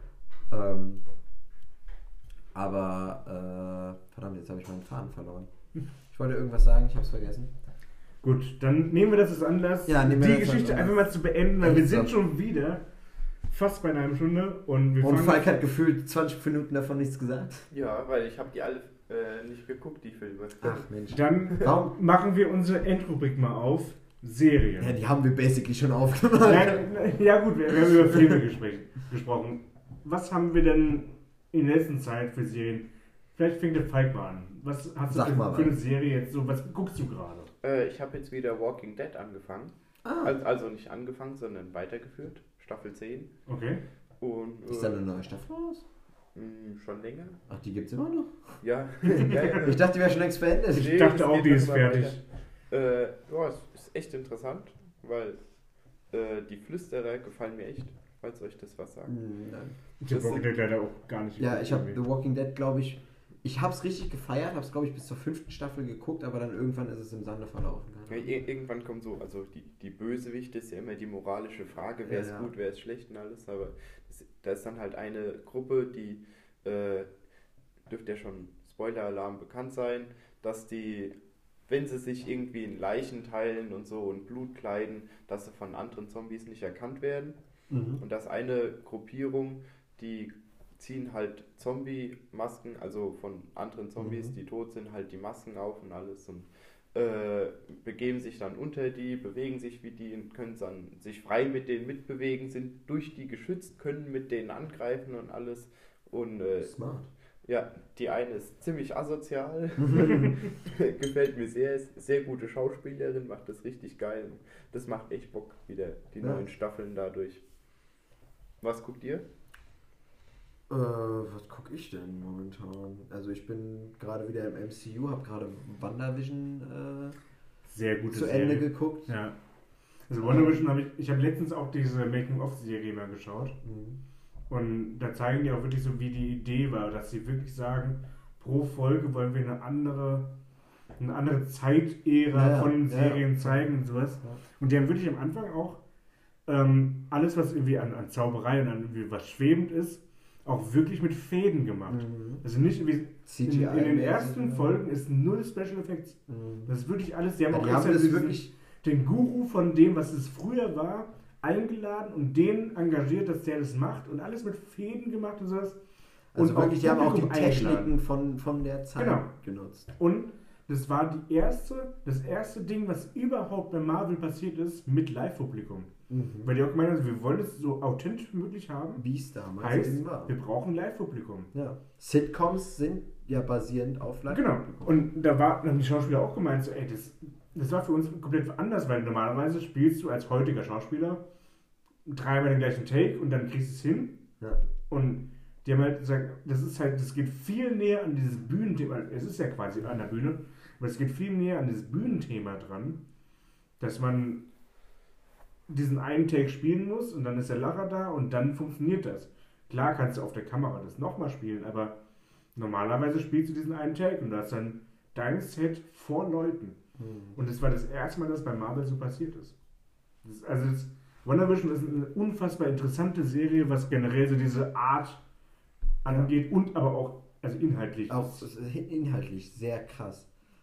Aber verdammt, jetzt habe ich meinen Faden verloren. Ich wollte irgendwas sagen, ich habe es vergessen. Gut, dann nehmen wir das als Anlass, Ja, nehmen wir die das als Geschichte Anlass. einfach mal zu beenden, weil wir Echt sind so. schon wieder fast bei einer halben Stunde und wir Und fangen- Falk hat gefühlt 20 Minuten davon nichts gesagt. Ja, weil ich habe die alle nicht geguckt, die Filme. Ach Mensch. Dann Warum? machen wir unsere Endrubrik mal auf. Serien. Ja, die haben wir basically schon aufgemacht. Ja gut, wir haben über Filme gesprochen. Was haben wir denn in der letzten Zeit für Serien? Vielleicht fängt der Falk mal an. Was hast du Sag mal für eine was. Serie jetzt so? Was guckst du gerade? Ich habe jetzt wieder Walking Dead angefangen. Ah, Also nicht angefangen, sondern weitergeführt. Staffel 10. Okay. Und, ist da eine neue Staffel raus? schon länger? Ach, die gibt's immer noch? Ja. ja. Ich dachte, die wäre schon längst beendet. Ich Nee, dachte das auch, geht die ist noch mal fertig. Ja, es ist echt interessant, weil die Flüsterer gefallen mir echt, falls euch das was sagt. Nein. Ich habe Das Walking Dead leider auch gar nicht Ja, geguckt ich habe irgendwie. The Walking Dead, glaube ich habe es richtig gefeiert, habe es, glaube ich, bis zur 5. Staffel geguckt, aber dann irgendwann ist es im Sande verlaufen. Ja, irgendwann kommt so, also die Bösewichte ist ja immer die moralische Frage, wer ist Ja. gut, wer ist schlecht und alles, aber da ist dann halt eine Gruppe, die dürfte ja schon Spoiler-Alarm bekannt sein, dass die, wenn sie sich irgendwie in Leichen teilen und so und Blut kleiden, dass sie von anderen Zombies nicht erkannt werden. Mhm. Und das eine Gruppierung, die ziehen halt Zombie-Masken, also von anderen Zombies, die tot sind, halt die Masken auf und alles und begeben sich dann unter die, bewegen sich wie die und können dann sich frei mit denen mitbewegen, sind durch die geschützt, können mit denen angreifen und alles. Und Smart. ja, die eine ist ziemlich asozial, gefällt mir sehr, ist sehr gute Schauspielerin, macht das richtig geil. Das macht echt Bock, wieder die Ja. neuen Staffeln dadurch. Was guckt ihr? Was gucke ich denn momentan? Also ich bin gerade wieder im MCU, habe gerade WandaVision Sehr gute zu Serie. Ende geguckt. Ja. Also WandaVision habe ich habe letztens auch diese Making-of-Serie mal geschaut. Mhm. Und da zeigen die auch wirklich so, wie die Idee war, dass sie wirklich sagen, pro Folge wollen wir eine andere Zeitära Ja, von den ja. Serien zeigen und sowas. Ja. Und die haben wirklich am Anfang auch alles, was irgendwie an Zauberei und an irgendwie was schwebend ist, auch wirklich mit Fäden gemacht. Mhm. Also nicht wie CGI. in den mäßig, ersten ja. Folgen ist null Special Effects. Mhm. Das ist wirklich alles, die haben Ja, auch die haben extra das diesen- wirklich. den Guru von dem, was es früher war, eingeladen und den engagiert, dass der das macht und alles mit Fäden gemacht und sowas. Also und wirklich, die haben auch die Publikum Techniken von der Zeit genutzt. Und das war das erste Ding, was überhaupt bei Marvel passiert ist, mit Live-Publikum. Weil die auch gemeint haben, wir wollen es so authentisch wie möglich haben. Wie es damals heißt, war. Wir brauchen Live-Publikum. Ja. Sitcoms sind ja basierend auf Live-Publikum. Genau. Und da haben die Schauspieler auch gemeint, so, ey, das war für uns komplett anders, weil normalerweise spielst du als heutiger Schauspieler dreimal den gleichen Take und dann kriegst du es hin. Ja. Und die haben halt gesagt, das geht viel näher an dieses Bühnenthema, es ist ja quasi an der Bühne, aber es geht viel näher an dieses Bühnenthema dran, dass man diesen einen Take spielen muss und dann ist der Lacher da und dann funktioniert das. Klar kannst du auf der Kamera das nochmal spielen, aber normalerweise spielst du diesen einen Take und du hast dann dein Set vor Leuten. Und das war das erste Mal, dass bei Marvel so passiert ist. WandaVision ist eine unfassbar interessante Serie, was generell so diese Art angeht und aber auch inhaltlich. Auch inhaltlich sehr krass.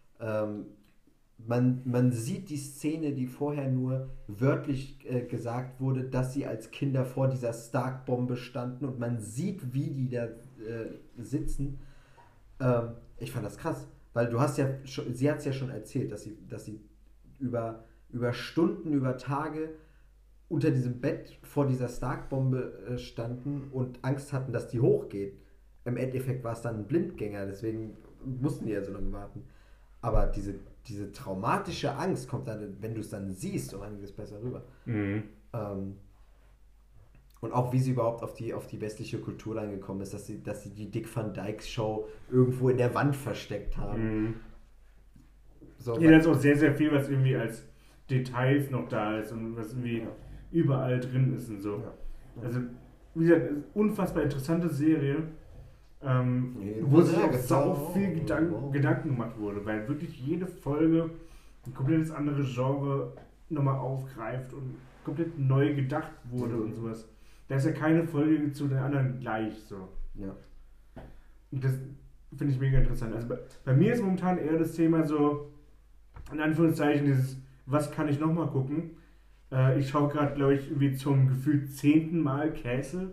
Man sieht die Szene, die vorher nur wörtlich gesagt wurde, dass sie als Kinder vor dieser Stark-Bombe standen und man sieht, wie die da sitzen. Ich fand das krass, weil sie hat es ja schon erzählt, dass sie über Stunden, über Tage unter diesem Bett vor dieser Stark-Bombe standen und Angst hatten, dass die hochgeht. Im Endeffekt war es dann ein Blindgänger, deswegen mussten die ja so lange warten. Aber diese traumatische Angst kommt dann, wenn du es dann siehst, um einiges besser rüber. Und auch wie sie überhaupt auf die westliche Kultur reingekommen ist, dass sie die Dick Van Dyke Show irgendwo in der Wand versteckt haben. So, ja, da ist auch sehr, sehr viel, was irgendwie als Details noch da ist und was irgendwie überall drin ist und so. Ja. Also, wie gesagt, unfassbar interessante Serie, wo sich auch sau viel Gedanken gemacht wurde, weil wirklich jede Folge ein komplettes anderes Genre nochmal aufgreift und komplett neu gedacht wurde und sowas. Da ist ja keine Folge zu der anderen gleich so. Ja. Und das finde ich mega interessant. Also bei mir ist momentan eher das Thema so, in Anführungszeichen, dieses, was kann ich nochmal gucken? Ich schaue gerade, glaube ich, irgendwie zum gefühlt 10. Mal Castle.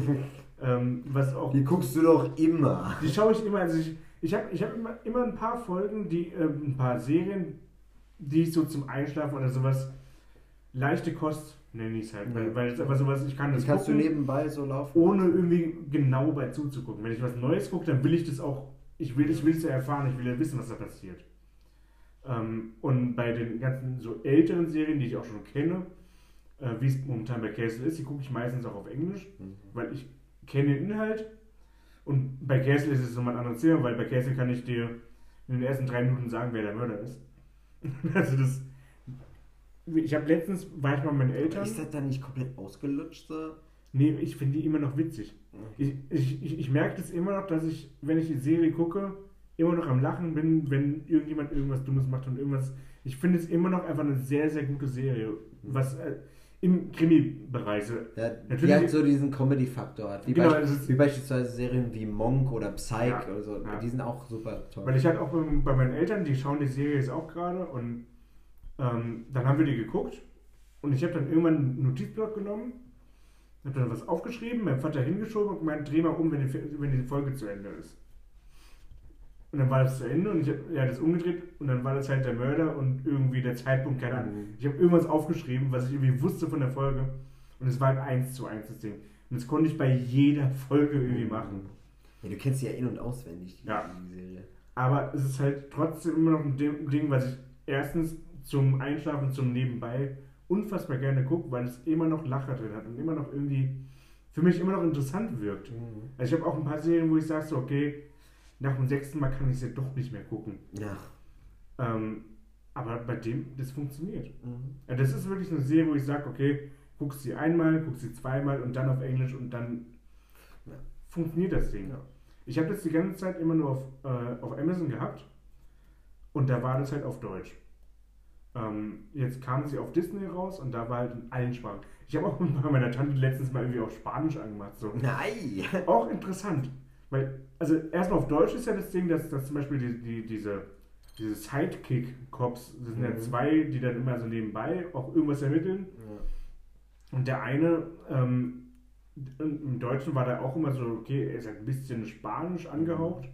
Was auch. Die guckst du doch immer. Die schaue ich immer. Also ich hab immer ein paar Folgen, ein paar Serien, die ich so zum Einschlafen oder sowas, leichte Kost nenne ich es halt. Weil es einfach sowas, ich kann das kannst gucken, du nebenbei so laufen. ohne irgendwie genau bei zuzugucken. Wenn ich was Neues gucke, dann will ich das auch, ich will es ja erfahren, ich will ja wissen, was da passiert. Und bei den ganzen so älteren Serien, die ich auch schon kenne, wie es momentan bei Castle ist, die gucke ich meistens auch auf Englisch, weil ich kenne den Inhalt. Und bei Castle ist es nochmal ein anderes Thema, weil bei Castle kann ich dir in den ersten 3 Minuten sagen, wer der Mörder ist. Also ich habe letztens, war ich mal mit meinen Eltern. Ist das dann nicht komplett ausgelutscht so? Nee, ich finde die immer noch witzig. Ich merke das immer noch, dass ich, wenn ich die Serie gucke, immer noch am Lachen bin, wenn irgendjemand irgendwas Dummes macht und irgendwas. Ich finde es immer noch einfach eine sehr, sehr gute Serie. Was im Krimi-Bereich. Ja, die halt so diesen Comedy-Faktor hat. Wie beispielsweise Serien wie Monk oder Psych oder so. Ja. Die sind auch super toll. Weil ich hatte auch bei meinen Eltern, die schauen die Serie jetzt auch gerade und dann haben wir die geguckt und ich habe dann irgendwann einen Notizblock genommen, habe dann was aufgeschrieben, meinem Vater hingeschoben und gemeint, dreh mal um, wenn die Folge zu Ende ist. Und dann war das zu Ende und er hat es umgedreht und dann war das halt der Mörder und irgendwie der Zeitpunkt, keine Ahnung. Ich habe irgendwas aufgeschrieben, was ich irgendwie wusste von der Folge und es war ein 1:1 das Ding. Und das konnte ich bei jeder Folge irgendwie machen. Ja, du kennst sie ja in- und auswendig, die Serie. Aber es ist halt trotzdem immer noch ein Ding, was ich erstens zum Einschlafen, zum Nebenbei unfassbar gerne gucke, weil es immer noch Lacher drin hat und immer noch irgendwie für mich immer noch interessant wirkt. Also ich habe auch ein paar Serien, wo ich sage so, okay, nach dem 6. Mal kann ich es ja doch nicht mehr gucken. Ja. Aber bei dem, das funktioniert. Ja, das ist wirklich eine Serie, wo ich sage, okay, guckst sie einmal, guckst sie zweimal und dann auf Englisch und dann funktioniert das Ding. Ja. Ich habe das die ganze Zeit immer nur auf Amazon gehabt und da war das halt auf Deutsch. Jetzt kam sie auf Disney raus und da war halt in allen Sprachen. Ich habe auch bei meiner Tante letztens mal irgendwie auf Spanisch angemacht. So. Nein! Auch interessant. Weil, also erstmal auf Deutsch ist ja das Ding, dass zum Beispiel diese Sidekick-Cops, das sind ja 2, die dann immer so nebenbei auch irgendwas ermitteln. Und der eine, im Deutschen war da auch immer so, okay, er ist halt ein bisschen spanisch angehaucht,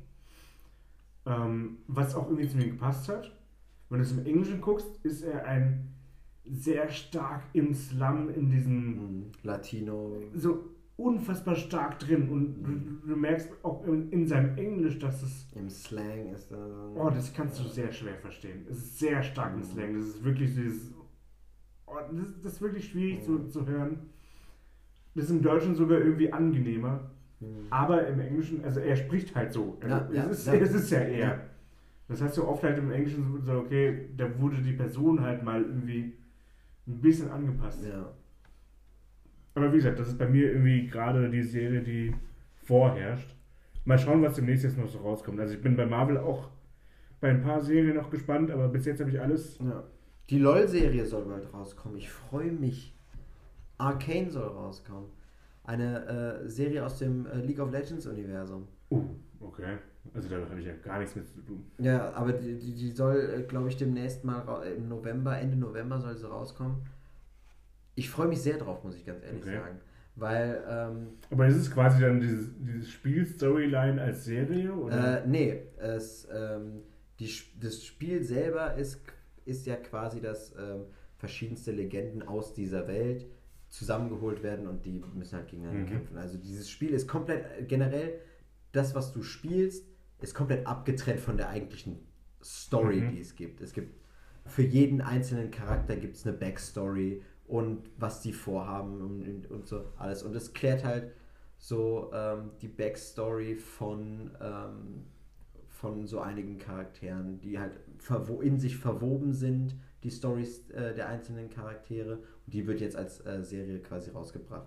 was auch irgendwie zu mir gepasst hat. Wenn du es im Englischen guckst, ist er ein sehr stark im Slum, in diesem Latino. so unfassbar stark drin. Und du merkst auch in seinem Englisch, dass es... Im Slang ist da so. Oh, das kannst du sehr schwer verstehen. Es ist sehr stark im Slang. Das ist wirklich dieses... Oh, das ist wirklich schwierig zu hören. Das ist im Deutschen sogar irgendwie angenehmer. Aber im Englischen, also er spricht halt so. Es ist ja er. Das heißt, du oft halt im Englischen so, okay, da wurde die Person halt mal irgendwie ein bisschen angepasst. Ja. Aber wie gesagt, das ist bei mir irgendwie gerade die Serie, die vorherrscht. Mal schauen, was demnächst jetzt noch so rauskommt. Also ich bin bei Marvel auch bei ein paar Serien noch gespannt, aber bis jetzt habe ich alles... Ja. Die LOL-Serie soll bald rauskommen. Ich freue mich. Arcane soll rauskommen. Eine Serie aus dem League of Legends Universum. Okay. Also da habe ich ja gar nichts mit zu tun. Ja, aber die soll, glaube ich, demnächst mal im November, Ende November soll sie rauskommen. Ich freue mich sehr drauf, muss ich ganz ehrlich sagen. Weil, aber ist es quasi dann dieses Spiel-Storyline als Serie? Oder? Nee, das Spiel selber ist ja quasi, dass verschiedenste Legenden aus dieser Welt zusammengeholt werden und die müssen halt gegeneinander kämpfen. Also dieses Spiel ist komplett, generell, das, was du spielst, ist komplett abgetrennt von der eigentlichen Story, die es gibt. Es gibt für jeden einzelnen Charakter gibt es eine Backstory und was die vorhaben und so alles. Und es klärt halt so die Backstory von so einigen Charakteren, die halt in sich verwoben sind, die Storys der einzelnen Charaktere. Und die wird jetzt als Serie quasi rausgebracht.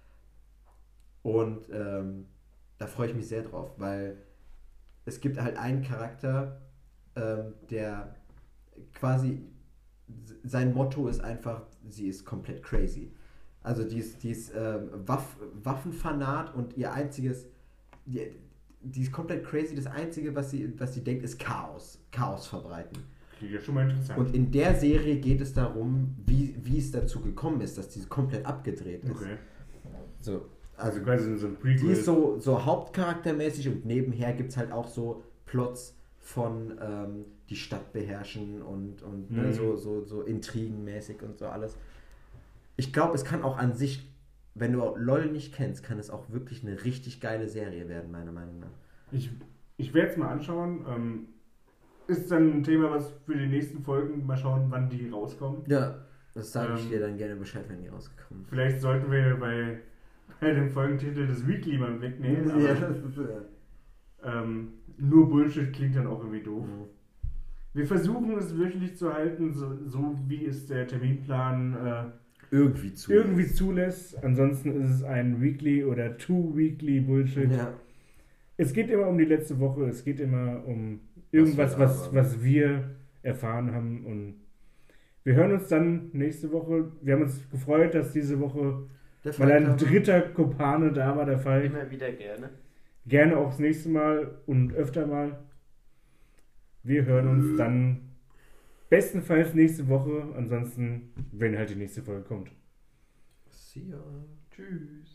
Und da freue ich mich sehr drauf, weil es gibt halt einen Charakter, der quasi, sein Motto ist einfach, sie ist komplett crazy. Also die ist Waffenfanat und ihr einziges, die ist komplett crazy, das Einzige, was sie denkt, ist Chaos verbreiten. Klingt ja schon mal interessant. Und in der Serie geht es darum, wie es dazu gekommen ist, dass die komplett abgedreht ist. Okay. So. Also quasi so ein Prequel. Die ist so hauptcharaktermäßig und nebenher gibt es halt auch so Plots von die Stadt beherrschen und ne, so intrigenmäßig und so alles. Ich glaube, es kann auch an sich, wenn du LOL nicht kennst, kann es auch wirklich eine richtig geile Serie werden, meiner Meinung nach. Ich werde es mal anschauen. Ist dann ein Thema, was für die nächsten Folgen, mal schauen, wann die rauskommen. Ja, das sage ich dir dann gerne Bescheid, wenn die rauskommen. Vielleicht sollten wir bei dem Folgentitel das Weekly mal wegnehmen. Aber, Ja. Nur Bullshit klingt dann auch irgendwie doof. Wir versuchen es wöchentlich zu halten, so wie es der Terminplan irgendwie zulässt. Ansonsten ist es ein Weekly oder Two-Weekly Bullshit. Ja. Es geht immer um die letzte Woche, es geht immer um irgendwas, was wir erfahren haben. Und wir hören uns dann nächste Woche. Wir haben uns gefreut, dass diese Woche mal ein dritter Kopane da war, der Fall. Immer wieder gerne. Gerne auch das nächste Mal und öfter mal. Wir hören uns dann bestenfalls nächste Woche. Ansonsten, wenn halt die nächste Folge kommt. See ya. Tschüss.